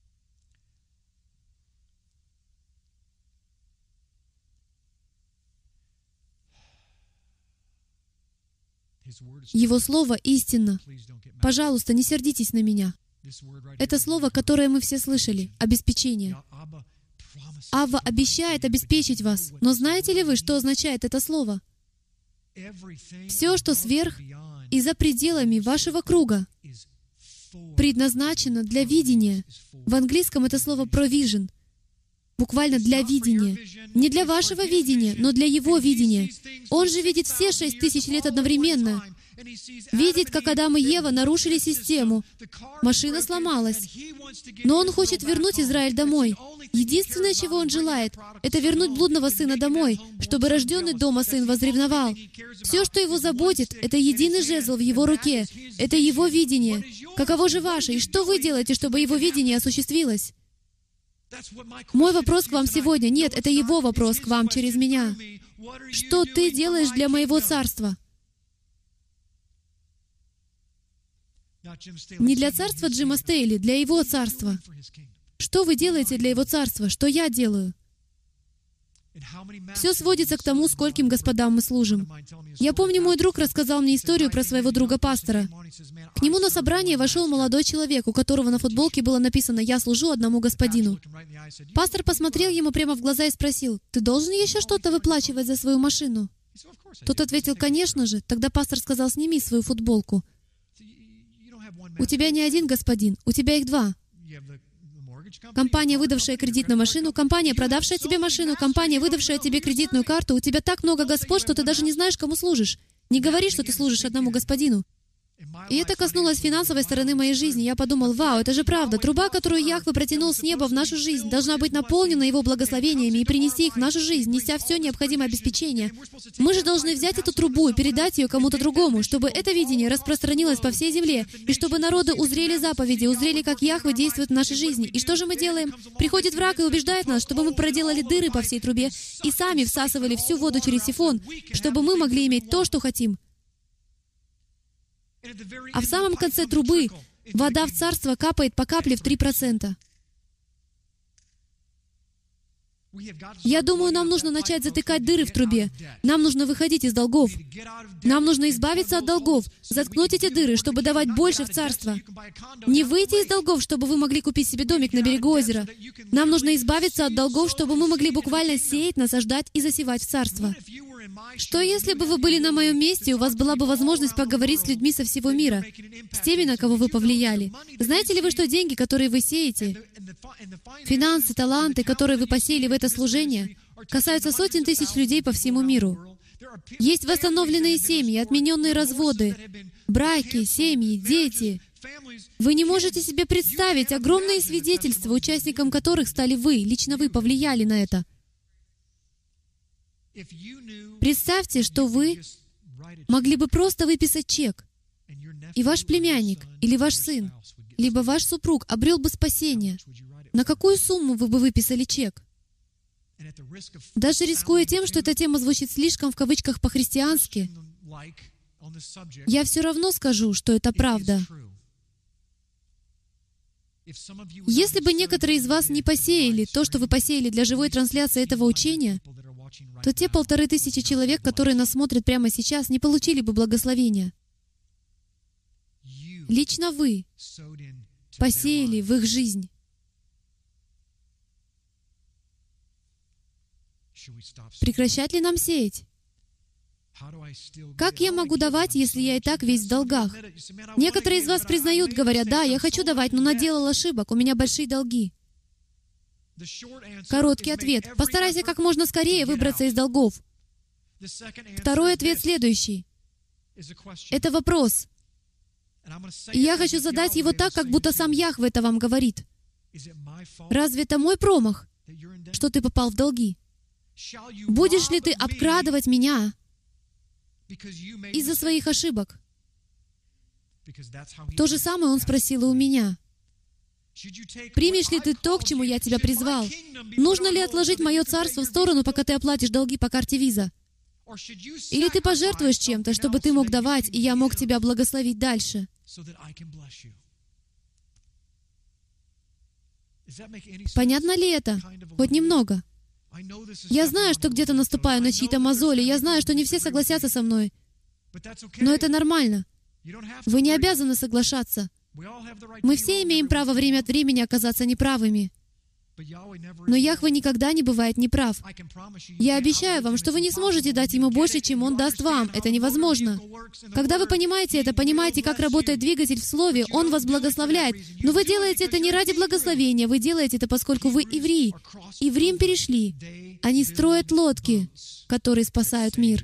Его Слово истинно. Пожалуйста, не сердитесь на меня. Это слово, которое мы все слышали, обеспечение. Авва обещает обеспечить вас. Но знаете ли вы, что означает это слово? Все, что сверх и за пределами вашего круга, предназначено для видения. В английском это слово provision. Буквально для видения. Не для вашего видения, но для Его видения. Он же видит все 6000 лет одновременно. Видит, как Адам и Ева нарушили систему. Машина сломалась. Но Он хочет вернуть Израиль домой. Единственное, чего Он желает, это вернуть блудного сына домой, чтобы рожденный дома сын возревновал. Все, что Его заботит, это единый жезл в Его руке. Это Его видение. Каково же ваше? И что вы делаете, чтобы Его видение осуществилось? Мой вопрос к вам сегодня. Нет, это Его вопрос к вам через меня. Что ты делаешь для Моего Царства? Не для царства Джима Стейли, для Его Царства. Что вы делаете для Его Царства? Что я делаю? Все сводится к тому, скольким господам мы служим. Я помню, мой друг рассказал мне историю про своего друга-пастора. К нему на собрание вошел молодой человек, у которого на футболке было написано «Я служу одному господину». Пастор посмотрел ему прямо в глаза и спросил: «Ты должен еще что-то выплачивать за свою машину?» Тот ответил: «Конечно же». Тогда пастор сказал: «Сними свою футболку. У тебя не один господин, у тебя их два. Компания, выдавшая кредит на машину, компания, продавшая тебе машину, компания, выдавшая тебе кредитную карту. У тебя так много господ, что ты даже не знаешь, кому служишь. Не говори, что ты служишь одному господину». И это коснулось финансовой стороны моей жизни. Я подумал: вау, это же правда. Труба, которую Яхве протянул с неба в нашу жизнь, должна быть наполнена Его благословениями и принести их в нашу жизнь, неся все необходимое обеспечение. Мы же должны взять эту трубу и передать ее кому-то другому, чтобы это видение распространилось по всей земле, и чтобы народы узрели заповеди, узрели, как Яхве действует в нашей жизни. И что же мы делаем? Приходит враг и убеждает нас, чтобы мы проделали дыры по всей трубе и сами всасывали всю воду через сифон, чтобы мы могли иметь то, что хотим. А в самом конце трубы вода в Царство капает по капле в 3%. Я думаю, нам нужно начать затыкать дыры в трубе. Нам нужно выходить из долгов. Нам нужно избавиться от долгов, заткнуть эти дыры, чтобы давать больше в Царство. Не выйти из долгов, чтобы вы могли купить себе домик на берегу озера. Нам нужно избавиться от долгов, чтобы мы могли буквально сеять, насаждать и засевать в Царство. Что если бы вы были на моем месте, и у вас была бы возможность поговорить с людьми со всего мира, с теми, на кого вы повлияли? Знаете ли вы, что деньги, которые вы сеете, финансы, таланты, которые вы посеяли в это служение, касаются сотен тысяч людей по всему миру? Есть восстановленные семьи, отмененные разводы, браки, семьи, дети. Вы не можете себе представить огромные свидетельства, участником которых стали вы, лично вы повлияли на это. Представьте, что вы могли бы просто выписать чек, и ваш племянник или ваш сын, либо ваш супруг обрел бы спасение. На какую сумму вы бы выписали чек? Даже рискуя тем, что эта тема звучит слишком в кавычках по-христиански, я все равно скажу, что это правда. Если бы некоторые из вас не посеяли то, что вы посеяли для живой трансляции этого учения, то те 1500 человек, которые нас смотрят прямо сейчас, не получили бы благословения. Лично вы посеяли в их жизнь. Прекращать ли нам сеять? Как я могу давать, если я и так весь в долгах? Некоторые из вас признают, говорят: «Да, я хочу давать, но наделал ошибок, у меня большие долги». Короткий ответ: постарайся как можно скорее выбраться из долгов. Второй ответ следующий. Это вопрос. И я хочу задать его так, как будто сам Яхве это вам говорит. Разве это мой промах, что ты попал в долги? Будешь ли ты обкрадывать меня из-за своих ошибок? То же самое он спросил и у меня. Примешь ли ты то, к чему я тебя призвал? Нужно ли отложить мое царство в сторону, пока ты оплатишь долги по карте Виза? Или ты пожертвуешь чем-то, чтобы ты мог давать, и я мог тебя благословить дальше? Понятно ли это? Хоть немного. Я знаю, что где-то наступаю на чьи-то мозоли, я знаю, что не все согласятся со мной. Но это нормально. Вы не обязаны соглашаться. Мы все имеем право время от времени оказаться неправыми. Но Яхве никогда не бывает неправ. Я обещаю вам, что вы не сможете дать Ему больше, чем Он даст вам. Это невозможно. Когда вы понимаете это, понимаете, как работает двигатель в Слове, Он вас благословляет. Но вы делаете это не ради благословения, вы делаете это, поскольку вы евреи. И в Рим перешли. Они строят лодки, которые спасают мир.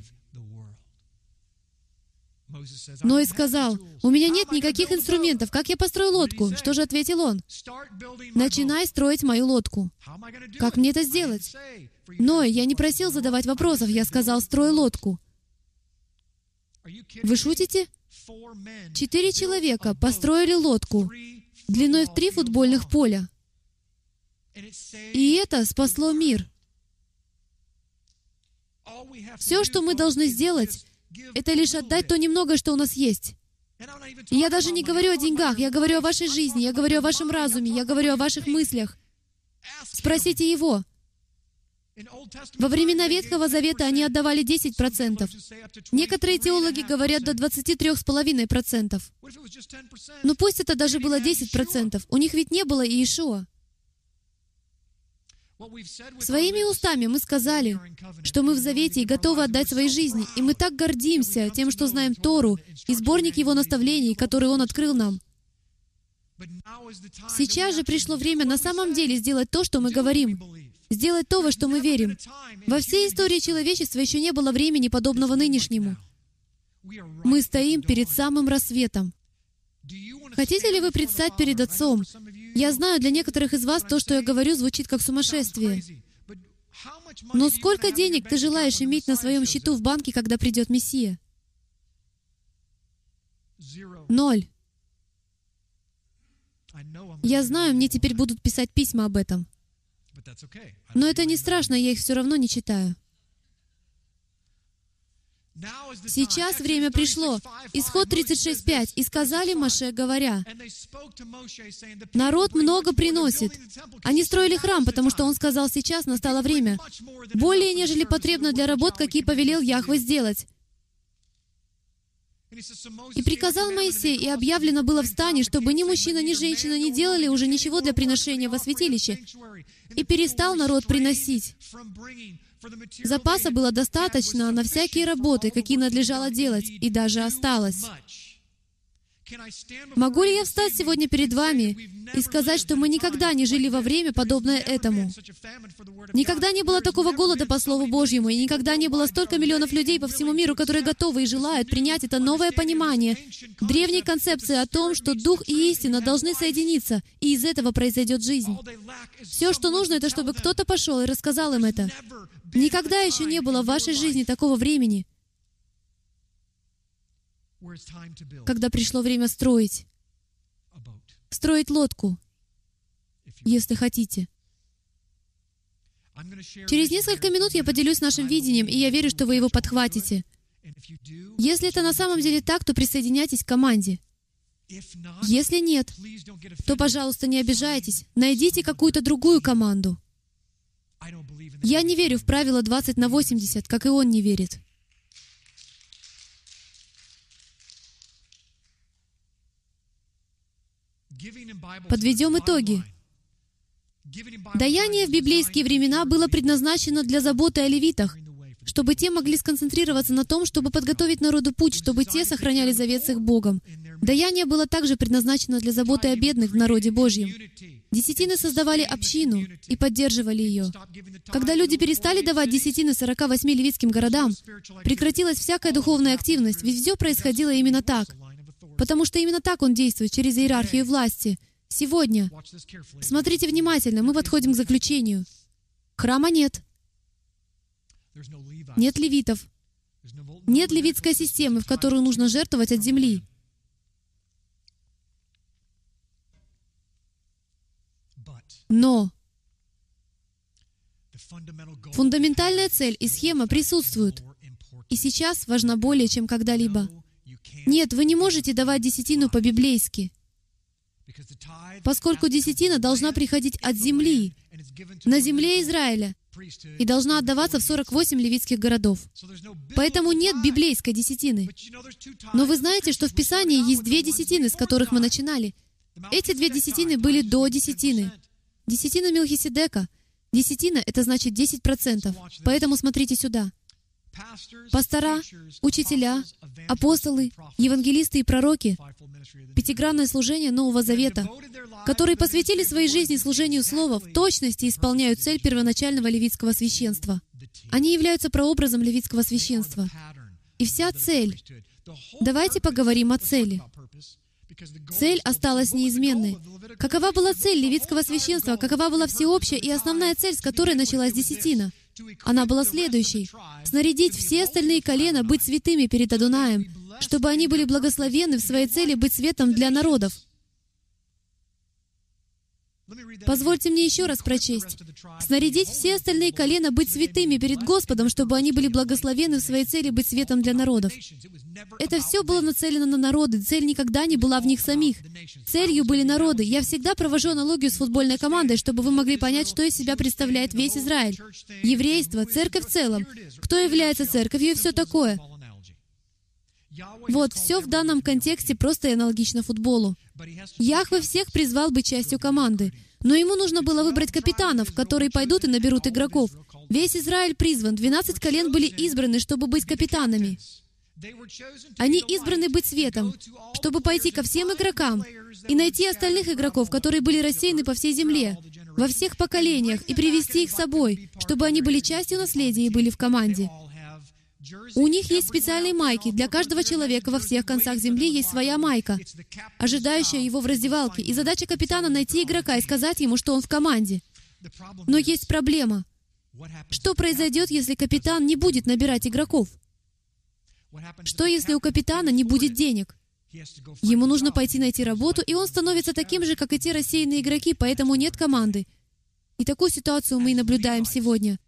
Ной сказал: «У меня нет никаких инструментов. Как я построю лодку?» Что же ответил он? «Начинай строить мою лодку». Как мне это сделать? Ной, я не просил задавать вопросов. Я сказал: «Строй лодку». Вы шутите? 4 человека построили лодку длиной в 3 футбольных поля. И это спасло мир. Все, что мы должны сделать, это лишь отдать то немного, что у нас есть. И я даже не говорю о деньгах, я говорю о вашей жизни, я говорю о вашем разуме, я говорю о ваших мыслях. Спросите его. Во времена Ветхого Завета они отдавали 10%. Некоторые теологи говорят до 23,5%. Но пусть это даже было 10%. У них ведь не было Иешуа. Своими устами мы сказали, что мы в Завете и готовы отдать свои жизни. И мы так гордимся тем, что знаем Тору и сборник Его наставлений, который Он открыл нам. Сейчас же пришло время на самом деле сделать то, что мы говорим. Сделать то, во что мы верим. Во всей истории человечества еще не было времени, подобного нынешнему. Мы стоим перед самым рассветом. Хотите ли вы предстать перед Отцом? Я знаю, для некоторых из вас то, что я говорю, звучит как сумасшествие. Но сколько денег ты желаешь иметь на своем счету в банке, когда придет Мессия? 0. Я знаю, мне теперь будут писать письма об этом. Но это не страшно, я их все равно не читаю. Сейчас время пришло. Исход 36:5. «И сказали Моше, говоря, народ много приносит». Они строили храм, потому что он сказал, сейчас настало время. Более, нежели потребно для работ, какие повелел Яхве сделать. «И приказал Моисей, и объявлено было в стане, чтобы ни мужчина, ни женщина не делали уже ничего для приношения во святилище. И перестал народ приносить. Запаса было достаточно на всякие работы, какие надлежало делать, и даже осталось». Могу ли я встать сегодня перед вами и сказать, что мы никогда не жили во время, подобное этому? Никогда не было такого голода по Слову Божьему, и никогда не было столько миллионов людей по всему миру, которые готовы и желают принять это новое понимание древней концепции о том, что Дух и истина должны соединиться, и из этого произойдет жизнь. Все, что нужно, это чтобы кто-то пошел и рассказал им это. Никогда еще не было в вашей жизни такого времени, когда пришло время строить лодку, если хотите. Через несколько минут я поделюсь нашим видением, и я верю, что вы его подхватите. Если это на самом деле так, то присоединяйтесь к команде. Если нет, то, пожалуйста, не обижайтесь. Найдите какую-то другую команду. Я не верю в правило 20/80, как и он не верит. Подведем итоги. Даяние в библейские времена было предназначено для заботы о левитах, чтобы те могли сконцентрироваться на том, чтобы подготовить народу путь, чтобы те сохраняли завет с их Богом. Даяние было также предназначено для заботы о бедных в народе Божьем. Десятины создавали общину и поддерживали ее. Когда люди перестали давать десятины 48 левитским городам, прекратилась всякая духовная активность, ведь все происходило именно так. Потому что именно так он действует, через иерархию власти. Сегодня, смотрите внимательно, мы подходим к заключению. Храма нет. Нет левитов. Нет левитской системы, в которую нужно жертвовать от земли. Но фундаментальная цель и схема присутствуют. И сейчас важна более, чем когда-либо. Нет, вы не можете давать десятину по-библейски, поскольку десятина должна приходить от земли, на земле Израиля, и должна отдаваться в 48 левитских городов. Поэтому нет библейской десятины. Но вы знаете, что в Писании есть 2 десятины, с которых мы начинали. Эти 2 десятины были до десятины. Десятина Мелхиседека. Десятина — это значит 10%. Поэтому смотрите сюда. Пастора, учителя, апостолы, евангелисты и пророки, пятигранное служение Нового Завета, которые посвятили своей жизни служению Слова, в точности исполняют цель первоначального левитского священства. Они являются прообразом левитского священства. И вся цель. Давайте поговорим о цели. Цель осталась неизменной. Какова была цель левитского священства? Какова была всеобщая и основная цель, с которой началась десятина? Она была следующей: снарядить все остальные колена быть святыми перед Адонаем, чтобы они были благословенны в своей цели быть светом для народов. Позвольте мне еще раз прочесть. «Снарядить все остальные колена быть святыми перед Господом, чтобы они были благословены в своей цели быть светом для народов». Это все было нацелено на народы. Цель никогда не была в них самих. Целью были народы. Я всегда провожу аналогию с футбольной командой, чтобы вы могли понять, что из себя представляет весь Израиль. Еврейство, церковь в целом. Кто является церковью и все такое. Вот, все в данном контексте просто и аналогично футболу. Яхве всех призвал быть частью команды, но ему нужно было выбрать капитанов, которые пойдут и наберут игроков. Весь Израиль призван, 12 колен были избраны, чтобы быть капитанами. Они избраны быть светом, чтобы пойти ко всем игрокам и найти остальных игроков, которые были рассеяны по всей земле, во всех поколениях, и привести их с собой, чтобы они были частью наследия и были в команде. У них есть специальные майки. Для каждого человека во всех концах земли есть своя майка, ожидающая его в раздевалке. И задача капитана — найти игрока и сказать ему, что он в команде. Но есть проблема. Что произойдет, если капитан не будет набирать игроков? Что, если у капитана не будет денег? Ему нужно пойти найти работу, и он становится таким же, как и те рассеянные игроки, поэтому нет команды. И такую ситуацию мы и наблюдаем сегодня.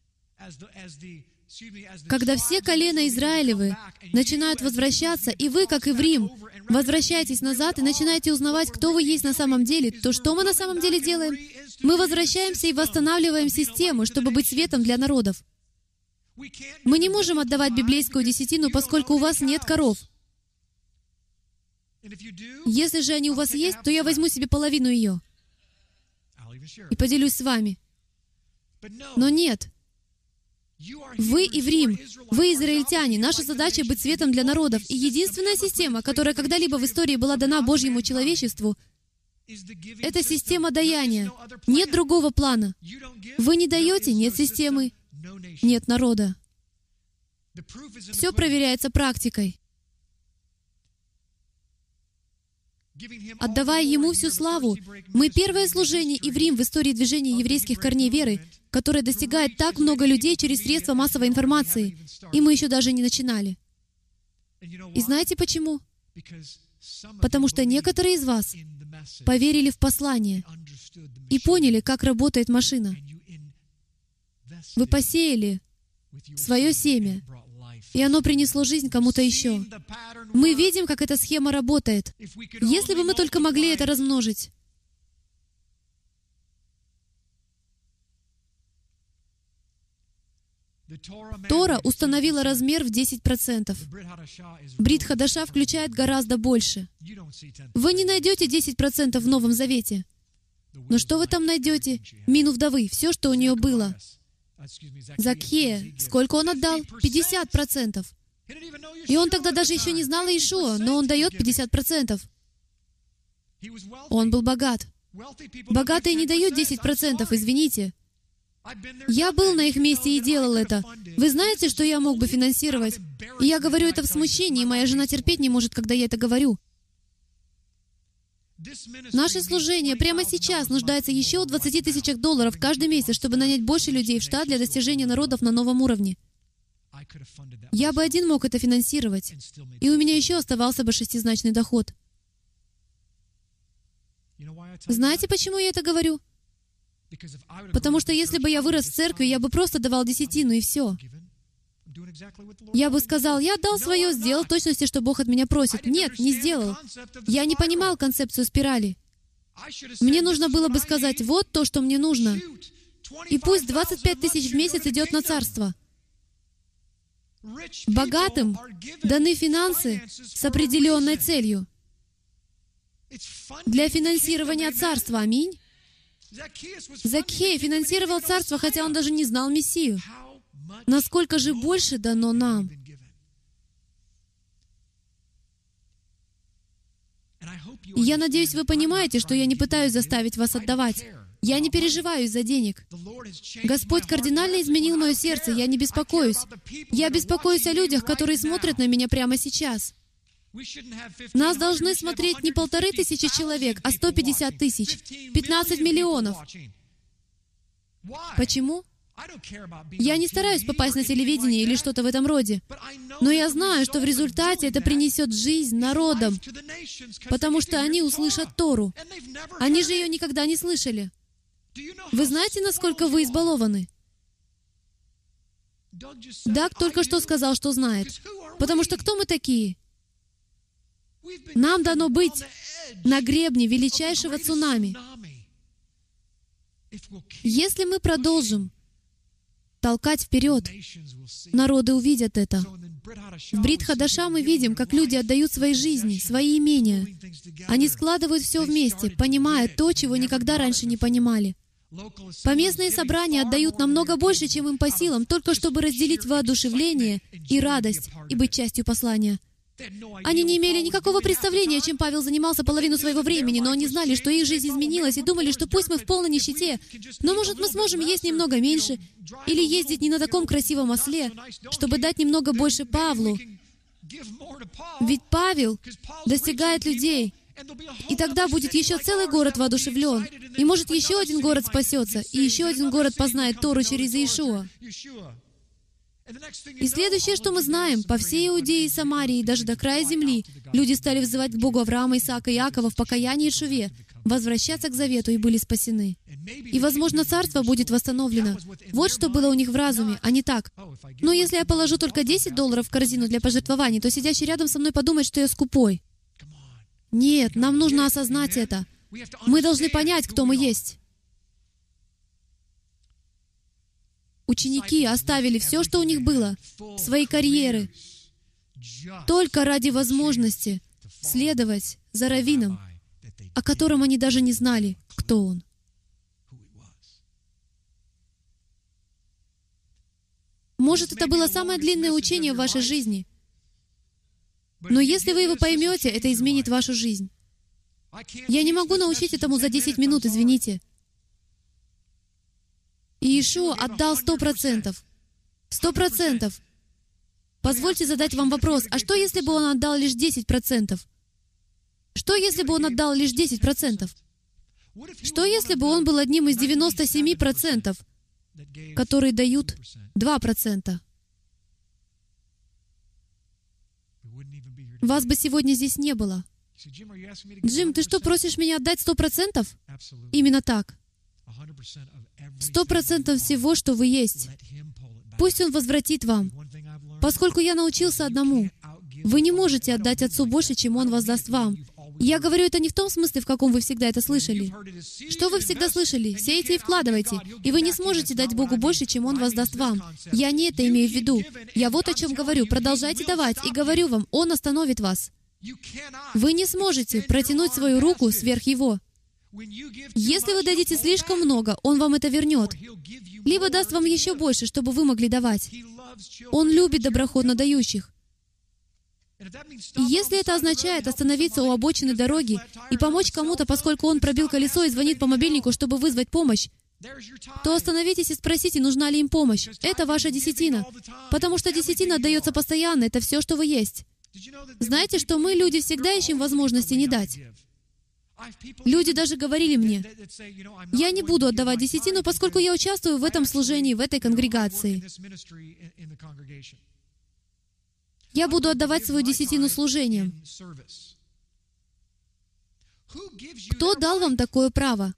Когда все колена Израилевы начинают возвращаться, и вы, как и в Рим, возвращаетесь назад и начинаете узнавать, кто вы есть на самом деле, то что мы на самом деле делаем? Мы возвращаемся и восстанавливаем систему, чтобы быть светом для народов. Мы не можем отдавать библейскую десятину, поскольку у вас нет коров. Если же они у вас есть, то я возьму себе половину ее и поделюсь с вами. Но нет. Вы иврим, вы израильтяне. Наша задача — быть светом для народов. И единственная система, которая когда-либо в истории была дана Божьему человечеству, это система даяния. Нет другого плана. Вы не даете — нет системы, нет народа. Все проверяется практикой. Отдавая Ему всю славу, мы первое служение иврим в истории движения еврейских корней веры, которое достигает так много людей через средства массовой информации, и мы еще даже не начинали. И знаете почему? Потому что некоторые из вас поверили в послание и поняли, как работает машина. Вы посеяли свое семя, и оно принесло жизнь кому-то еще. Мы видим, как эта схема работает. Если бы мы только могли это размножить. Тора установила размер в 10%. Брит Хадаша включает гораздо больше. Вы не найдете 10% в Новом Завете. Но что вы там найдете? Мину вдовы, все, что у нее было. Закхея, сколько он отдал? 50%. И он тогда даже еще не знал Иешуа, но он дает 50%. Он был богат. Богатые не дают 10%, извините. Я был на их месте и делал это. Вы знаете, что я мог бы финансировать? И я говорю это в смущении, и моя жена терпеть не может, когда я это говорю. Наше служение прямо сейчас нуждается еще в 20 тысячах долларов каждый месяц, чтобы нанять больше людей в штат для достижения народов на новом уровне. Я бы один мог это финансировать, и у меня еще оставался бы 6-значный доход. Знаете, почему я это говорю? Потому что если бы я вырос в церкви, я бы просто давал десятину, и все. Я бы сказал, я отдал свое, сделал в точности, что Бог от меня просит. Нет, не сделал. Я не понимал концепцию спирали. Мне нужно было бы сказать, вот то, что мне нужно. И пусть 25 тысяч в месяц идет на царство. Богатым даны финансы с определенной целью. Для финансирования царства. Аминь. Закхей финансировал царство, хотя он даже не знал Мессию. Насколько же больше дано нам? И я надеюсь, вы понимаете, что я не пытаюсь заставить вас отдавать. Я не переживаю из-за денег. Господь кардинально изменил мое сердце, я не беспокоюсь. Я беспокоюсь о людях, которые смотрят на меня прямо сейчас. Нас должны смотреть не 1500 человек, а 150 тысяч, 15 миллионов. Почему? Я не стараюсь попасть на телевидение или что-то в этом роде, но я знаю, что в результате это принесет жизнь народам, потому что они услышат Тору. Они же ее никогда не слышали. Вы знаете, насколько вы избалованы? Даг только что сказал, что знает. Потому что кто мы такие? Нам дано быть на гребне величайшего цунами. Если мы продолжим толкать вперед, народы увидят это. В Брит Хадаша мы видим, как люди отдают свои жизни, свои имения. Они складывают все вместе, понимая то, чего никогда раньше не понимали. Поместные собрания отдают намного больше, чем им по силам, только чтобы разделить воодушевление и радость и быть частью послания. Они не имели никакого представления, чем Павел занимался половину своего времени, но они знали, что их жизнь изменилась, и думали, что пусть мы в полной нищете, но, может, мы сможем есть немного меньше, или ездить не на таком красивом осле, чтобы дать немного больше Павлу. Ведь Павел достигает людей, и тогда будет еще целый город воодушевлен, и, может, еще один город спасется, и еще один город познает Тору через Иешуа. И следующее, что мы знаем, по всей Иудее и Самарии, даже до края земли, люди стали взывать к Богу Авраама, Исаака и Иакова в покаянии и шуве, возвращаться к завету и были спасены. И, возможно, царство будет восстановлено. Вот что было у них в разуме, а не так. Но если я положу только $10 в корзину для пожертвований, то сидящий рядом со мной подумает, что я скупой. Нет, нам нужно осознать это. Мы должны понять, кто мы есть. Ученики оставили все, что у них было, свои карьеры, только ради возможности следовать за раввином, о котором они даже не знали, кто он. Может, это было самое длинное учение в вашей жизни, но если вы его поймете, это изменит вашу жизнь. Я не могу научить этому за 10 минут, извините. Иешуа отдал 100%. 100%. Позвольте задать вам вопрос, а что, если бы он отдал лишь 10%? Что, если бы он отдал лишь 10%? Что, если бы он был одним из 97%, которые дают 2%? Вас бы сегодня здесь не было. Джим, ты что, просишь меня отдать 100%? Именно так. 100% всего, что вы есть. Пусть Он возвратит вам. Поскольку я научился одному. Вы не можете отдать Отцу больше, чем Он воздаст вам. И я говорю это не в том смысле, в каком вы всегда это слышали. Что вы всегда слышали? Сейте и вкладывайте. И вы не сможете дать Богу больше, чем Он воздаст вам. Я не это имею в виду. Я вот о чем говорю. Продолжайте давать. И говорю вам, Он остановит вас. Вы не сможете протянуть свою руку сверх Его. Если вы дадите слишком много, Он вам это вернет. Либо даст вам еще больше, чтобы вы могли давать. Он любит доброходно дающих. И если это означает остановиться у обочины дороги и помочь кому-то, поскольку он пробил колесо и звонит по мобильнику, чтобы вызвать помощь, то остановитесь и спросите, нужна ли им помощь. Это ваша десятина. Потому что десятина отдается постоянно, это все, что вы есть. Знаете, что мы, люди, всегда ищем возможности не дать. Люди даже говорили мне, я не буду отдавать десятину, поскольку я участвую в этом служении, в этой конгрегации. Я буду отдавать свою десятину служением. Кто дал вам такое право?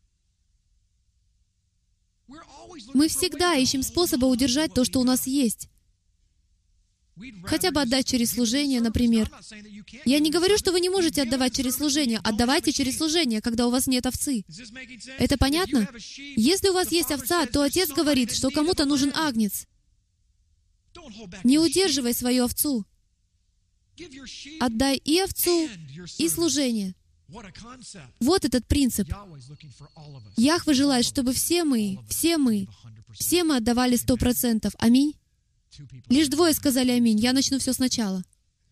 Мы всегда ищем способы удержать то, что у нас есть. Хотя бы отдать через служение, например. Я не говорю, что вы не можете отдавать через служение. Отдавайте через служение, когда у вас нет овцы. Это понятно? Если у вас есть овца, то Отец говорит, что кому-то нужен агнец. Не удерживай свою овцу. Отдай и овцу, и служение. Вот этот принцип. Яхве желает, чтобы все мы отдавали 100%. Аминь. Лишь 2 сказали аминь. Я начну все сначала.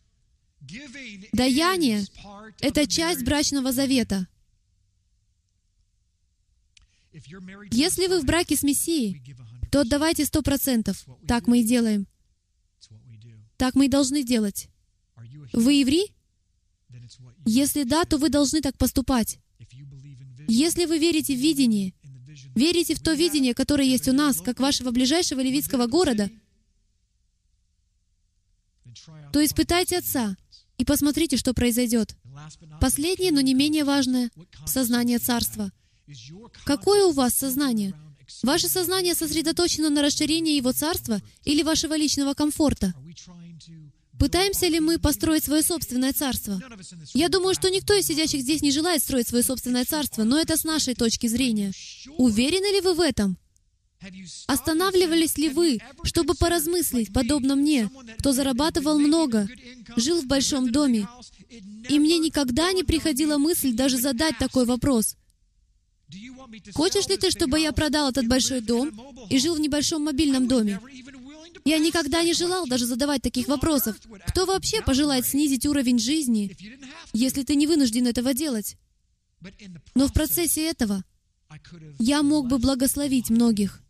Даяние — это часть брачного завета. Если вы в браке с Мессией, то отдавайте 100%. Так мы и делаем. Так мы и должны делать. Вы еврей? Если да, то вы должны так поступать. Если вы верите в видение, верите в то видение, которое есть у нас, как вашего ближайшего левитского города, то испытайте Отца и посмотрите, что произойдет. Последнее, но не менее важное — сознание Царства. Какое у вас сознание? Ваше сознание сосредоточено на расширении Его Царства или вашего личного комфорта? Пытаемся ли мы построить свое собственное царство? Я думаю, что никто из сидящих здесь не желает строить свое собственное царство, но это с нашей точки зрения. Уверены ли вы в этом? Останавливались ли вы, чтобы поразмыслить, подобно мне, кто зарабатывал много, жил в большом доме, и мне никогда не приходила мысль даже задать такой вопрос. Хочешь ли ты, чтобы я продал этот большой дом и жил в небольшом мобильном доме? Я никогда не желал даже задавать таких вопросов. Кто вообще пожелает снизить уровень жизни, если ты не вынужден этого делать? Но в процессе этого я мог бы благословить многих.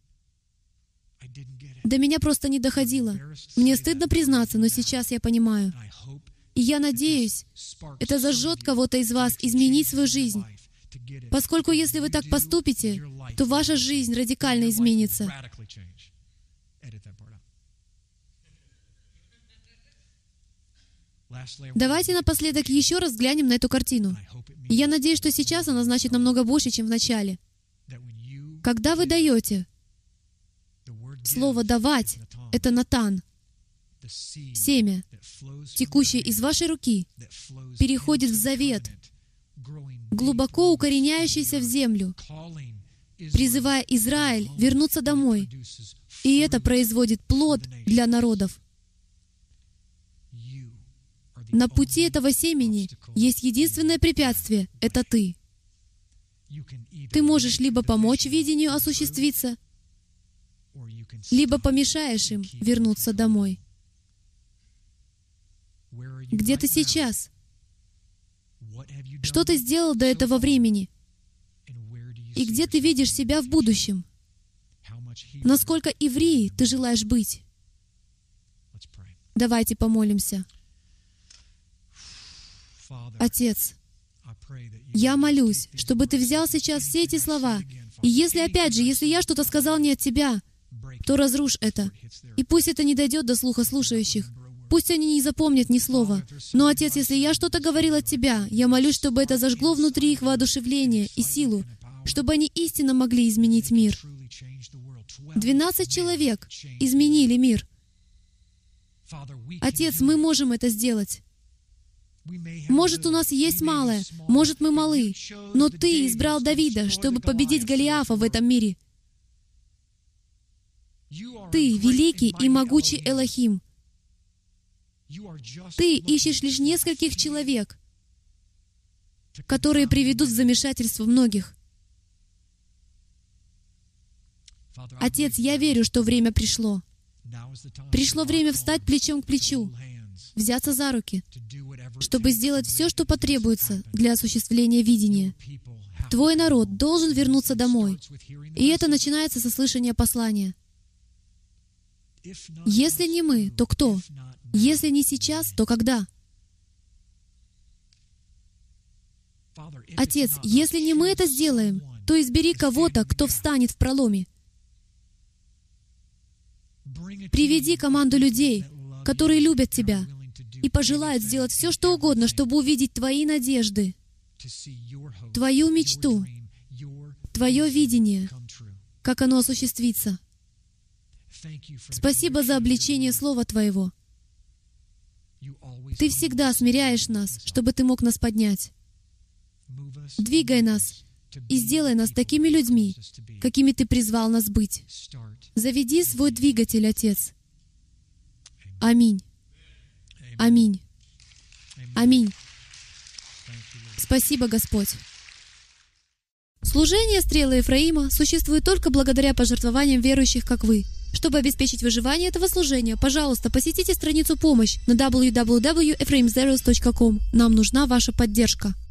До меня просто не доходило. Мне стыдно признаться, но сейчас я понимаю. И я надеюсь, это зажжет кого-то из вас изменить свою жизнь. Поскольку если вы так поступите, то ваша жизнь радикально изменится. Давайте напоследок еще раз взглянем на эту картину. И я надеюсь, что сейчас она значит намного больше, чем в начале. Когда вы даете, слово «давать» — это натан, семя, текущее из вашей руки, переходит в завет, глубоко укореняющийся в землю, призывая Израиль вернуться домой. И это производит плод для народов. На пути этого семени есть единственное препятствие — это ты. Ты можешь либо помочь видению осуществиться, либо помешаешь им вернуться домой. Где ты сейчас? Что ты сделал до этого времени? И где ты видишь себя в будущем? Насколько иврии ты желаешь быть? Давайте помолимся. Отец, я молюсь, чтобы Ты взял сейчас все эти слова, и если, опять же, если я что-то сказал не от Тебя, то разрушь это. И пусть это не дойдет до слуха слушающих. Пусть они не запомнят ни слова. Но, Отец, если я что-то говорил от Тебя, я молюсь, чтобы это зажгло внутри их воодушевление и силу, чтобы они истинно могли изменить мир. 12 человек изменили мир. Отец, мы можем это сделать. Может, у нас есть малое, может, мы малы, но Ты избрал Давида, чтобы победить Голиафа в этом мире. Ты великий и могучий Элохим. Ты ищешь лишь нескольких человек, которые приведут в замешательство многих. Отец, я верю, что время пришло. Пришло время встать плечом к плечу, взяться за руки, чтобы сделать все, что потребуется для осуществления видения. Твой народ должен вернуться домой. И это начинается со слышания послания. Если не мы, то кто? Если не сейчас, то когда? Отец, если не мы это сделаем, то избери кого-то, кто встанет в проломе. Приведи команду людей, которые любят Тебя и пожелают сделать все, что угодно, чтобы увидеть Твои надежды, Твою мечту, Твое видение, как оно осуществится. Спасибо за обличение Слова Твоего. Ты всегда смиряешь нас, чтобы Ты мог нас поднять. Двигай нас и сделай нас такими людьми, какими Ты призвал нас быть. Заведи свой двигатель, Отец. Аминь. Аминь. Аминь. Спасибо, Господь. Служение «Стрелы Ефраима» существует только благодаря пожертвованиям верующих, как вы. Чтобы обеспечить выживание этого служения, пожалуйста, посетите страницу «Помощь» на www.ephraimzeros.com. Нам нужна ваша поддержка.